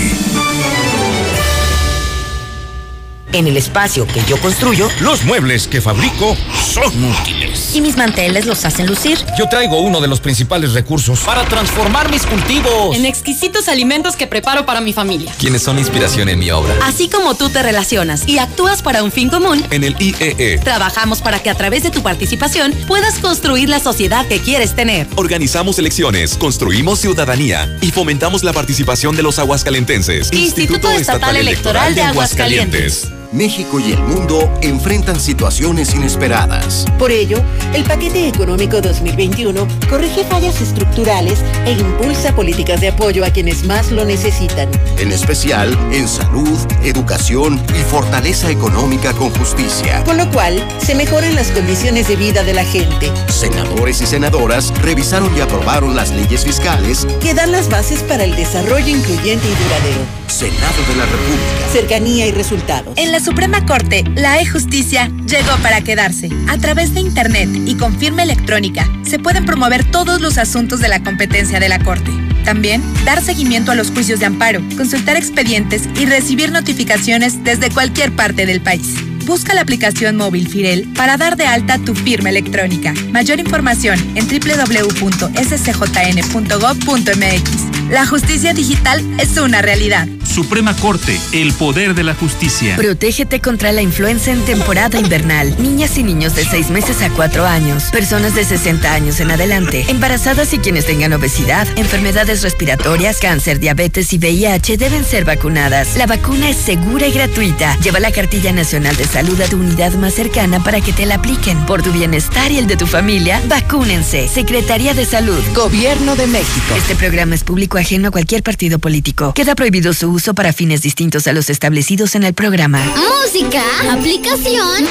En el espacio que yo construyo,
los muebles que fabrico son útiles.
Y mis manteles los hacen lucir.
Yo traigo uno de los principales recursos para transformar mis cultivos
en exquisitos alimentos que preparo para mi familia.
Quienes son inspiración en mi obra.
Así como tú te relacionas y actúas para un fin común,
en el I E E
trabajamos para que a través de tu participación puedas construir la sociedad que quieres tener.
Organizamos elecciones, construimos ciudadanía y fomentamos la participación de los aguascalentenses.
Instituto, Instituto Estatal, Estatal Electoral de Aguascalientes.
México y el mundo enfrentan situaciones inesperadas.
Por ello, el paquete económico dos mil veintiuno corrige fallas estructurales e impulsa políticas de apoyo a quienes más lo necesitan.
En especial en salud, educación y fortaleza económica con justicia.
Con lo cual, se mejoran las condiciones de vida de la gente.
Senadores y senadoras revisaron y aprobaron las leyes fiscales
que dan las bases para el desarrollo incluyente y duradero.
Senado de la República.
Cercanía y resultados.
En la Suprema Corte, la e-Justicia llegó para quedarse. A través de Internet y con firma electrónica, se pueden promover todos los asuntos de la competencia de la Corte. También, dar seguimiento a los juicios de amparo, consultar expedientes y recibir notificaciones desde cualquier parte del país. Busca la aplicación móvil Firel para dar de alta tu firma electrónica. Mayor información en doble u doble u doble u punto s c j n punto gob punto m x. La justicia digital es una realidad.
Suprema Corte, el poder de la justicia.
Protégete contra la influenza en temporada invernal. Niñas y niños de seis meses a cuatro años, personas de sesenta años en adelante, embarazadas y quienes tengan obesidad, enfermedades respiratorias, cáncer, diabetes y V I H deben ser vacunadas. La vacuna es segura y gratuita. Lleva la cartilla nacional de salud a tu unidad más cercana para que te la apliquen. Por tu bienestar y el de tu familia, vacúnense. Secretaría de Salud.
Gobierno de México.
Este programa es público ajeno a cualquier partido político. Queda prohibido su uso para fines distintos a los establecidos en el programa.
Música, aplicación.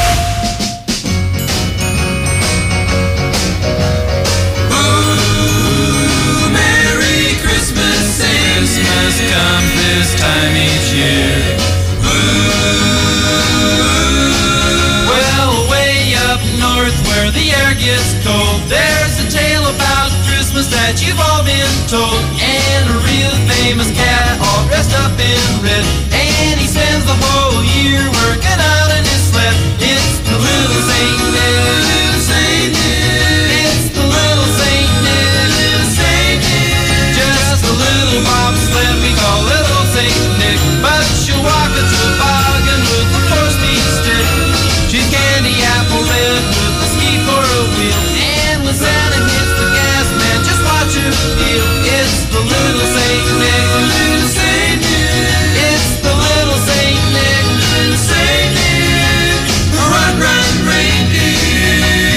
Ooh, Merry Christmas, Christmas comes this time each year. Ooh, well, way up north where the air gets cold, there's a tale about Christmas that you've all been told, and a real famous cat all dressed up in red, and he spends the whole year working out in his sled. It's the little Saint Nick, little Saint Nick. It's the little Saint Nick, little Saint Nick. Just a little bobsled we call little Saint Nick, but she'll walk a toboggan with a four-speed stick. She's candy apple red with a ski for a wheel, and when Santa hits the gas, man, just watch him feel. It's the little Saint Nick, little Saint Nick. It's the little Saint Nick, little Saint Nick. Run, run, reindeer.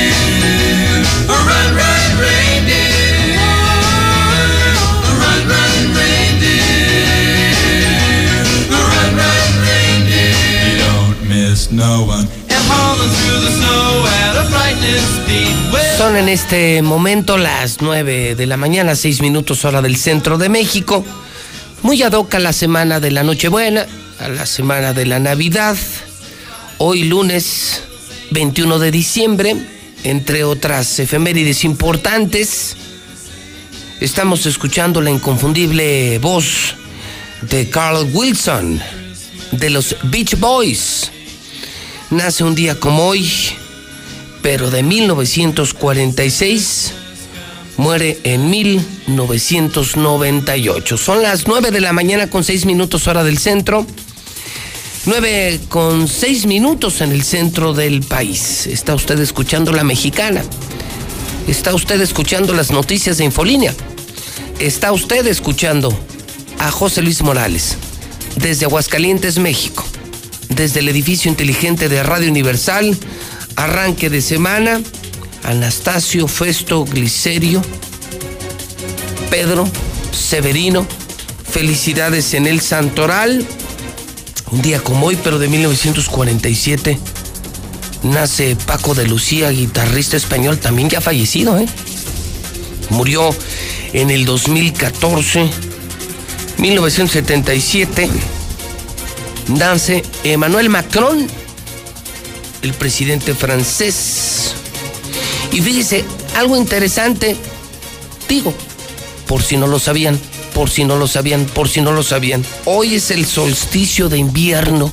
Son en este momento las nueve de la mañana, seis minutos hora del centro de México. Muy ad hoc a la semana de la Nochebuena, a la semana de la Navidad. Hoy lunes veintiuno de diciembre, entre otras efemérides importantes, estamos escuchando la inconfundible voz de Carl Wilson, de los Beach Boys. Nace un día como hoy, pero de mil novecientos cuarenta y seis, muere en mil novecientos noventa y ocho. Son las nueve de la mañana con seis minutos hora del centro, nueve con seis minutos en el centro del país. Está usted escuchando La Mexicana, está usted escuchando las noticias de Infolínea, está usted escuchando a José Luis Morales desde Aguascalientes, México, desde el edificio inteligente de Radio Universal. Arranque de semana, Anastasio, Festo, Glicerio, Pedro, Severino, felicidades en el Santoral. Un día como hoy, pero de mil novecientos cuarenta y siete, nace Paco de Lucía, guitarrista español, también ya fallecido, ¿eh? Murió en el dos mil catorce. mil novecientos setenta y siete, nace Emmanuel Macron, el presidente francés. Y fíjese, algo interesante, digo, por si no lo sabían, por si no lo sabían, por si no lo sabían, hoy es el solsticio de invierno.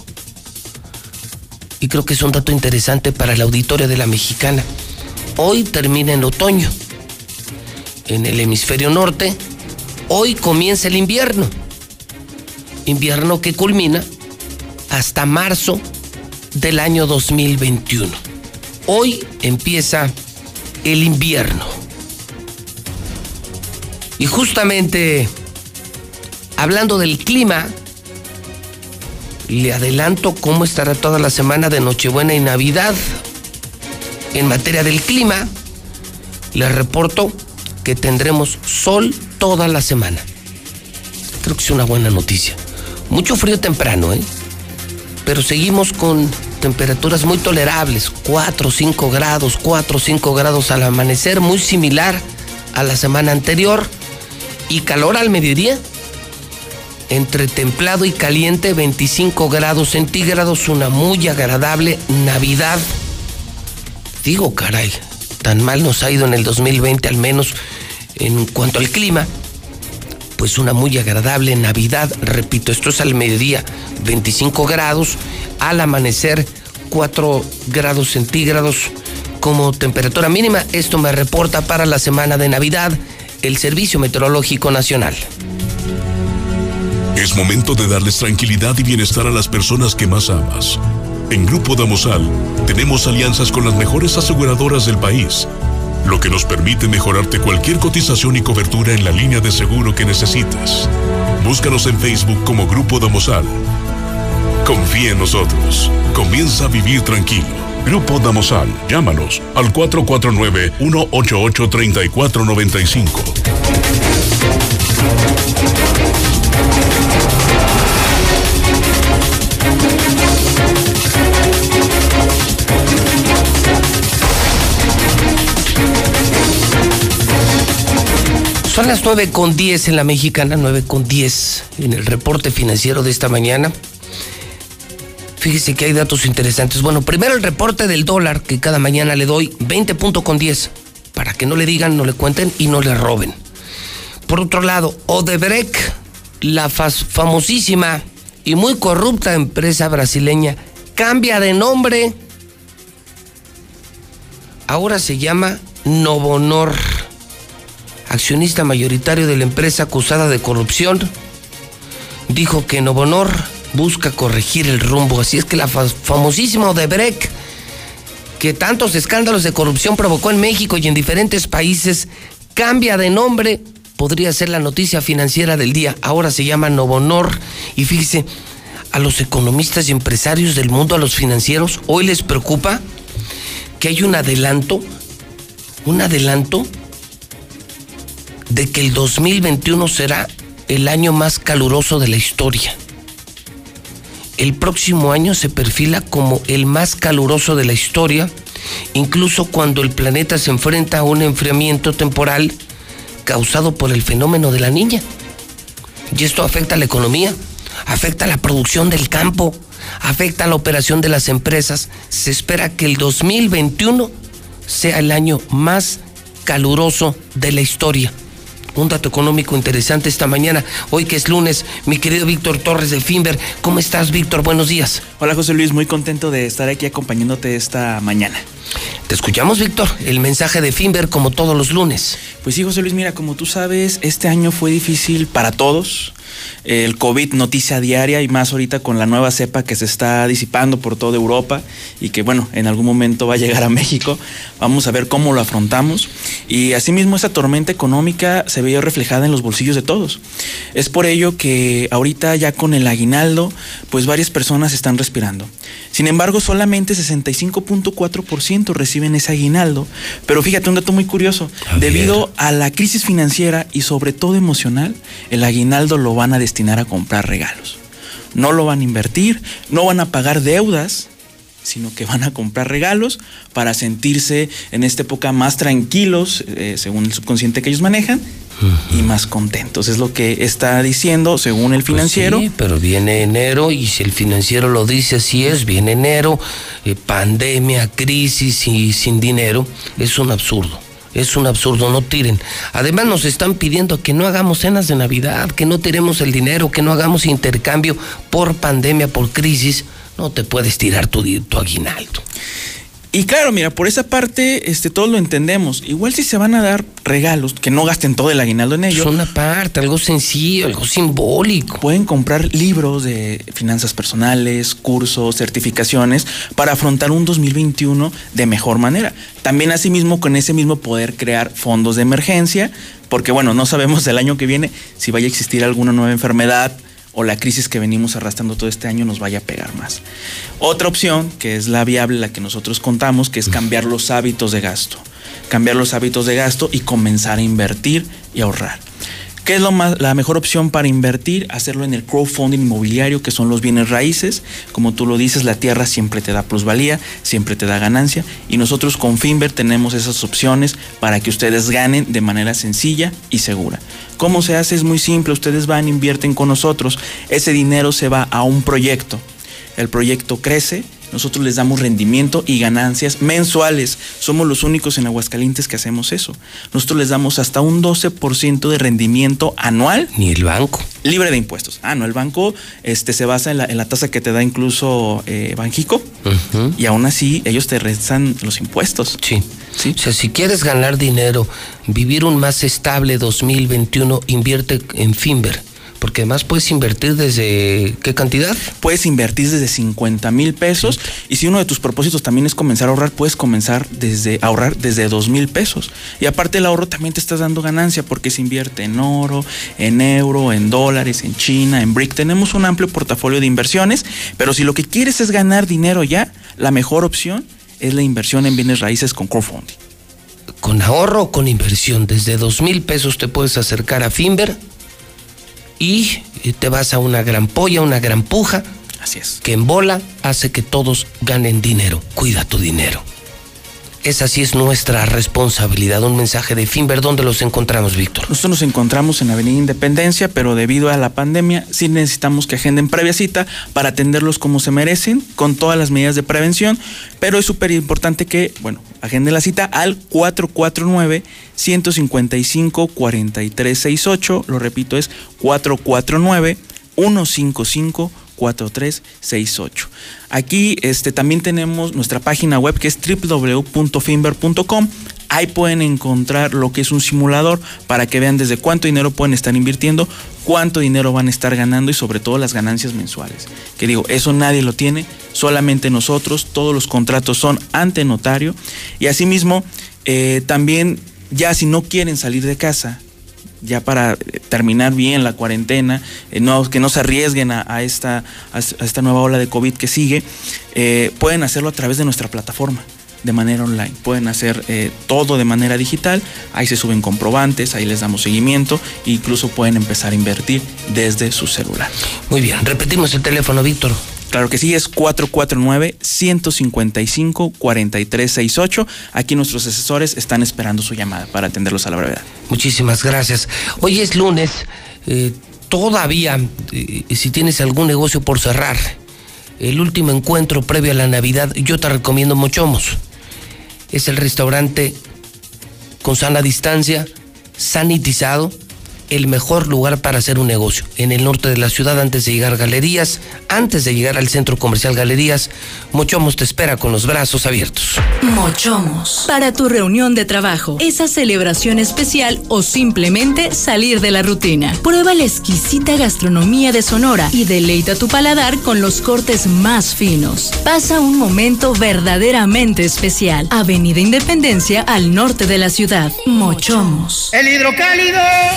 Y creo que es un dato interesante para el auditorio de La Mexicana. Hoy termina el otoño. En el hemisferio norte, hoy comienza el invierno. Invierno que culmina hasta marzo del año dos mil veintiuno. Hoy empieza el invierno. Y justamente hablando del clima, le adelanto cómo estará toda la semana de Nochebuena y Navidad. En materia del clima, le reporto que tendremos sol toda la semana. Creo que es una buena noticia. Mucho frío temprano, ¿eh? Pero seguimos con temperaturas muy tolerables, cuatro o cinco grados, cuatro o cinco grados al amanecer, muy similar a la semana anterior, y calor al mediodía, entre templado y caliente, veinticinco grados centígrados, una muy agradable Navidad. Digo, caray, tan mal nos ha ido en el dos mil veinte, al menos en cuanto al clima. Pues una muy agradable Navidad, repito, esto es al mediodía, veinticinco grados, al amanecer cuatro grados centígrados como temperatura mínima. Esto me reporta para la semana de Navidad el Servicio Meteorológico Nacional.
Es momento de darles tranquilidad y bienestar a las personas que más amas. En Grupo Damosal tenemos alianzas con las mejores aseguradoras del país, lo que nos permite mejorarte cualquier cotización y cobertura en la línea de seguro que necesites. Búscanos en Facebook como Grupo Damosal. Confía en nosotros. Comienza a vivir tranquilo. Grupo Damosal. Llámanos al cuatro cuatro nueve, uno ocho ocho, tres cuatro nueve cinco.
Son las nueve con diez en La Mexicana, nueve con diez en el reporte financiero de esta mañana. Fíjese que hay datos interesantes. Bueno, primero el reporte del dólar, que cada mañana le doy veinte punto con diez, para que no le digan, no le cuenten y no le roben. Por otro lado, Odebrecht, la famosísima y muy corrupta empresa brasileña, cambia de nombre. Ahora se llama Novonor. Accionista mayoritario de la empresa acusada de corrupción, dijo que Novonor busca corregir el rumbo. Así es que la famosísima Odebrecht, que tantos escándalos de corrupción provocó en México y en diferentes países, cambia de nombre. Podría ser la noticia financiera del día. Ahora se llama Novonor. Y fíjese, a los economistas y empresarios del mundo, a los financieros, hoy les preocupa que hay un adelanto, un adelanto de que el dos mil veintiuno será el año más caluroso de la historia. El próximo año se perfila como el más caluroso de la historia incluso cuando el planeta se enfrenta a un enfriamiento temporal causado por el fenómeno de la Niña. Y esto afecta a la economía, afecta a la producción del campo, afecta a la operación de las empresas. Se espera que el dos mil veintiuno sea el año más caluroso de la historia. Un dato económico interesante esta mañana, hoy que es lunes. Mi querido Víctor Torres de Finver, ¿cómo estás, Víctor? Buenos días.
Hola, José Luis, muy contento de estar aquí acompañándote esta mañana.
Te escuchamos, Víctor, el mensaje de Finver como todos los lunes.
Pues sí, José Luis, mira, como tú sabes, este año fue difícil para todos. El COVID noticia diaria y más ahorita con la nueva cepa que se está disipando por toda Europa y que, bueno, en algún momento va a llegar a México. Vamos a ver cómo lo afrontamos. Y asimismo esa tormenta económica se veía reflejada en los bolsillos de todos. Es por ello que ahorita ya con el aguinaldo, pues varias personas están respirando. Sin embargo, solamente sesenta y cinco punto cuatro por ciento reciben ese aguinaldo. Pero fíjate, un dato muy curioso. A Debido ver. a la crisis financiera y sobre todo emocional, el aguinaldo lo van a destinar a comprar regalos. No lo van a invertir, no van a pagar deudas, sino que van a comprar regalos para sentirse en esta época más tranquilos, eh, según el subconsciente que ellos manejan, uh-huh. y más contentos. Es lo que está diciendo según el financiero.
Pues sí, pero viene enero y si el financiero lo dice así es, viene enero, eh, pandemia, crisis y sin dinero, es un absurdo. Es un absurdo, no tiren. Además nos están pidiendo que no hagamos cenas de Navidad, que no tiremos el dinero, que no hagamos intercambio por pandemia, por crisis. No te puedes tirar tu, tu aguinaldo.
Y claro, mira, por esa parte, este, todos lo entendemos. Igual si se van a dar regalos, que no gasten todo el aguinaldo en ello.
Es una parte, algo sencillo, algo simbólico.
Pueden comprar libros de finanzas personales, cursos, certificaciones, para afrontar un dos mil veintiuno de mejor manera. También asimismo, con ese mismo poder crear fondos de emergencia, porque bueno, no sabemos del año que viene si vaya a existir alguna nueva enfermedad, o la crisis que venimos arrastrando todo este año nos vaya a pegar más. Otra opción, que es la viable, la que nosotros contamos, que es cambiar los hábitos de gasto. Cambiar los hábitos de gasto y comenzar a invertir y ahorrar. ¿Qué es lo más, la mejor opción para invertir? Hacerlo en el crowdfunding inmobiliario, que son los bienes raíces. Como tú lo dices, la tierra siempre te da plusvalía, siempre te da ganancia. Y nosotros con Finver tenemos esas opciones para que ustedes ganen de manera sencilla y segura. ¿Cómo se hace? Es muy simple. Ustedes van, invierten con nosotros. Ese dinero se va a un proyecto. El proyecto crece. Nosotros les damos rendimiento y ganancias mensuales. Somos los únicos en Aguascalientes que hacemos eso. Nosotros les damos hasta un doce por ciento de rendimiento anual.
Ni el banco.
Libre de impuestos. Ah, no, el banco este, se basa en la, en la tasa que te da incluso eh, Banjico. Uh-huh. Y aún así, ellos te restan los impuestos.
Sí. sí. O sea, si quieres ganar dinero, vivir un más estable dos mil veintiuno, invierte en Finver. Porque además puedes invertir desde, ¿qué cantidad?
Puedes invertir desde cincuenta mil pesos. Sí. Y si uno de tus propósitos también es comenzar a ahorrar, puedes comenzar desde a ahorrar desde dos mil pesos. Y aparte el ahorro también te estás dando ganancia porque se invierte en oro, en euro, en dólares, en China, en B R I C. Tenemos un amplio portafolio de inversiones, pero si lo que quieres es ganar dinero ya, la mejor opción es la inversión en bienes raíces con crowdfunding.
Con ahorro o con inversión, desde dos mil pesos te puedes acercar a Finver y te vas a una gran polla, una gran puja.
Así es.
Que en bola hace que todos ganen dinero. Cuida tu dinero. Esa sí es nuestra responsabilidad. Un mensaje de Finver. ¿Dónde los encontramos, Víctor?
Nosotros nos encontramos en Avenida Independencia, pero debido a la pandemia sí necesitamos que agenden previa cita para atenderlos como se merecen, con todas las medidas de prevención, pero es súper importante que, bueno, agenden la cita al cuatro cuatro nueve, uno cinco cinco, cuatro tres seis ocho. Lo repito, es cuatro cuatro nueve, uno cinco cinco, cuatro tres seis ocho. Aquí este, también tenemos nuestra página web, que es doble u doble u doble u punto finver punto com. Ahí pueden encontrar lo que es un simulador para que vean desde cuánto dinero pueden estar invirtiendo, cuánto dinero van a estar ganando y sobre todo las ganancias mensuales. Que digo, eso nadie lo tiene, solamente nosotros. Todos los contratos son ante notario. Y asimismo, eh, también ya si no quieren salir de casa, ya para terminar bien la cuarentena, eh, no, que no se arriesguen a, a, esta, a esta nueva ola de COVID que sigue, eh, pueden hacerlo a través de nuestra plataforma, de manera online. Pueden hacer eh, todo de manera digital, ahí se suben comprobantes, ahí les damos seguimiento, e incluso pueden empezar a invertir desde su celular.
Muy bien, repetimos el teléfono, Víctor.
Claro que sí, es cuatro cuatro nueve, uno cinco cinco, cuatro tres seis ocho. Aquí nuestros asesores están esperando su llamada para atenderlos a la brevedad.
Muchísimas gracias. Hoy es lunes, eh, todavía, eh, si tienes algún negocio por cerrar, el último encuentro previo a la Navidad, yo te recomiendo Mochomos. Es el restaurante con sana distancia, sanitizado, el mejor lugar para hacer un negocio. En el norte de la ciudad, antes de llegar a Galerías, antes de llegar al centro comercial Galerías, Mochomos te espera con los brazos abiertos.
Mochomos. Para tu reunión de trabajo, esa celebración especial o simplemente salir de la rutina. Prueba la exquisita gastronomía de Sonora y deleita tu paladar con los cortes más finos. Pasa un momento verdaderamente especial. Avenida Independencia, al norte de la ciudad. Mochomos.
El hidrocálido.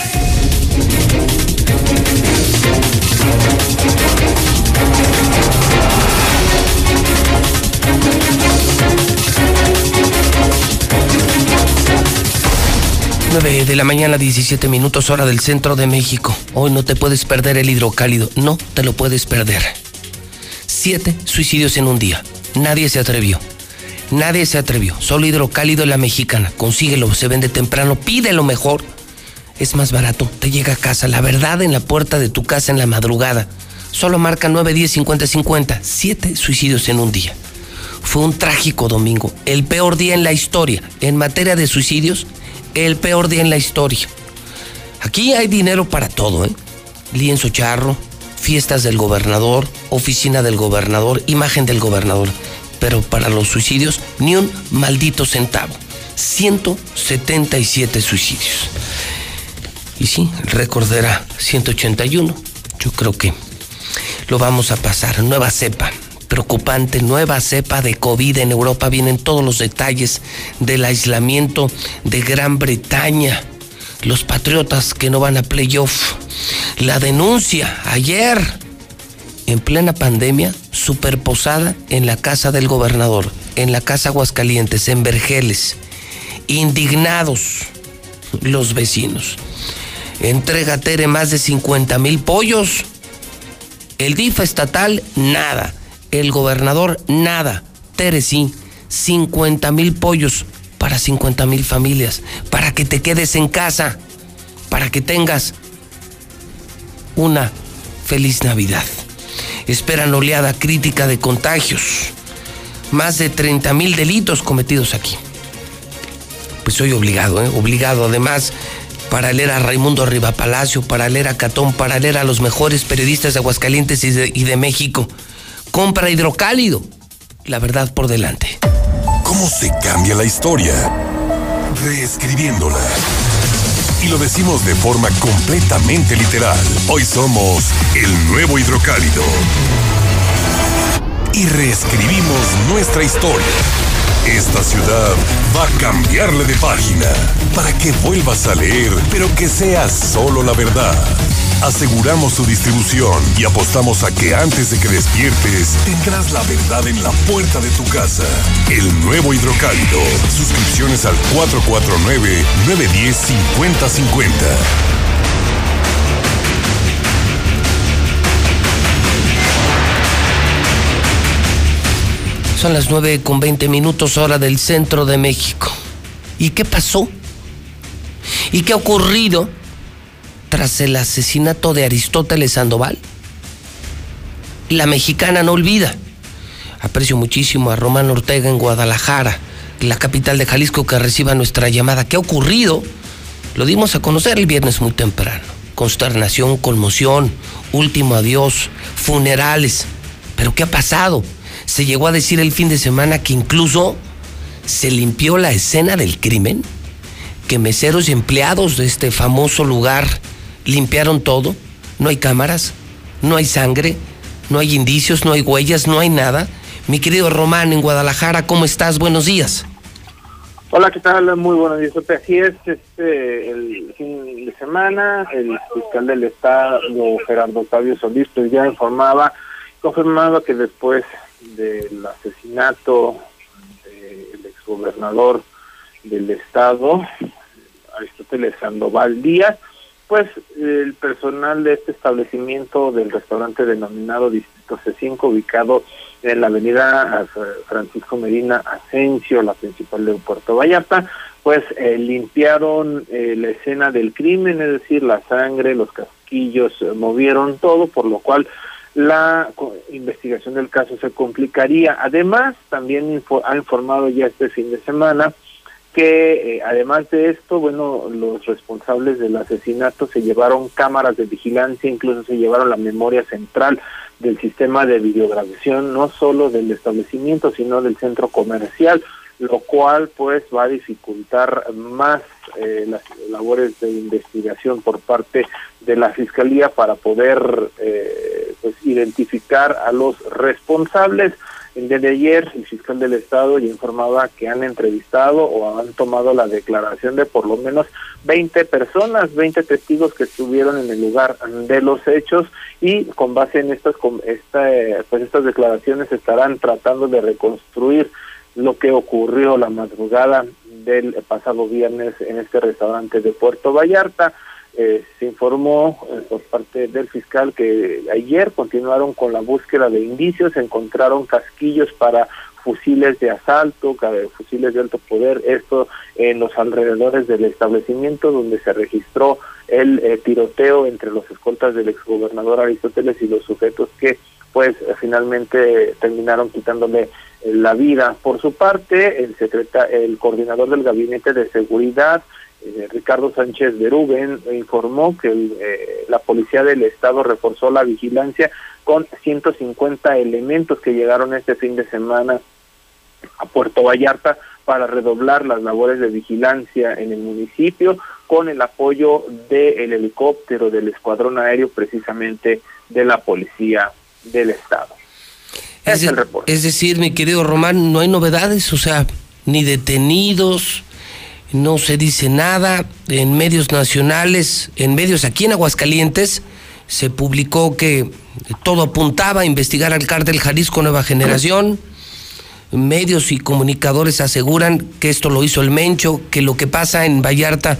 nueve de la mañana, diecisiete minutos, hora del centro de México. Hoy no te puedes perder el hidrocálido, no te lo puedes perder. Siete suicidios en un día. Nadie se atrevió. Nadie se atrevió. Solo hidrocálido La Mexicana. Consíguelo, se vende temprano, pídelo mejor. Es más barato, te llega a casa. La verdad en la puerta de tu casa en la madrugada. Solo marca nueve diez cincuenta cincuenta. Siete suicidios en un día. Fue un trágico domingo. El peor día en la historia. En materia de suicidios, el peor día en la historia. Aquí hay dinero para todo, ¿eh? Lienzo charro, fiestas del gobernador, oficina del gobernador, imagen del gobernador. Pero para los suicidios, ni un maldito centavo. ciento setenta y siete suicidios. Y sí, el récord era ciento ochenta y uno. Yo creo que lo vamos a pasar. Nueva cepa, preocupante, nueva cepa de COVID en Europa. Vienen todos los detalles del aislamiento de Gran Bretaña. Los patriotas que no van a playoff. La denuncia ayer, en plena pandemia, superposada en la casa del gobernador, en la casa Aguascalientes, en Vergeles. Indignados los vecinos. Entrega Tere más de cincuenta mil pollos. El D I F estatal, nada. El gobernador, nada. Tere sí, cincuenta mil pollos para cincuenta mil familias. Para que te quedes en casa. Para que tengas una feliz Navidad. Esperan oleada crítica de contagios. Más de treinta mil delitos cometidos aquí. Pues soy obligado, ¿eh? Obligado. Además, para leer a Raimundo Rivapalacio, para leer a Catón, para leer a los mejores periodistas de Aguascalientes y de, y de México. Compra hidrocálido. La verdad por delante.
¿Cómo se cambia la historia? Reescribiéndola. Y lo decimos de forma completamente literal. Hoy somos el nuevo hidrocálido. Y reescribimos nuestra historia. Esta ciudad va a cambiarle de página para que vuelvas a leer, pero que sea solo la verdad. Aseguramos su distribución y apostamos a que antes de que despiertes tendrás la verdad en la puerta de tu casa. El nuevo hidrocálido. Suscripciones al cuatro cuatro nueve, nueve uno cero, cinco cero cinco cero.
Son las nueve con veinte minutos, hora del centro de México. ¿Y qué pasó? ¿Y qué ha ocurrido tras el asesinato de Aristóteles Sandoval? La Mexicana no olvida. Aprecio muchísimo a Román Ortega en Guadalajara, la capital de Jalisco, que reciba nuestra llamada. ¿Qué ha ocurrido? Lo dimos a conocer el viernes muy temprano. Consternación, conmoción, último adiós, funerales. ¿Pero qué ha pasado? Se llegó a decir el fin de semana que incluso se limpió la escena del crimen, que meseros y empleados de este famoso lugar limpiaron todo. No hay cámaras, no hay sangre, no hay indicios, no hay huellas, no hay nada. Mi querido Román en Guadalajara, ¿cómo estás? Buenos días.
Hola, ¿qué tal? Muy buenos días. Así es, este, el fin de semana, el fiscal del Estado, Gerardo Octavio Solís, pues ya informaba, confirmaba que después del asesinato del exgobernador del Estado, Aristóteles Sandoval Díaz, pues el personal de este establecimiento del restaurante denominado Distrito C cinco, ubicado en la avenida Francisco Medina Asensio, la principal de Puerto Vallarta, pues eh, limpiaron eh, la escena del crimen, es decir, la sangre, los casquillos, eh, movieron todo, por lo cual la investigación del caso se complicaría. Además, también info, ha informado ya este fin de semana que eh, además de esto, bueno, los responsables del asesinato se llevaron cámaras de vigilancia, incluso se llevaron la memoria central del sistema de videograbación, no solo del establecimiento, sino del centro comercial, lo cual pues va a dificultar más eh, las labores de investigación por parte de la Fiscalía para poder eh, pues identificar a los responsables. El día de ayer el fiscal del Estado ya informaba que han entrevistado o han tomado la declaración de por lo menos veinte personas, veinte testigos que estuvieron en el lugar de los hechos, y con base en estas con esta, pues estas declaraciones estarán tratando de reconstruir lo que ocurrió la madrugada del pasado viernes en este restaurante de Puerto Vallarta. Eh, se informó eh, por parte del fiscal que ayer continuaron con la búsqueda de indicios, encontraron casquillos para fusiles de asalto, fusiles de alto poder, esto en los alrededores del establecimiento donde se registró el eh, tiroteo entre los escoltas del exgobernador Aristóteles y los sujetos que pues finalmente terminaron quitándole la vida. Por su parte, el secreta, el coordinador del Gabinete de Seguridad, eh, Ricardo Sánchez de Rubén, informó que el, eh, la Policía del Estado reforzó la vigilancia con ciento cincuenta elementos que llegaron este fin de semana a Puerto Vallarta para redoblar las labores de vigilancia en el municipio, con el apoyo del helicóptero del Escuadrón Aéreo, precisamente de la Policía del Estado.
Es, de, es decir, mi querido Román, no hay novedades, o sea, ni detenidos, no se dice nada. En medios nacionales, en medios aquí en Aguascalientes, se publicó que todo apuntaba a investigar al cártel Jalisco Nueva Generación. Medios y comunicadores aseguran que esto lo hizo el Mencho, que lo que pasa en Vallarta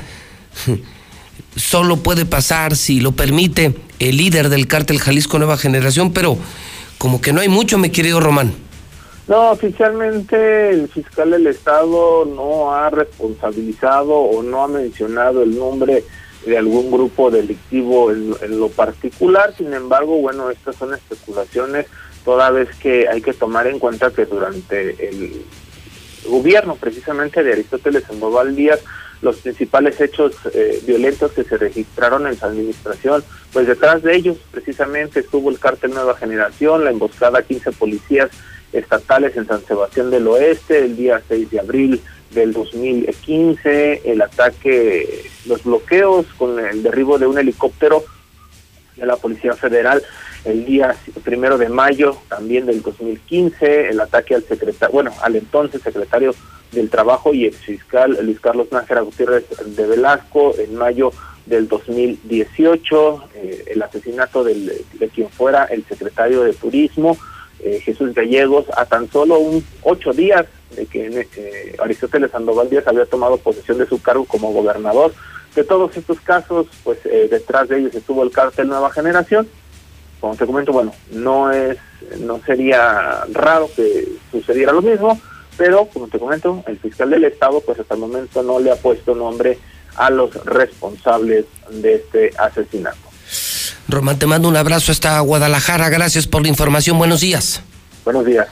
solo puede pasar si lo permite el líder del cártel Jalisco Nueva Generación, pero como que no hay mucho, mi querido Román.
No, oficialmente el fiscal del Estado no ha responsabilizado o no ha mencionado el nombre de algún grupo delictivo en, en lo particular. Sin embargo, bueno, estas son especulaciones, toda vez que hay que tomar en cuenta que durante el gobierno precisamente de Aristóteles Sandoval Díaz, los principales hechos eh, violentos que se registraron en su administración, pues detrás de ellos precisamente estuvo el cártel Nueva Generación, la emboscada a quince policías estatales en San Sebastián del Oeste el día seis de abril del dos mil quince, el ataque, los bloqueos con el derribo de un helicóptero de la Policía Federal el día primero de mayo también del dos mil quince, el ataque al secretario, bueno, al entonces secretario del Trabajo y exfiscal Luis Carlos Nájera Gutiérrez de Velasco en mayo del dos mil dieciocho, eh, el asesinato del, de quien fuera el secretario de Turismo, eh, Jesús Gallegos, a tan solo un ocho días de que eh, Aristóteles Sandoval Díaz había tomado posesión de su cargo como gobernador. De todos estos casos, pues eh, detrás de ellos estuvo el cártel Nueva Generación. Como te comento, bueno, no es, no sería raro que sucediera lo mismo, pero como te comento, el fiscal del Estado pues hasta el momento no le ha puesto nombre a los responsables de este asesinato.
Román, te mando un abrazo hasta Guadalajara, gracias por la información, buenos días.
Buenos días.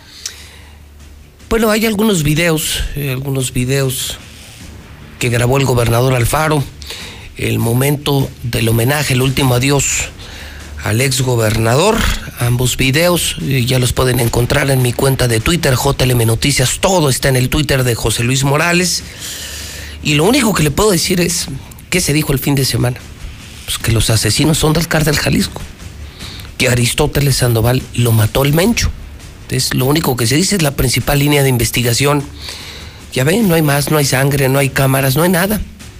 Bueno, hay algunos videos, eh, algunos videos que grabó el gobernador Alfaro, el momento del homenaje, el último adiós al ex gobernador. Ambos videos eh, ya los pueden encontrar en mi cuenta de Twitter, J L M Noticias, todo está en el Twitter de José Luis Morales. Y lo único que le puedo decir es, ¿qué se dijo el fin de semana? Pues que los asesinos son del cártel Jalisco, que Aristóteles Sandoval lo mató el Mencho. Entonces, lo único que se dice es la principal línea de investigación. Ya ven, no hay más, no hay sangre, no hay cámaras, no hay nada.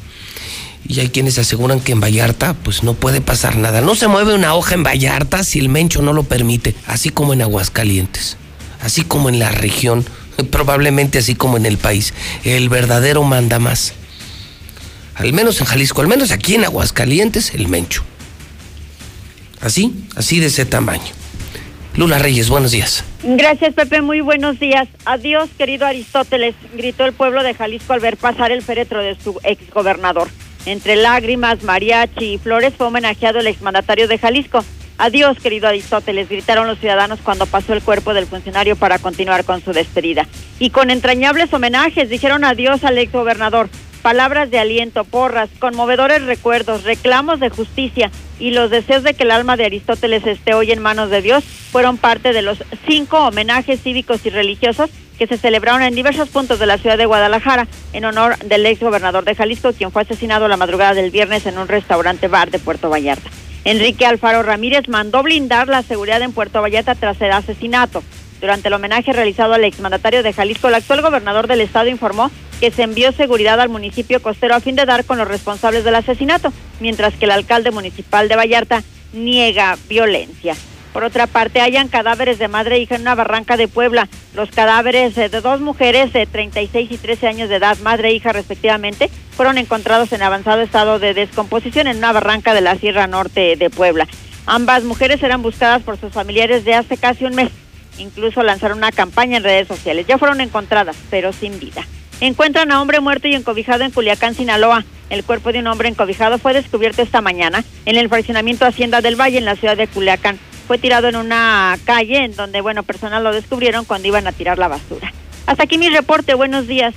Y hay quienes aseguran que en Vallarta pues no puede pasar nada. No se mueve una hoja en Vallarta si el Mencho no lo permite, así como en Aguascalientes, así como en la región, probablemente así como en el país. El verdadero manda más. Al menos en Jalisco, al menos aquí en Aguascalientes, el mencho. Así, así de ese tamaño. Lula Reyes, buenos días.
Gracias, Pepe, muy buenos días. Adiós, querido Aristóteles, gritó el pueblo de Jalisco al ver pasar el féretro de su exgobernador. Entre lágrimas, mariachi y flores fue homenajeado el exmandatario de Jalisco. Adiós, querido Aristóteles, gritaron los ciudadanos cuando pasó el cuerpo del funcionario para continuar con su despedida. Y con entrañables homenajes dijeron adiós al exgobernador. Palabras de aliento, porras, conmovedores recuerdos, reclamos de justicia y los deseos de que el alma de Aristóteles esté hoy en manos de Dios fueron parte de los cinco homenajes cívicos y religiosos que se celebraron en diversos puntos de la ciudad de Guadalajara en honor del ex gobernador de Jalisco, quien fue asesinado la madrugada del viernes en un restaurante bar de Puerto Vallarta. Enrique Alfaro Ramírez mandó blindar la seguridad en Puerto Vallarta tras el asesinato. Durante el homenaje realizado al exmandatario de Jalisco, el actual gobernador del estado informó que se envió seguridad al municipio costero a fin de dar con los responsables del asesinato, mientras que el alcalde municipal de Vallarta niega violencia. Por otra parte, hallan cadáveres de madre e hija en una barranca de Puebla. Los cadáveres de dos mujeres de treinta y seis y trece años de edad, madre e hija respectivamente, fueron encontrados en avanzado estado de descomposición en una barranca de la Sierra Norte de Puebla. Ambas mujeres eran buscadas por sus familiares de hace casi un mes. Incluso lanzaron una campaña en redes sociales. Ya fueron encontradas, pero sin vida. Encuentran a hombre muerto y encobijado en Culiacán, Sinaloa. El cuerpo de un hombre encobijado fue descubierto esta mañana en el fraccionamiento Hacienda del Valle, en la ciudad de Culiacán. Fue tirado en una calle en donde, bueno, personas lo descubrieron cuando iban a tirar la basura. Hasta aquí mi reporte. Buenos días.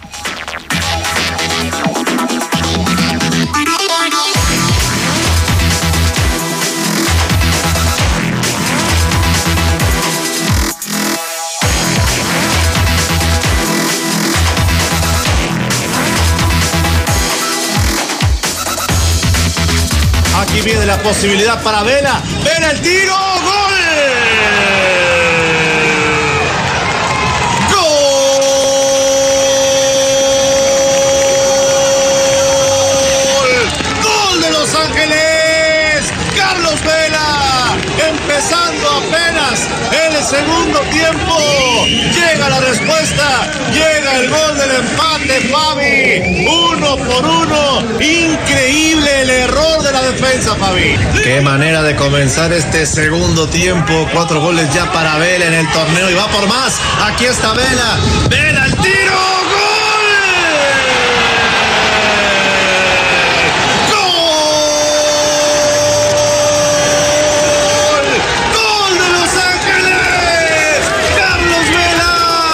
Aquí viene la posibilidad para Vela. Vela el tiro. ¡Gol! ¡Gol! ¡Gol de Los Ángeles! Carlos Vela. Empezando apenas el segundo tiempo. Llega la respuesta. Llega el gol del empate, Fabi. Uno por uno. Increíble el error de la defensa, Fabi. Qué manera de comenzar este segundo tiempo. Cuatro goles ya para Vela en el torneo y va por más. Aquí está Vela. Vela el tiro. ¡Gol! ¡Gol! ¡Gol de Los Ángeles! ¡Carlos Vela!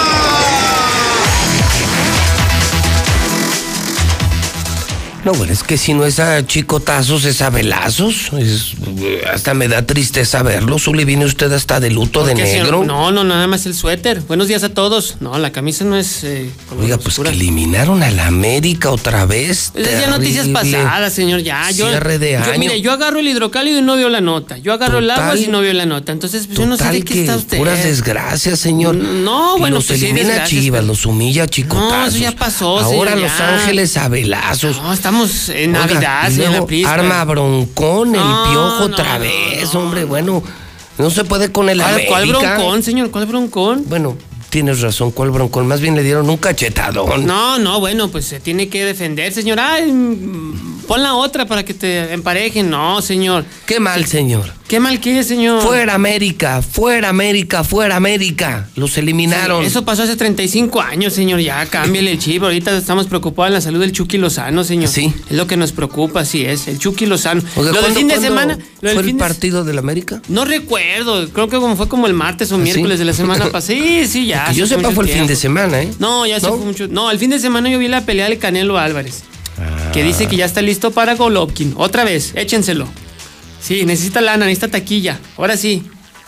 No, bueno, es que si no es a chicotazos, es a velazos. Es, hasta me da tristeza verlo. Zuli, ¿viene usted hasta de luto de negro?
Señor? No, no, nada más el suéter. Buenos días a todos. No, la camisa no es... Eh,
Oiga, pues oscura. Que eliminaron a la América otra vez.
Pues es ya noticias pasadas, señor, ya. Yo,
Cierre de
yo,
año.
Mire, yo agarro el hidrocálido y no veo la nota. Yo agarro total, el agua y no veo la nota. Entonces, pues yo no sé de qué está usted.
Puras desgracias, señor.
No,
y
bueno,
los
pues
elimina
sí,
Chivas, los humilla a chicotazos.
No, eso ya pasó,
Ahora
señor,
Los
ya.
Ángeles a velazos.
No, estamos en
Oiga,
Navidad,
y
señora
luego
Prisca.
arma broncón, el
No,
piojo
no,
otra
no,
vez,
no,
hombre, bueno, no se puede con el
¿Cuál,
América.
¿Cuál broncón, señor? ¿Cuál broncón?
Bueno, tienes razón, ¿cuál broncón? Más bien le dieron un cachetadón.
No, no, bueno, pues se tiene que defender, señor. Ay, pon la otra para que te emparejen. No, señor.
Qué mal, señor.
¿Qué mal que, señor?
Fuera América, fuera América, fuera América. Los eliminaron.
Sí, eso pasó hace treinta y cinco años, señor. Ya, cámbiale el chip. Ahorita estamos preocupados en la salud del Chucky Lozano, señor.
Sí.
Es lo que nos preocupa, así es. El Chucky Lozano.
Oiga,
lo del fin de semana. Lo
¿Fue
del
el
fin de...
partido del América?
No recuerdo. Creo que como fue como el martes o miércoles ¿Sí? de la semana pasada. Sí, sí, ya.
Que yo sepa fue el tiempo. Fin de semana, ¿eh?
No, ya se
¿No?
fue mucho. No, el fin de semana yo vi la pelea del Canelo Álvarez.
Ah.
Que dice que ya está listo para Golovkin. Otra vez, échenselo. Sí, necesita lana, necesita taquilla. Ahora sí.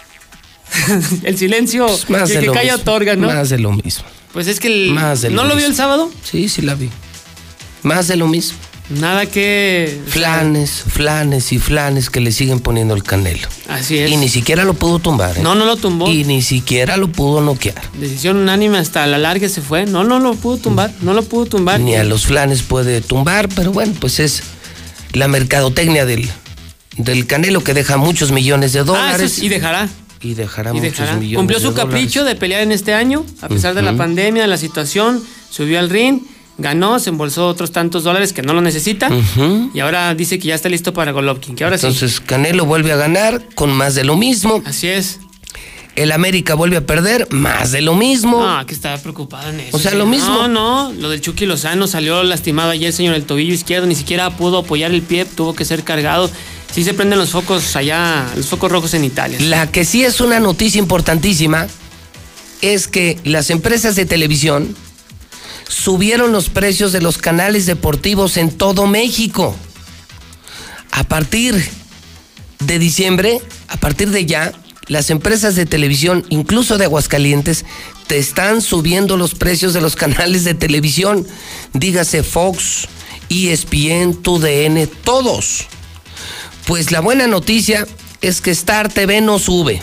El silencio, pues más el que calla otorga, ¿no?
Más de lo mismo.
Pues es que el...
Más de lo
¿No
mismo.
lo vio el sábado?
Sí, sí la vi. Más de lo mismo.
Nada que...
Flanes, flanes y flanes que le siguen poniendo el Canelo.
Así es.
Y ni siquiera lo pudo tumbar, ¿eh?
No, no lo tumbó.
Y ni siquiera lo pudo noquear.
Decisión unánime hasta la larga se fue. No, no lo pudo tumbar. No lo pudo tumbar.
Ni a los flanes puede tumbar, pero bueno, pues es la mercadotecnia del, del Canelo que deja muchos millones de dólares.
Ah, eso sí, y dejará.
Y dejará
y
muchos
dejará.
millones
Cumplió
de
su
dólares.
capricho de pelear en este año, a pesar uh-huh. de la pandemia, de la situación. Subió al ring ganó, se embolsó otros tantos dólares que no lo necesita, uh-huh. y ahora dice que ya está listo para Golovkin, que ahora
Entonces,
sí.
Canelo vuelve a ganar con más de lo mismo.
Así es.
El América vuelve a perder, más de lo mismo.
No, que estaba preocupado en eso.
O sea,
sí.
lo mismo.
No, no, lo del Chucky Lozano salió lastimado ayer, señor, el tobillo izquierdo, ni siquiera pudo apoyar el pie, tuvo que ser cargado. Sí se prenden los focos allá, los focos rojos en Italia.
La que sí es una noticia importantísima es que las empresas de televisión subieron los precios de los canales deportivos en todo México. A partir de diciembre, a partir de ya, las empresas de televisión, incluso de Aguascalientes, te están subiendo los precios de los canales de televisión. Dígase Fox, E S P N, T U D N, todos. Pues la buena noticia es que Star T V no sube.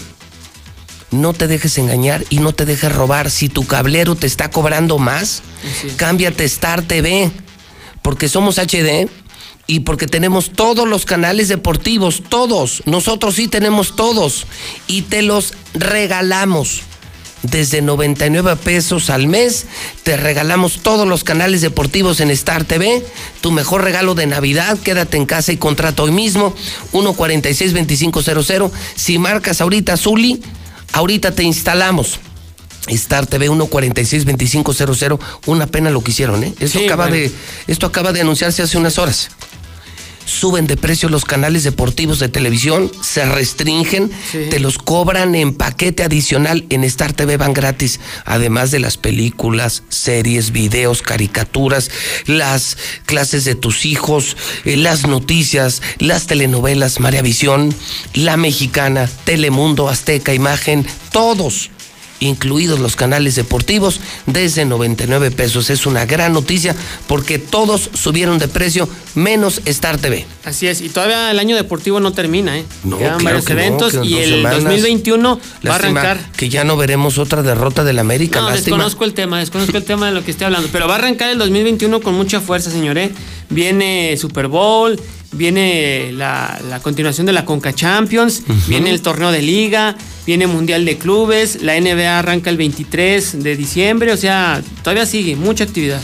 No te dejes engañar y no te dejes robar. Si tu cablero te está cobrando más, sí. cámbiate Star T V, porque somos H D y porque tenemos todos los canales deportivos, todos. Nosotros sí tenemos todos y te los regalamos. Desde noventa y nueve pesos al mes, te regalamos todos los canales deportivos en Star T V. Tu mejor regalo de Navidad, quédate en casa y contrata hoy mismo. uno cuarenta y seis, veinticinco cero cero. Si marcas ahorita, Zuli, ahorita te instalamos. Star T V uno cuarenta y seis, veinticinco cero cero. Una pena lo que hicieron, ¿eh? Esto, sí, acaba bueno. de, esto acaba de anunciarse hace unas horas. Suben de precio los canales deportivos de televisión, se restringen, sí. te los cobran en paquete adicional. En Star T V van gratis, además de las películas, series, videos, caricaturas, las clases de tus hijos, eh, las noticias, las telenovelas, Maravisión, La Mexicana, Telemundo, Azteca, Imagen, todos, incluidos los canales deportivos, desde noventa y nueve pesos. Es una gran noticia porque todos subieron de precio, menos Star T V.
Así es, y todavía el año deportivo no termina, ¿eh?
No,
quedan
claro
varios
que
eventos
no,
y
dos
el
semanas.
dos mil veintiuno
Lástima
va a arrancar.
Que ya no veremos otra derrota del América.
No,
Lástima.
desconozco el tema, desconozco el tema de lo que estoy hablando, pero va a arrancar el dos mil veintiuno con mucha fuerza, señor, ¿eh? Viene Super Bowl, viene la, la continuación de la Conca Champions, uh-huh. viene el torneo de liga, viene Mundial de Clubes, la N B A arranca el veintitrés de diciembre, o sea, todavía sigue, mucha actividad.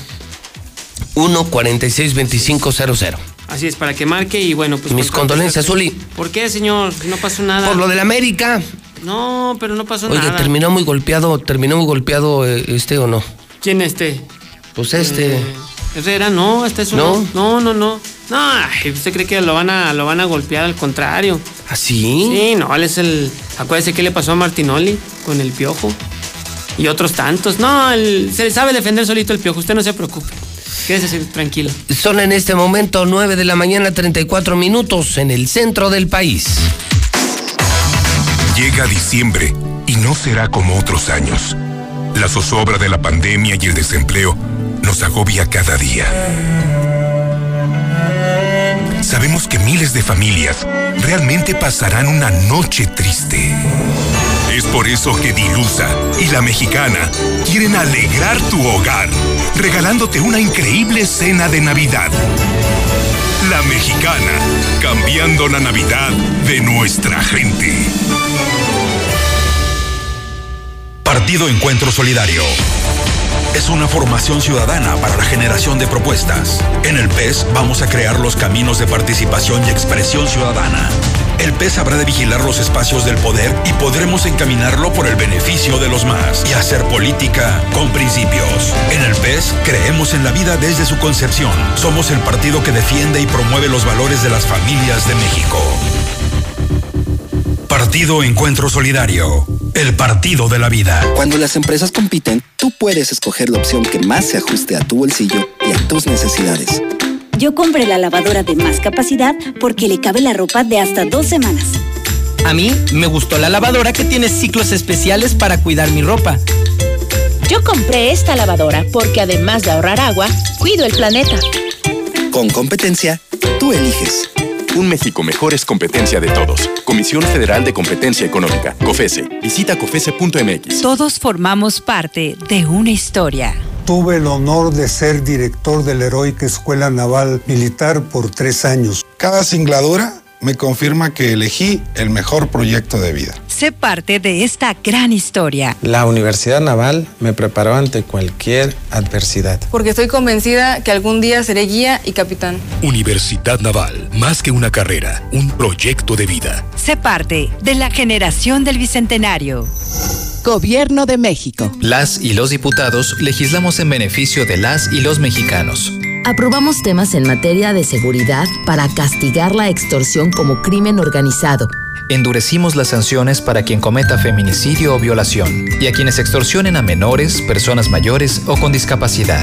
uno cuarenta y seis, veinticinco cero cero.
Así es, para que marque y bueno, pues...
Mis condolencias, Zuli.
¿Por qué, señor? No pasó nada.
Por lo del América.
No, pero no pasó
Oye,
nada.
Oye, terminó muy golpeado, terminó muy golpeado este o no.
¿Quién este?
Pues este...
Eh, Herrera, no, este es uno. No, no, no, no. No, ay, ¿usted cree que lo van a, lo van a golpear? Al contrario.
¿Ah, sí?
Sí, no, él es el... Acuérdese qué le pasó a Martinoli con el Piojo. Y otros tantos. No, él, se sabe defender solito el Piojo, usted no se preocupe. Quédese tranquilo.
Son en este momento nueve de la mañana, treinta y cuatro minutos en el centro del país.
Llega diciembre y no será como otros años. La zozobra de la pandemia y el desempleo nos agobia cada día. Sabemos que miles de familias realmente pasarán una noche triste. Es por eso que Dilusa y La Mexicana quieren alegrar tu hogar, regalándote una increíble cena de Navidad. La Mexicana, cambiando la Navidad de nuestra gente.
Partido Encuentro Solidario. Es una formación ciudadana para la generación de propuestas. En el P E S vamos a crear los caminos de participación y expresión ciudadana. El P E S habrá de vigilar los espacios del poder y podremos encaminarlo por el beneficio de los más y hacer política con principios. En el P E S creemos en la vida desde su concepción. Somos el partido que defiende y promueve los valores de las familias de México. Partido Encuentro Solidario. El partido de la vida.
Cuando las empresas compiten, tú puedes escoger la opción que más se ajuste a tu bolsillo y a tus necesidades.
Yo compré la lavadora de más capacidad porque le cabe la ropa de hasta dos semanas.
A mí me gustó la lavadora que tiene ciclos especiales para cuidar mi ropa.
Yo compré esta lavadora porque además de ahorrar agua, cuido el planeta.
Con competencia, tú eliges.
Un México mejor es competencia de todos. Comisión Federal de Competencia Económica, COFESE. Visita cofese punto m x.
Todos formamos parte de una historia.
Tuve el honor de ser director de la Heroica Escuela Naval Militar por tres años.
Cada singladura me confirma que elegí el mejor proyecto de vida.
Sé parte de esta gran historia.
La Universidad Naval me preparó ante cualquier adversidad.
Porque estoy convencida que algún día seré guía y capitán.
Universidad Naval, más que una carrera, un proyecto de vida.
Sé parte de la generación del Bicentenario.
Gobierno de México.
Las y los diputados legislamos en beneficio de las y los mexicanos.
Aprobamos temas en materia de seguridad para castigar la extorsión como crimen organizado.
Endurecimos las sanciones para quien cometa feminicidio o violación y a quienes extorsionen a menores, personas mayores o con discapacidad.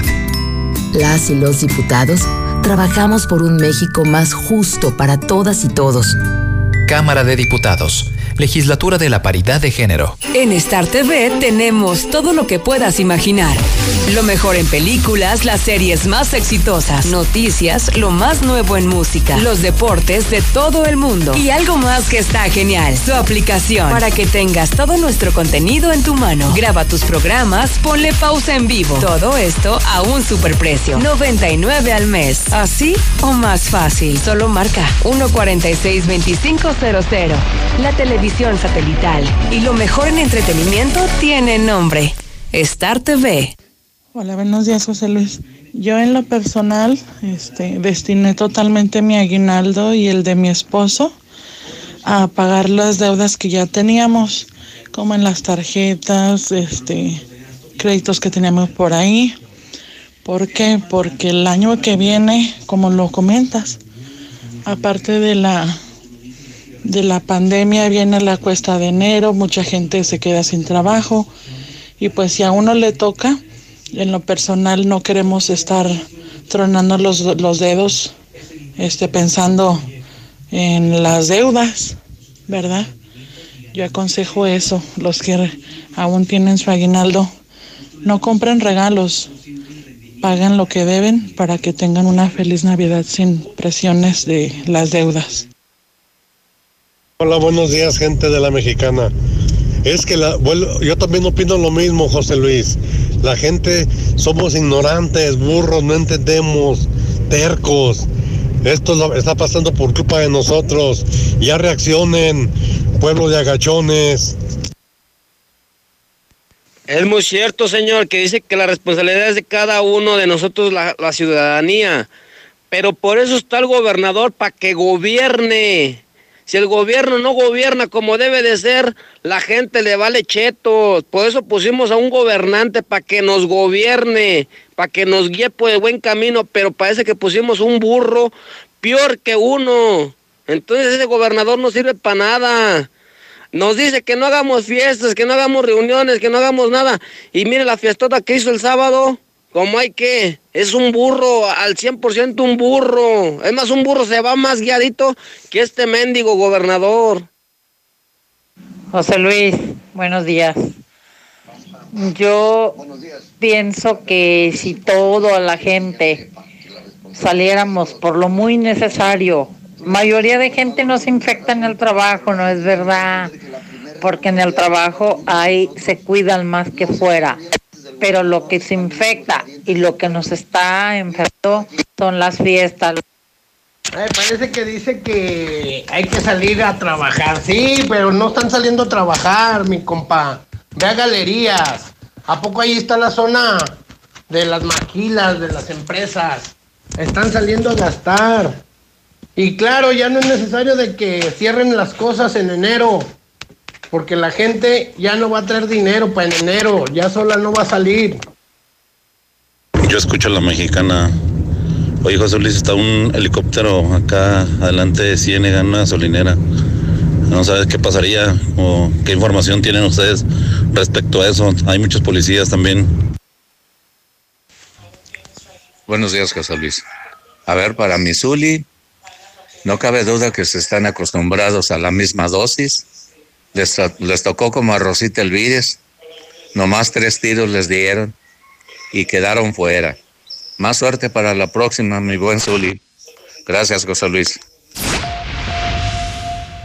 Las y los diputados trabajamos por un México más justo para todas y todos.
Cámara de Diputados. Legislatura de la Paridad de Género.
En Star T V tenemos todo lo que puedas imaginar. Lo mejor en películas, las series más exitosas, noticias, lo más nuevo en música, los deportes de todo el mundo y algo más que está genial, su aplicación, para que tengas todo nuestro contenido en tu mano. Graba tus programas, ponle pausa en vivo. Todo esto a un superprecio, noventa y nueve al mes. ¿Así o más fácil? Solo marca uno cuarenta y seis veinticinco cero cero. La televisión satelital y lo mejor en entretenimiento tiene nombre. Star T V.
Hola, buenos días, José Luis. Yo en lo personal este, destiné totalmente mi aguinaldo y el de mi esposo a pagar las deudas que ya teníamos, como en las tarjetas, este, créditos que teníamos por ahí. ¿Por qué? Porque el año que viene, como lo comentas, aparte de la, de la pandemia, viene la cuesta de enero, mucha gente se queda sin trabajo y pues si a uno le toca, en lo personal no queremos estar tronando los, los dedos este, pensando en las deudas, ¿verdad? Yo aconsejo eso, los que aún tienen su aguinaldo, no compren regalos, paguen lo que deben para que tengan una feliz Navidad sin presiones de las deudas.
Hola, buenos días, gente de La Mexicana. Es que la, bueno, yo también opino lo mismo, José Luis. La gente somos ignorantes, burros, no entendemos, tercos. Esto lo, está pasando por culpa de nosotros. Ya reaccionen, pueblo de agachones.
Es muy cierto, señor, que dice que la responsabilidad es de cada uno de nosotros, la, la ciudadanía. Pero por eso está el gobernador, para que gobierne. Si el gobierno no gobierna como debe de ser, la gente le vale chetos. Por eso pusimos a un gobernante para que nos gobierne, para que nos guíe por el buen camino, pero parece que pusimos un burro peor que uno. Entonces ese gobernador no sirve para nada. Nos dice que no hagamos fiestas, que no hagamos reuniones, que no hagamos nada. Y mire la fiestota que hizo el sábado, como hay que, es un burro, al cien por ciento un burro. Es más, un burro se va más guiadito que este mendigo gobernador.
José Luis, buenos días. Yo pienso que si toda la gente saliéramos por lo muy necesario, mayoría de gente no se infecta en el trabajo, no es verdad, porque en el trabajo ahí se cuidan más que fuera. Pero lo que se infecta y lo que nos está enfermando son las fiestas.
Eh, parece que dice que hay que salir a trabajar. Sí, pero no están saliendo a trabajar, mi compa. Ve a galerías. ¿A poco ahí está la zona de las maquilas, de las empresas? Están saliendo a gastar. Y claro, ya no es necesario de que cierren las cosas en enero. Porque la gente ya no va a traer dinero para en enero, ya sola no va a salir.
Yo escucho a La Mexicana. Oye, José Luis, está un helicóptero acá adelante de Ciénega, en una gasolinera. No sabes qué pasaría o qué información tienen ustedes respecto a eso. Hay muchos policías también.
Buenos días, José Luis. A ver, para Missouli, no cabe duda que se están acostumbrados a la misma dosis. Les, les tocó como a Rosita Elvírez, nomás tres tiros les dieron y quedaron fuera. Más suerte para la próxima, mi buen Zuli. Gracias, José Luis.
Ven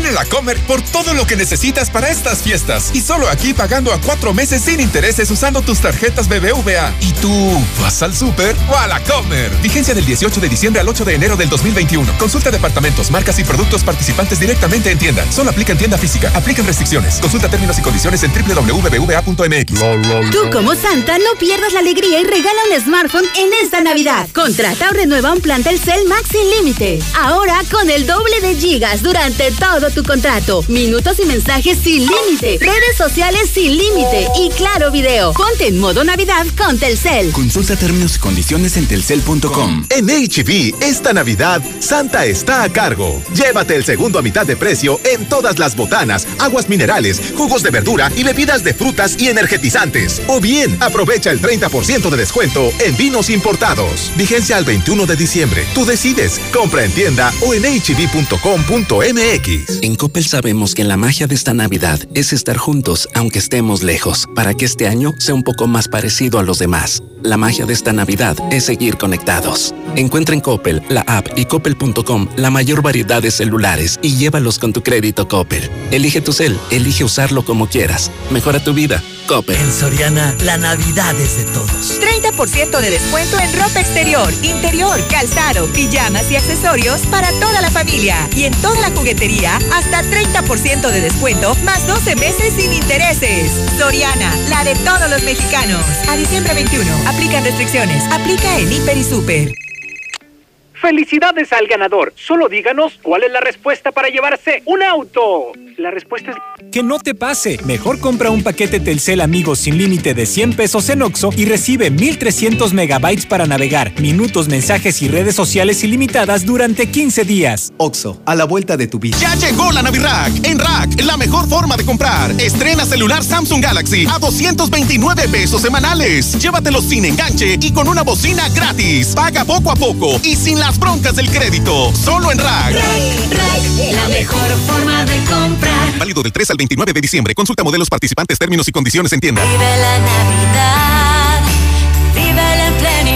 Ven a la Comer por todo lo que necesitas para estas fiestas. Y solo aquí pagando a cuatro meses sin intereses usando tus tarjetas B B V A. ¿Y tú vas al súper o a la Comer? Vigencia del dieciocho de diciembre al ocho de enero del dos mil veintiuno. Consulta departamentos, marcas y productos participantes directamente en tienda. Solo aplica en tienda física. Aplican restricciones. Consulta términos y condiciones en doble u doble u doble u punto b b v a punto m x.
Tú como Santa no pierdas la alegría y regala un smartphone en esta Navidad. Contrata o renueva un plan Telcel Max sin límite. Ahora con el doble de gigas durante todo tu contrato. Minutos y mensajes sin límite. Redes sociales sin límite. Y claro video. Ponte en modo Navidad con Telcel.
Consulta términos y condiciones en telcel punto com.
En H E B, esta Navidad, Santa está a cargo. Llévate el segundo a mitad de precio en todas las botanas, aguas minerales, jugos de verdura y bebidas de frutas y energetizantes. O bien, aprovecha el treinta por ciento de descuento en vinos importados. Vigencia al veintiuno de diciembre. Tú decides. Compra en tienda o en h e b punto com punto m x.
En Coppel sabemos que la magia de esta Navidad es estar juntos, aunque estemos lejos, para que este año sea un poco más parecido a los demás. La magia de esta Navidad es seguir conectados. Encuentra en Coppel, la app y coppel punto com la mayor variedad de celulares y llévalos con tu crédito Coppel. Elige tu cel, elige usarlo como quieras. Mejora tu vida. Coppel.
En Soriana, la Navidad es de todos.
treinta por ciento de descuento en ropa exterior, interior, calzado, pijamas y accesorios para toda la familia. Y en toda la juguetería, hasta treinta por ciento de descuento, más doce meses sin intereses. Soriana, la de todos los mexicanos. A diciembre veintiuno, aplican restricciones. Aplica en Hiper y Super.
¡Felicidades al ganador! Solo díganos cuál es la respuesta para llevarse un auto. La respuesta es...
Que no te pase. Mejor compra un paquete Telcel Amigos sin límite de cien pesos en Oxxo y recibe mil trescientos megabytes para navegar, minutos, mensajes y redes sociales ilimitadas durante quince días.
Oxxo, a la vuelta de tu vida.
Ya llegó la Navirack. En Rack, la mejor forma de comprar. Estrena celular Samsung Galaxy a doscientos veintinueve pesos semanales. Llévatelo sin enganche y con una bocina gratis. Paga poco a poco y sin las broncas del crédito. Solo en Rack.
Rack, Rack, la mejor forma de comprar.
Válido del tres al veintinueve de diciembre. Consulta modelos participantes, términos y condiciones en tienda.
Vive la Navidad, vive la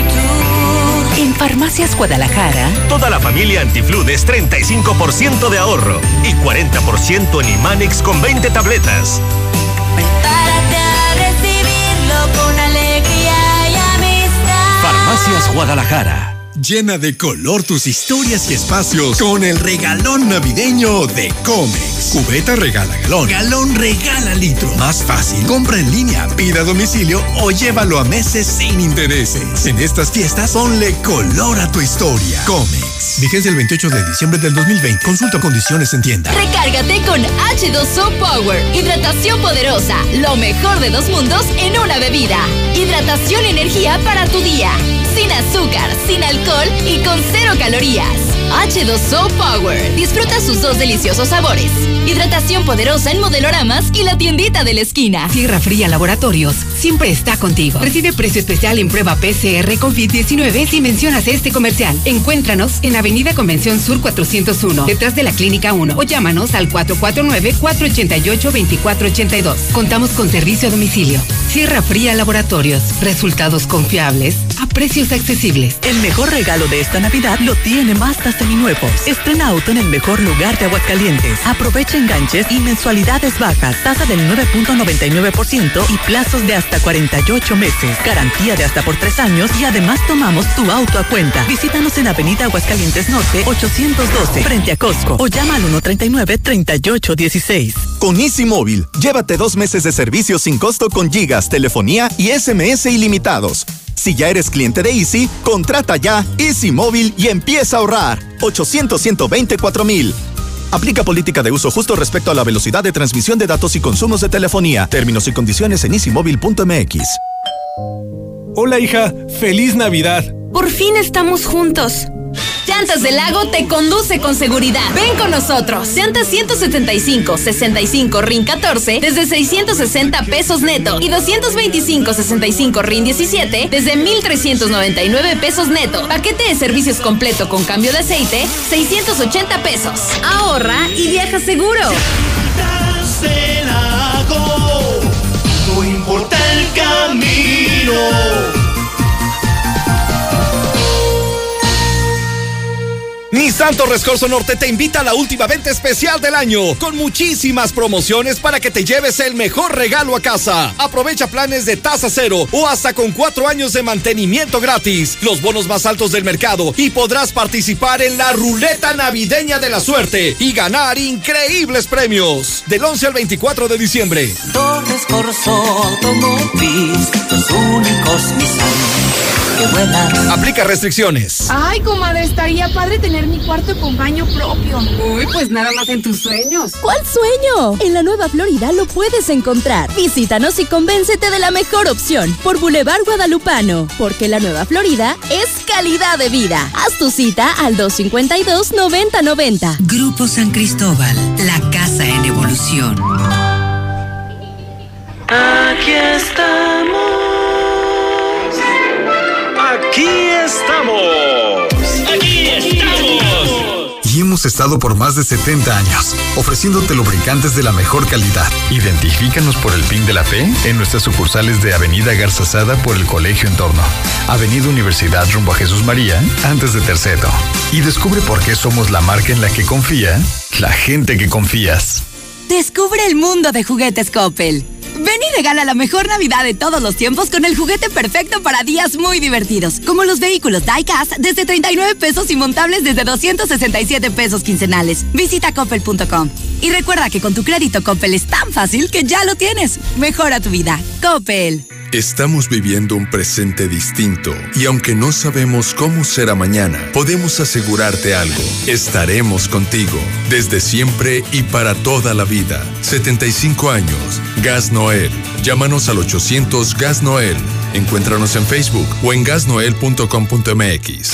plenitud.
En Farmacias Guadalajara,
toda la familia Antifludes treinta y cinco por ciento de ahorro y cuarenta por ciento en Imanix con veinte tabletas.
Prepárate a recibirlo con alegría y amistad.
Farmacias Guadalajara.
Llena de color tus historias y espacios con el regalón navideño de Comex. Cubeta regala galón. Galón regala litro. Más fácil. Compra en línea, pida a domicilio o llévalo a meses sin intereses. En estas fiestas, ponle color a tu historia. Comex. Vigencia el veintiocho de diciembre del dos mil veinte. Consulta condiciones en tienda.
Recárgate con H dos O Power. Hidratación poderosa. Lo mejor de dos mundos en una bebida. Hidratación y energía para tu día. Sin azúcar, sin alcohol y con cero calorías. H dos O Power. Disfruta sus dos deliciosos sabores. Hidratación poderosa en modeloramas y la tiendita de la esquina.
Sierra Fría Laboratorios siempre está contigo. Recibe precio especial en prueba P C R COVID diecinueve si mencionas este comercial. Encuéntranos en Avenida Convención Sur cuatrocientos uno, detrás de la Clínica uno, o llámanos al cuatro cuatro nueve, cuatro ocho ocho, dos cuatro ocho dos. Contamos con servicio a domicilio. Sierra Fría Laboratorios. Resultados confiables a precios accesibles.
El mejor regalo de esta Navidad lo tiene Mazda Seminuevos. Estrena auto en el mejor lugar de Aguascalientes. Aprovecha enganches y mensualidades bajas. Tasa del nueve punto noventa y nueve por ciento y plazos de hasta cuarenta y ocho meses. Garantía de hasta por tres años y además tomamos tu auto a cuenta. Visítanos en Avenida Aguascalientes Norte ochocientos doce, frente a Costco, o llama al uno treinta y nueve, treinta y ocho dieciséis.
Con Easy Móvil, llévate dos meses de servicio sin costo con gigas, telefonía y S M S ilimitados. Si ya eres cliente de Easy, contrata ya Easy Móvil y empieza a ahorrar. ochocientos, ciento veinticuatro mil. Aplica política de uso justo respecto a la velocidad de transmisión de datos y consumos de telefonía. Términos y condiciones en easy móvil punto m x.
Hola, hija. ¡Feliz Navidad!
Por fin estamos juntos. Llantas del Lago te conduce con seguridad. Ven con nosotros. Llantas ciento setenta y cinco, sesenta y cinco R I N catorce desde seiscientos sesenta pesos neto y doscientos veinticinco, sesenta y cinco R I N diecisiete desde mil trescientos noventa y nueve pesos neto. Paquete de servicios completo con cambio de aceite, seiscientos ochenta pesos. Ahorra y viaja seguro.
Llantas del Lago, no importa el camino.
Ni
Santos Rescorso Norte te invita a la última venta especial del año, con muchísimas promociones para que te lleves el mejor regalo a casa. Aprovecha planes de tasa cero o hasta con cuatro años de mantenimiento gratis, los bonos más altos del mercado, y podrás participar en la ruleta navideña de la suerte y ganar increíbles premios. Del once al veinticuatro de diciembre.
Torres Corso Automotriz, los únicos Nissan que vuelan.
Aplica restricciones.
Ay, comadre, estaría padre tener mi cuarto con baño propio. Uy, pues nada más en tus sueños.
¿Cuál sueño? En la Nueva Florida lo puedes encontrar. Visítanos y convéncete de la mejor opción por Boulevard Guadalupano, porque la Nueva Florida es calidad de vida. Haz tu cita al dos cincuenta y dos, noventa noventa.
Grupo San Cristóbal, la casa en evolución.
Aquí estamos. Aquí estamos. Aquí estamos.
Y hemos estado por más de setenta años, ofreciéndote lubricantes de la mejor calidad. Identifícanos por el PIN de la fe en nuestras sucursales de Avenida Garza Sada por el Colegio Entorno, Avenida Universidad rumbo a Jesús María, antes de Terceto. Y descubre por qué somos la marca en la que confía la gente que confías.
Descubre el mundo de juguetes Coppel. Ven y regala la mejor Navidad de todos los tiempos con el juguete perfecto para días muy divertidos, como los vehículos Die-Cast desde treinta y nueve pesos y montables desde doscientos sesenta y siete pesos quincenales. Visita coppel punto com. Y recuerda que con tu crédito Coppel es tan fácil que ya lo tienes. Mejora tu vida. Coppel.
Estamos viviendo un presente distinto y aunque no sabemos cómo será mañana, podemos asegurarte algo. Estaremos contigo desde siempre y para toda la vida. setenta y cinco años. Gas Noel. Llámanos al ochocientos Gas Noel. Encuéntranos en Facebook o en gas noel punto com punto m x.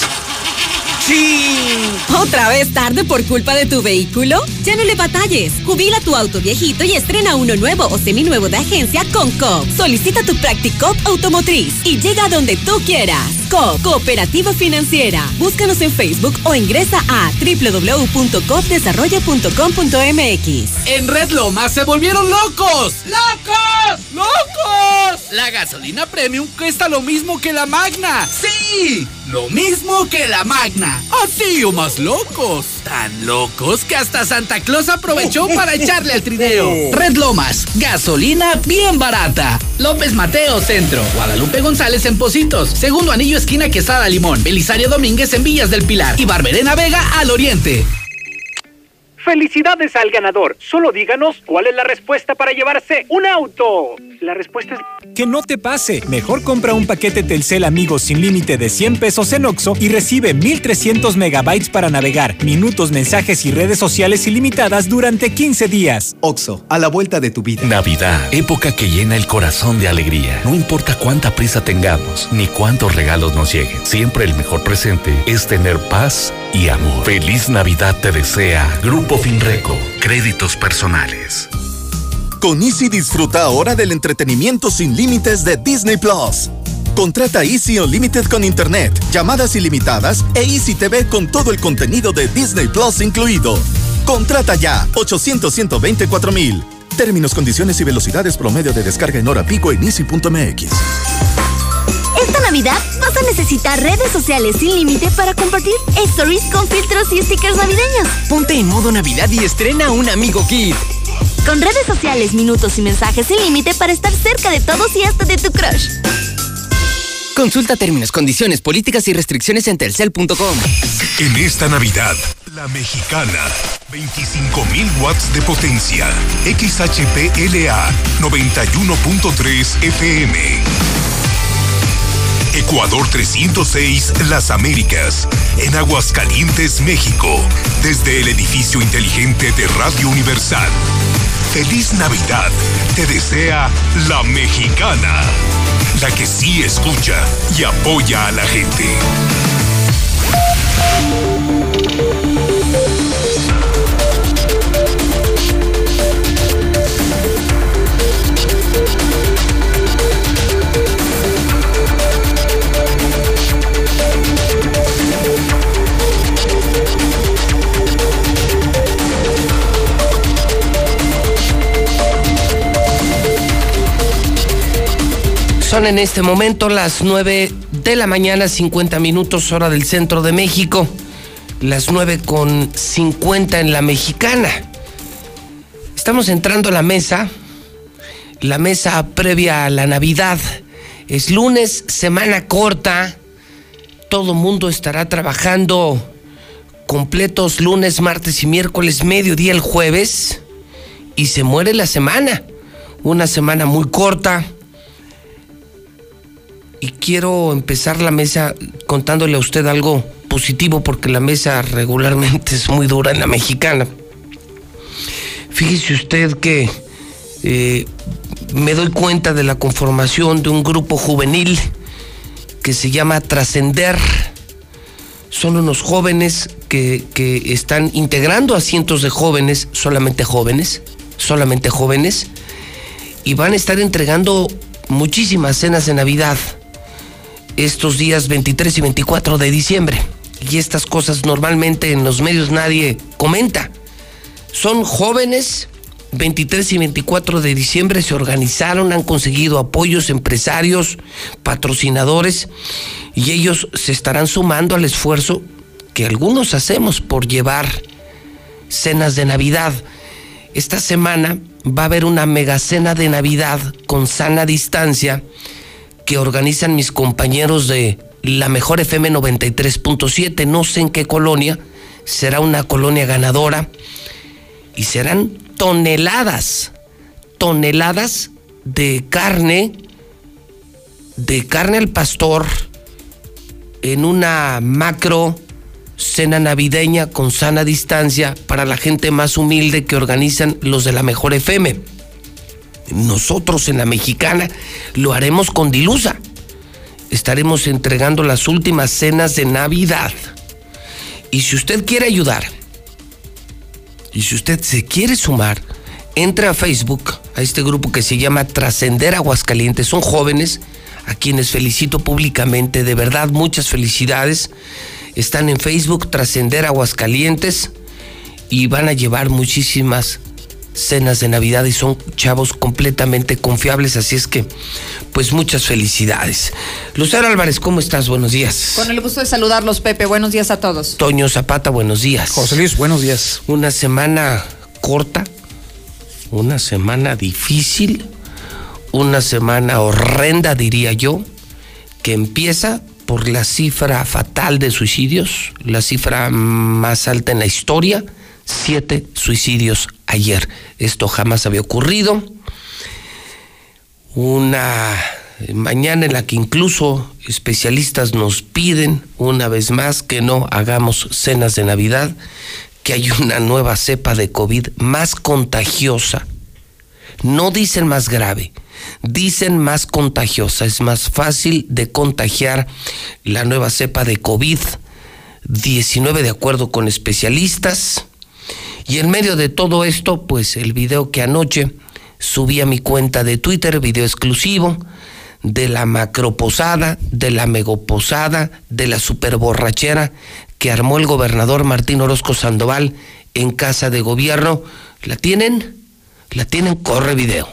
¡Sí! ¿Otra vez tarde por culpa de tu vehículo?
Ya no le batalles. Jubila tu auto viejito y estrena uno nuevo o seminuevo de agencia con C O P. Solicita tu Practicop Automotriz y llega a donde tú quieras. C O P, Cooperativa Financiera. Búscanos en Facebook o ingresa a doble u doble u doble u punto coop desarrollo punto com punto m x.
En Red Lomas se volvieron locos. ¡Locos! ¡Locos! La gasolina premium cuesta lo mismo que la Magna. ¡Sí! Lo mismo que la Magna. Así o más locos. Tan locos que hasta Santa Claus aprovechó para echarle al trineo. Red Lomas, gasolina bien barata. López Mateo Centro, Guadalupe González en Pocitos, Segundo Anillo esquina Quesada Limón, Belisario Domínguez en Villas del Pilar y Barberena Vega al oriente.
¡Felicidades al ganador! Solo díganos cuál es la respuesta para llevarse un auto. La respuesta es...
Que no te pase. Mejor compra un paquete Telcel Amigos sin límite de cien pesos en Oxxo y recibe mil trescientos megabytes para navegar, minutos, mensajes y redes sociales ilimitadas durante quince días.
Oxxo, a la vuelta de tu vida.
Navidad, época que llena el corazón de alegría. No importa cuánta prisa tengamos, ni cuántos regalos nos lleguen. Siempre el mejor presente es tener paz y amor. Feliz Navidad te desea Grupo Finreco, créditos personales.
Con Easy disfruta ahora del entretenimiento sin límites de Disney Plus. Contrata Easy Unlimited con internet, llamadas ilimitadas e Easy T V con todo el contenido de Disney Plus incluido. Contrata ya, ochocientos, ciento veinticuatro mil. Términos, condiciones y velocidades promedio de descarga en hora pico en easy punto m x.
Esta Navidad vas a necesitar redes sociales sin límite para compartir stories con filtros y stickers navideños.
Ponte en modo Navidad y estrena un Amigo Kit.
Con redes sociales, minutos y mensajes sin límite para estar cerca de todos y hasta de tu crush.
Consulta términos, condiciones, políticas y restricciones en telcel punto com.
En esta Navidad, La Mexicana, veinticinco mil watts de potencia, X H P L A noventa y uno punto tres F M. Ecuador trescientos seis, Las Américas, en Aguascalientes, México, desde el edificio inteligente de Radio Universal. Feliz Navidad, te desea La Mexicana, la que sí escucha y apoya a la gente.
Son en este momento las nueve de la mañana, cincuenta minutos, hora del centro de México.
las nueve con cincuenta en la Mexicana. Estamos entrando a la mesa, la mesa previa a la Navidad. Es lunes, semana corta, todo mundo estará trabajando completos lunes, martes y miércoles, mediodía el jueves, y se muere la semana. Una semana muy corta. Y quiero empezar la mesa contándole a usted algo positivo, porque la mesa regularmente es muy dura en la Mexicana. Fíjese usted que eh, me doy cuenta de la conformación de un grupo juvenil que se llama Trascender. Son unos jóvenes que, que están integrando a cientos de jóvenes, solamente jóvenes, solamente jóvenes, y van a estar entregando muchísimas cenas de Navidad estos días veintitrés y veinticuatro de diciembre. Y estas cosas normalmente en los medios nadie comenta. Son jóvenes, veintitrés y veinticuatro de diciembre se organizaron, han conseguido apoyos, empresarios, patrocinadores, y ellos se estarán sumando al esfuerzo que algunos hacemos por llevar cenas de Navidad. Esta semana va a haber una megacena de Navidad con sana distancia que organizan mis compañeros de La Mejor F M noventa y tres punto siete. No sé en qué colonia, será una colonia ganadora, y serán toneladas, toneladas de carne, de carne al pastor, en una macro cena navideña con sana distancia para la gente más humilde que organizan los de La Mejor F M. Nosotros en la Mexicana lo haremos con Dilusa. Estaremos entregando las últimas cenas de Navidad. Y si usted quiere ayudar, y si usted se quiere sumar, entre a Facebook, a este grupo que se llama Trascender Aguascalientes. Son jóvenes a quienes felicito públicamente, de verdad, muchas felicidades. Están en Facebook, Trascender Aguascalientes, y van a llevar muchísimas cenas de Navidad, y son chavos completamente confiables, así es que, pues, muchas felicidades. Lucero Álvarez, ¿cómo estás? Buenos días.
Con el gusto de saludarlos, Pepe. Buenos días a todos.
Toño Zapata, buenos días.
José Luis, buenos días.
Una semana corta, una semana difícil, una semana horrenda, diría yo, que empieza por la cifra fatal de suicidios, la cifra más alta en la historia, siete suicidios ayer. Esto jamás había ocurrido. Una mañana en la que incluso especialistas nos piden una vez más que no hagamos cenas de Navidad, que hay una nueva cepa de COVID más contagiosa. No dicen más grave, dicen más contagiosa. Es más fácil de contagiar la nueva cepa de COVID diecinueve, de acuerdo con especialistas. Y en medio de todo esto, pues el video que anoche subí a mi cuenta de Twitter, video exclusivo de la macroposada, de la megoposada, de la superborrachera que armó el gobernador Martín Orozco Sandoval en Casa de Gobierno. ¿La tienen? ¿La tienen? Corre video.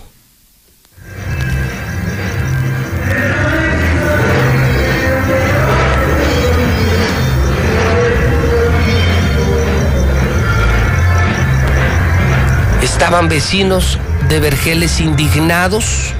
Estaban vecinos de Vergeles indignados,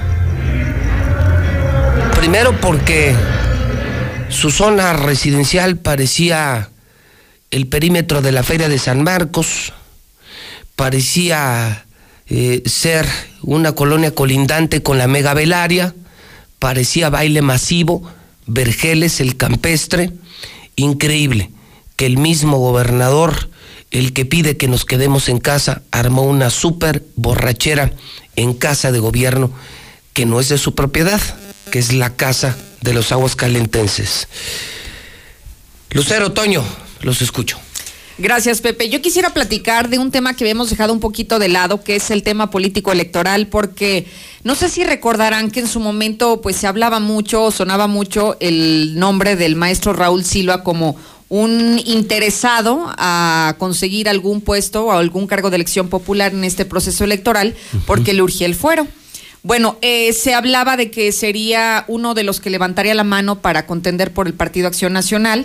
primero porque su zona residencial parecía el perímetro de la Feria de San Marcos, parecía eh, ser una colonia colindante con la Mega Belaria, parecía baile masivo, Vergeles, el campestre. Increíble que el mismo gobernador, el que pide que nos quedemos en casa, armó una súper borrachera en Casa de Gobierno que no es de su propiedad, que es la casa de los aguascalentenses. Lucero, Toño, los escucho.
Gracias, Pepe. Yo quisiera platicar de un tema que habíamos dejado un poquito de lado, que es el tema político electoral, porque no sé si recordarán que en su momento pues se hablaba mucho, sonaba mucho el nombre del maestro Raúl Silva como un interesado a conseguir algún puesto o algún cargo de elección popular en este proceso electoral, porque le urgía el fuero. Bueno, eh, se hablaba de que sería uno de los que levantaría la mano para contender por el Partido Acción Nacional,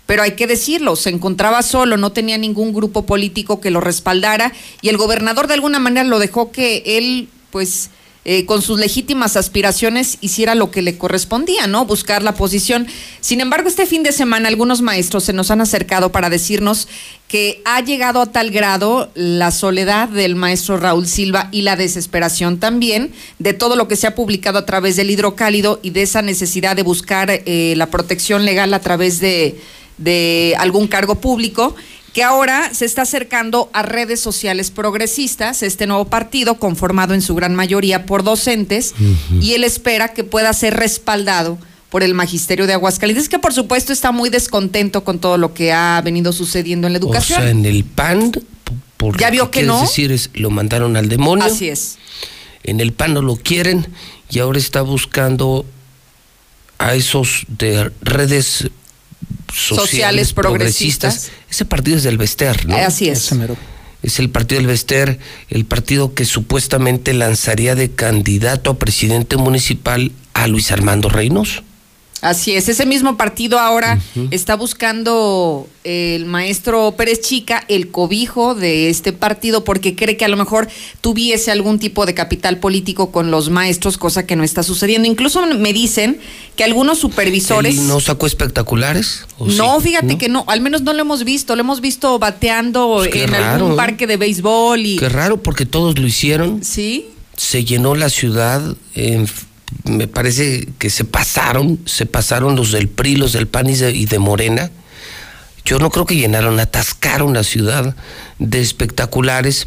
pero hay que decirlo, se encontraba solo, no tenía ningún grupo político que lo respaldara y el gobernador de alguna manera lo dejó que él, pues, Eh, con sus legítimas aspiraciones hiciera lo que le correspondía, ¿no? Buscar la posición. Sin embargo, este fin de semana algunos maestros se nos han acercado para decirnos que ha llegado a tal grado la soledad del maestro Raúl Silva y la desesperación también de todo lo que se ha publicado a través del Hidrocálido y de esa necesidad de buscar eh, la protección legal a través de, de algún cargo público, que ahora se está acercando a redes sociales progresistas, este nuevo partido conformado en su gran mayoría por docentes, uh-huh. y él espera que pueda ser respaldado por el magisterio de Aguascalientes, que por supuesto está muy descontento con todo lo que ha venido sucediendo en la educación.
O sea, en el P A N, por
ya vio que no.
Es decir, es, lo mandaron al demonio.
Así es.
En el P A N no lo quieren y ahora está buscando a esos de redes sociales, sociales progresistas. progresistas. Ese partido es del Bester, ¿no?
Así es.
Es el partido del Bester, el partido que supuestamente lanzaría de candidato a presidente municipal a Luis Armando Reynoso.
Así es, ese mismo partido ahora uh-huh. está buscando el maestro Pérez Chica el cobijo de este partido porque cree que a lo mejor tuviese algún tipo de capital político con los maestros, cosa que no está sucediendo. Incluso me dicen que algunos supervisores...
¿Él no sacó espectaculares?
No,
sí?
fíjate
¿No?
que no, al menos no lo hemos visto, lo hemos visto bateando pues en raro, algún parque de béisbol. Y...
Qué raro, porque todos lo hicieron.
Sí.
Se llenó la ciudad en... Me parece que se pasaron, se pasaron los del P R I, los del P A N y de, y de Morena. Yo no creo que llenaron, atascaron la ciudad de espectaculares.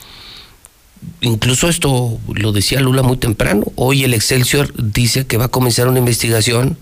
Incluso esto lo decía Lula muy temprano. Hoy el Excelsior dice que va a comenzar una investigación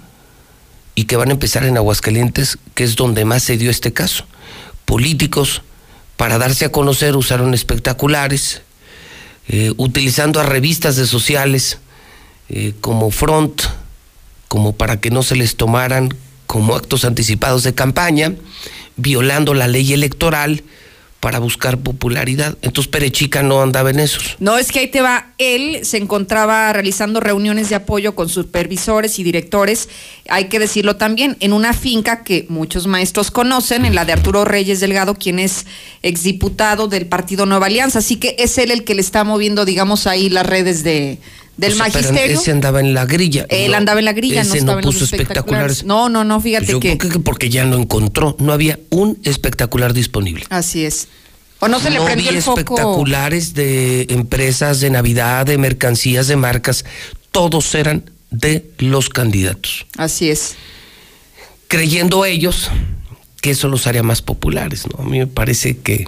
y que van a empezar en Aguascalientes, que es donde más se dio este caso. Políticos, para darse a conocer, usaron espectaculares, eh, utilizando a revistas de sociales, Eh, como front, como para que no se les tomaran como actos anticipados de campaña, violando la ley electoral para buscar popularidad. Entonces Pérez Chica no andaba en esos.
No, es que ahí te va, él se encontraba realizando reuniones de apoyo con supervisores y directores, hay que decirlo también, en una finca que muchos maestros conocen, en la de Arturo Reyes Delgado, quien es exdiputado del Partido Nueva Alianza, así que es él el que le está moviendo, digamos, ahí las redes de... del o sea, magisterio.
Pero ese andaba en la grilla.
Él
no,
andaba en la grilla, no estaba
no puso
en los espectaculares.
espectaculares.
No, no, no, fíjate
Yo
que...
creo que porque ya no encontró, no había un espectacular disponible.
Así es. O no se le
no
prendió
vi
el foco.
Espectaculares de empresas, de Navidad, de mercancías, de marcas, todos eran de los candidatos.
Así es.
Creyendo ellos que eso los haría más populares, ¿no? A mí me parece que,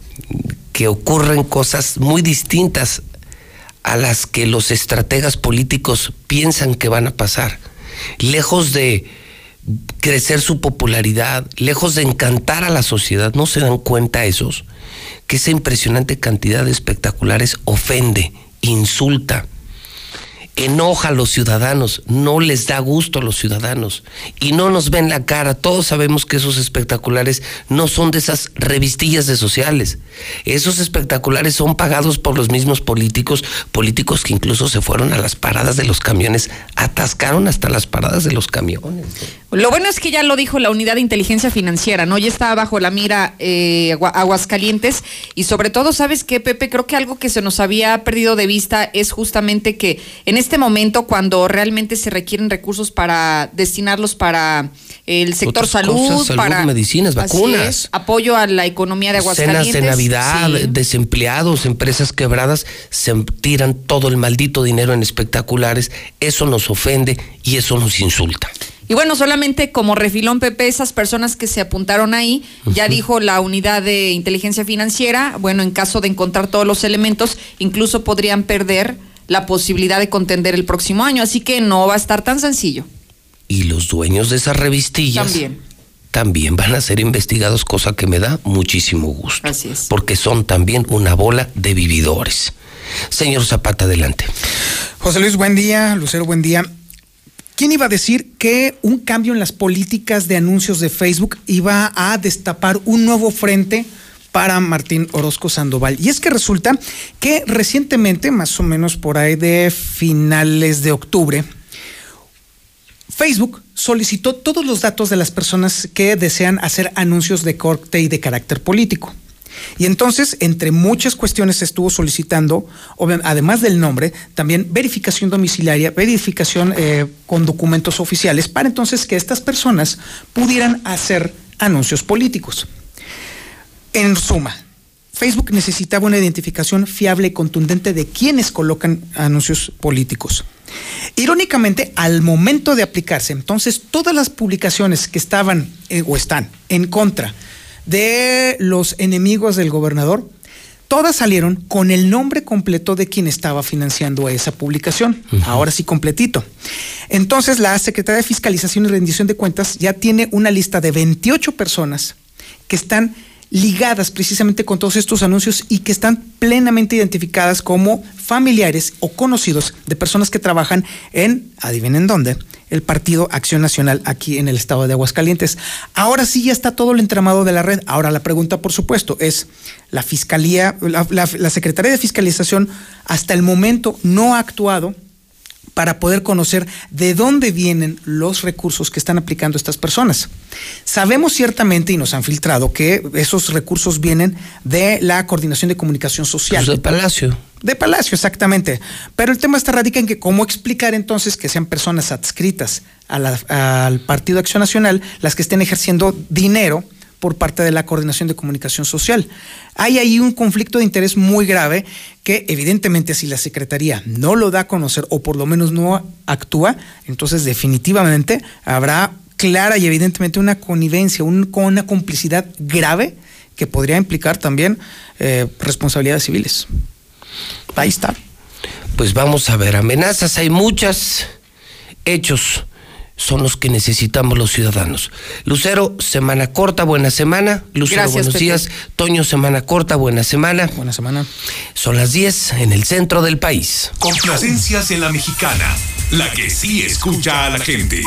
que ocurren cosas muy distintas a las que los estrategas políticos piensan que van a pasar. Lejos de crecer su popularidad, lejos de encantar a la sociedad, ¿no se dan cuenta esos? Que esa impresionante cantidad de espectaculares ofende, insulta, enoja a los ciudadanos, no les da gusto a los ciudadanos y no nos ven la cara. Todos sabemos que esos espectaculares no son de esas revistillas de sociales. Esos espectaculares son pagados por los mismos políticos, políticos que incluso se fueron a las paradas de los camiones, atascaron hasta las paradas de los camiones.
Lo bueno es que ya lo dijo la Unidad de Inteligencia Financiera, ¿no? Ya está bajo la mira eh, Aguascalientes y sobre todo, ¿sabes qué, Pepe? Creo que algo que se nos había perdido de vista es justamente que en este momento, cuando realmente se requieren recursos para destinarlos para el sector
Otras
salud,
cosas, salud,
para
medicinas, vacunas,
es, apoyo a la economía de Aguascalientes,
cenas de Navidad,
sí.
desempleados, empresas quebradas, se tiran todo el maldito dinero en espectaculares. Eso nos ofende y eso nos insulta.
Y bueno, solamente como refilón, Pepe, esas personas que se apuntaron ahí, ya uh-huh. dijo la Unidad de Inteligencia Financiera, bueno, en caso de encontrar todos los elementos, incluso podrían perder la posibilidad de contender el próximo año, así que no va a estar tan sencillo.
Y los dueños de esas revistillas
también,
también van a ser investigados, cosa que me da muchísimo gusto.
Así es.
Porque son también una bola de vividores. Señor Zapata, adelante.
José Luis, buen día. Lucero, buen día. ¿Quién iba a decir que un cambio en las políticas de anuncios de Facebook iba a destapar un nuevo frente para Martín Orozco Sandoval? Y es que resulta que recientemente, más o menos por ahí de finales de octubre, Facebook solicitó todos los datos de las personas que desean hacer anuncios de corte y de carácter político. Y entonces, entre muchas cuestiones, estuvo solicitando, además del nombre, también verificación domiciliaria, verificación eh, con documentos oficiales, para entonces que estas personas pudieran hacer anuncios políticos. En suma, Facebook necesitaba una identificación fiable y contundente de quienes colocan anuncios políticos. Irónicamente, al momento de aplicarse, entonces, todas las publicaciones que estaban eh, o están en contra de los enemigos del gobernador, todas salieron con el nombre completo de quien estaba financiando esa publicación. Uh-huh. Ahora sí, completito. Entonces, la Secretaría de Fiscalización y Rendición de Cuentas ya tiene una lista de veintiocho personas que están ligadas precisamente con todos estos anuncios y que están plenamente identificadas como familiares o conocidos de personas que trabajan en, adivinen dónde, el Partido Acción Nacional aquí en el estado de Aguascalientes. Ahora sí ya está todo el entramado de la red. Ahora la pregunta, por supuesto, es la Fiscalía, la, la, la Secretaría de Fiscalización hasta el momento no ha actuado para poder conocer de dónde vienen los recursos que están aplicando estas personas. Sabemos ciertamente, y nos han filtrado, que esos recursos vienen de la Coordinación de Comunicación Social.
Pues de Palacio.
De Palacio, exactamente. Pero el tema está radica en que cómo explicar entonces que sean personas adscritas a la, al Partido Acción Nacional las que estén ejerciendo dinero por parte de la Coordinación de Comunicación Social. Hay ahí un conflicto de interés muy grave que evidentemente si la Secretaría no lo da a conocer o por lo menos no actúa, entonces definitivamente habrá clara y evidentemente una connivencia, un, una complicidad grave que podría implicar también eh, responsabilidades civiles. Ahí está.
Pues vamos a ver, amenazas hay muchas, hechos son los que necesitamos los ciudadanos. Lucero, semana corta, buena semana. Lucero, Gracias, buenos Pepe. días. Toño, semana corta, buena semana.
Buena semana.
Son las diez en el centro del país.
Complacencias en la Mexicana, la que sí escucha a la gente.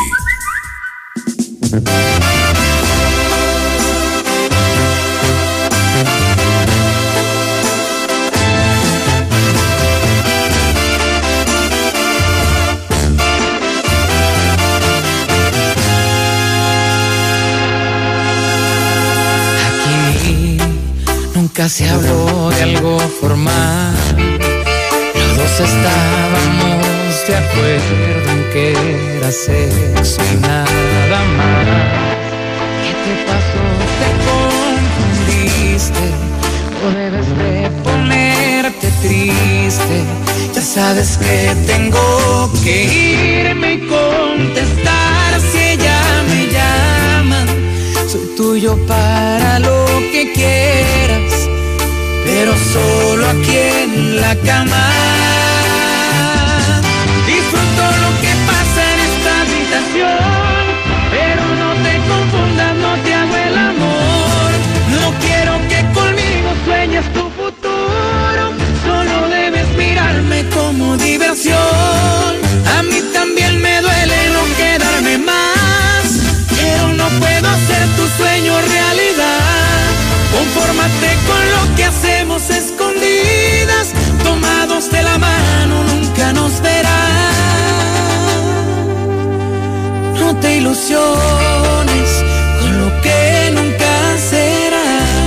Nunca se habló de algo formal. Los dos estábamos de acuerdo en que era sexo y nada más. ¿Qué te pasó? ¿Te confundiste? ¿O debes de ponerte triste? Ya sabes que tengo que irme y contestar si ella me llama. Soy tuyo para lo que quieras, pero solo aquí en la cama. Disfruto lo que pasa en esta habitación, pero no te confundas, no te hago el amor. No quiero que conmigo sueñes tu futuro, solo debes mirarme como diversión. A mí también me duele no quedarme más, pero no puedo hacer tu sueño realidad. Confórmate con lo que hacemos escondidas, tomados de la mano nunca nos verás. No te ilusiones con lo que nunca será.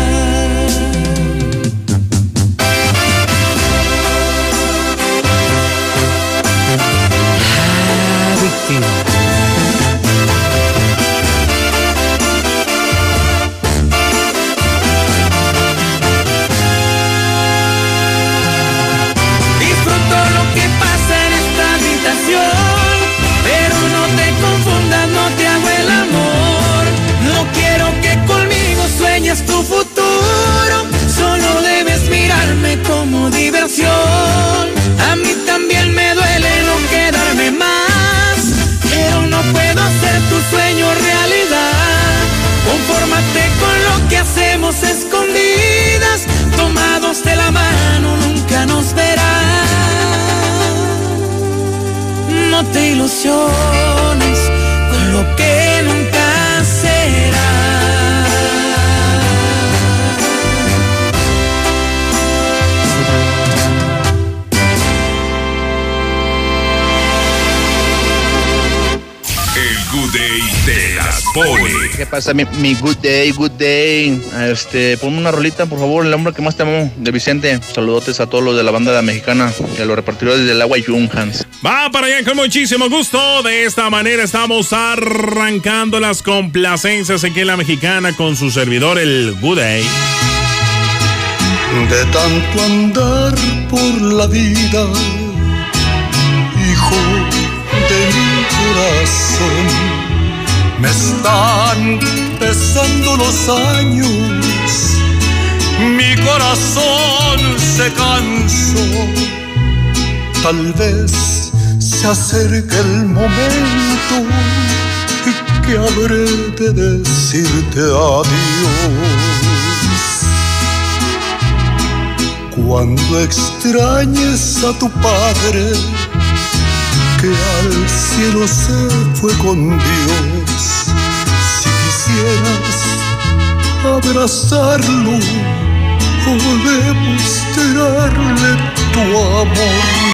Adictivo. Pero no te confundas, no te hago el amor. No quiero que conmigo sueñes tu futuro, solo debes mirarme como diversión. A mí también me duele no quedarme más, pero no puedo hacer tu sueño realidad. Confórmate con lo que hacemos escondidas, tomados de la mano nunca nos verás. No te ilusiones con lo que nunca será.
El Good Day Poli.
¿Qué pasa, mi, mi good day, good day? Este, ponme una rolita, por favor, el hombre que más te amo, de Vicente. Saludotes a todos los de la banda mexicana y a los repartidores del agua Junghans.
Va para allá con muchísimo gusto. De esta manera estamos arrancando las complacencias aquí en la mexicana con su servidor, el Good Day.
De tanto andar por la vida, hijo de mi corazón, me están pesando los años, mi corazón se cansó. Tal vez se acerque el momento que habré de decirte adiós. Cuando extrañes a tu padre, que al cielo se fue con Dios, si quisieras abrazarlo o demostrarle tu amor,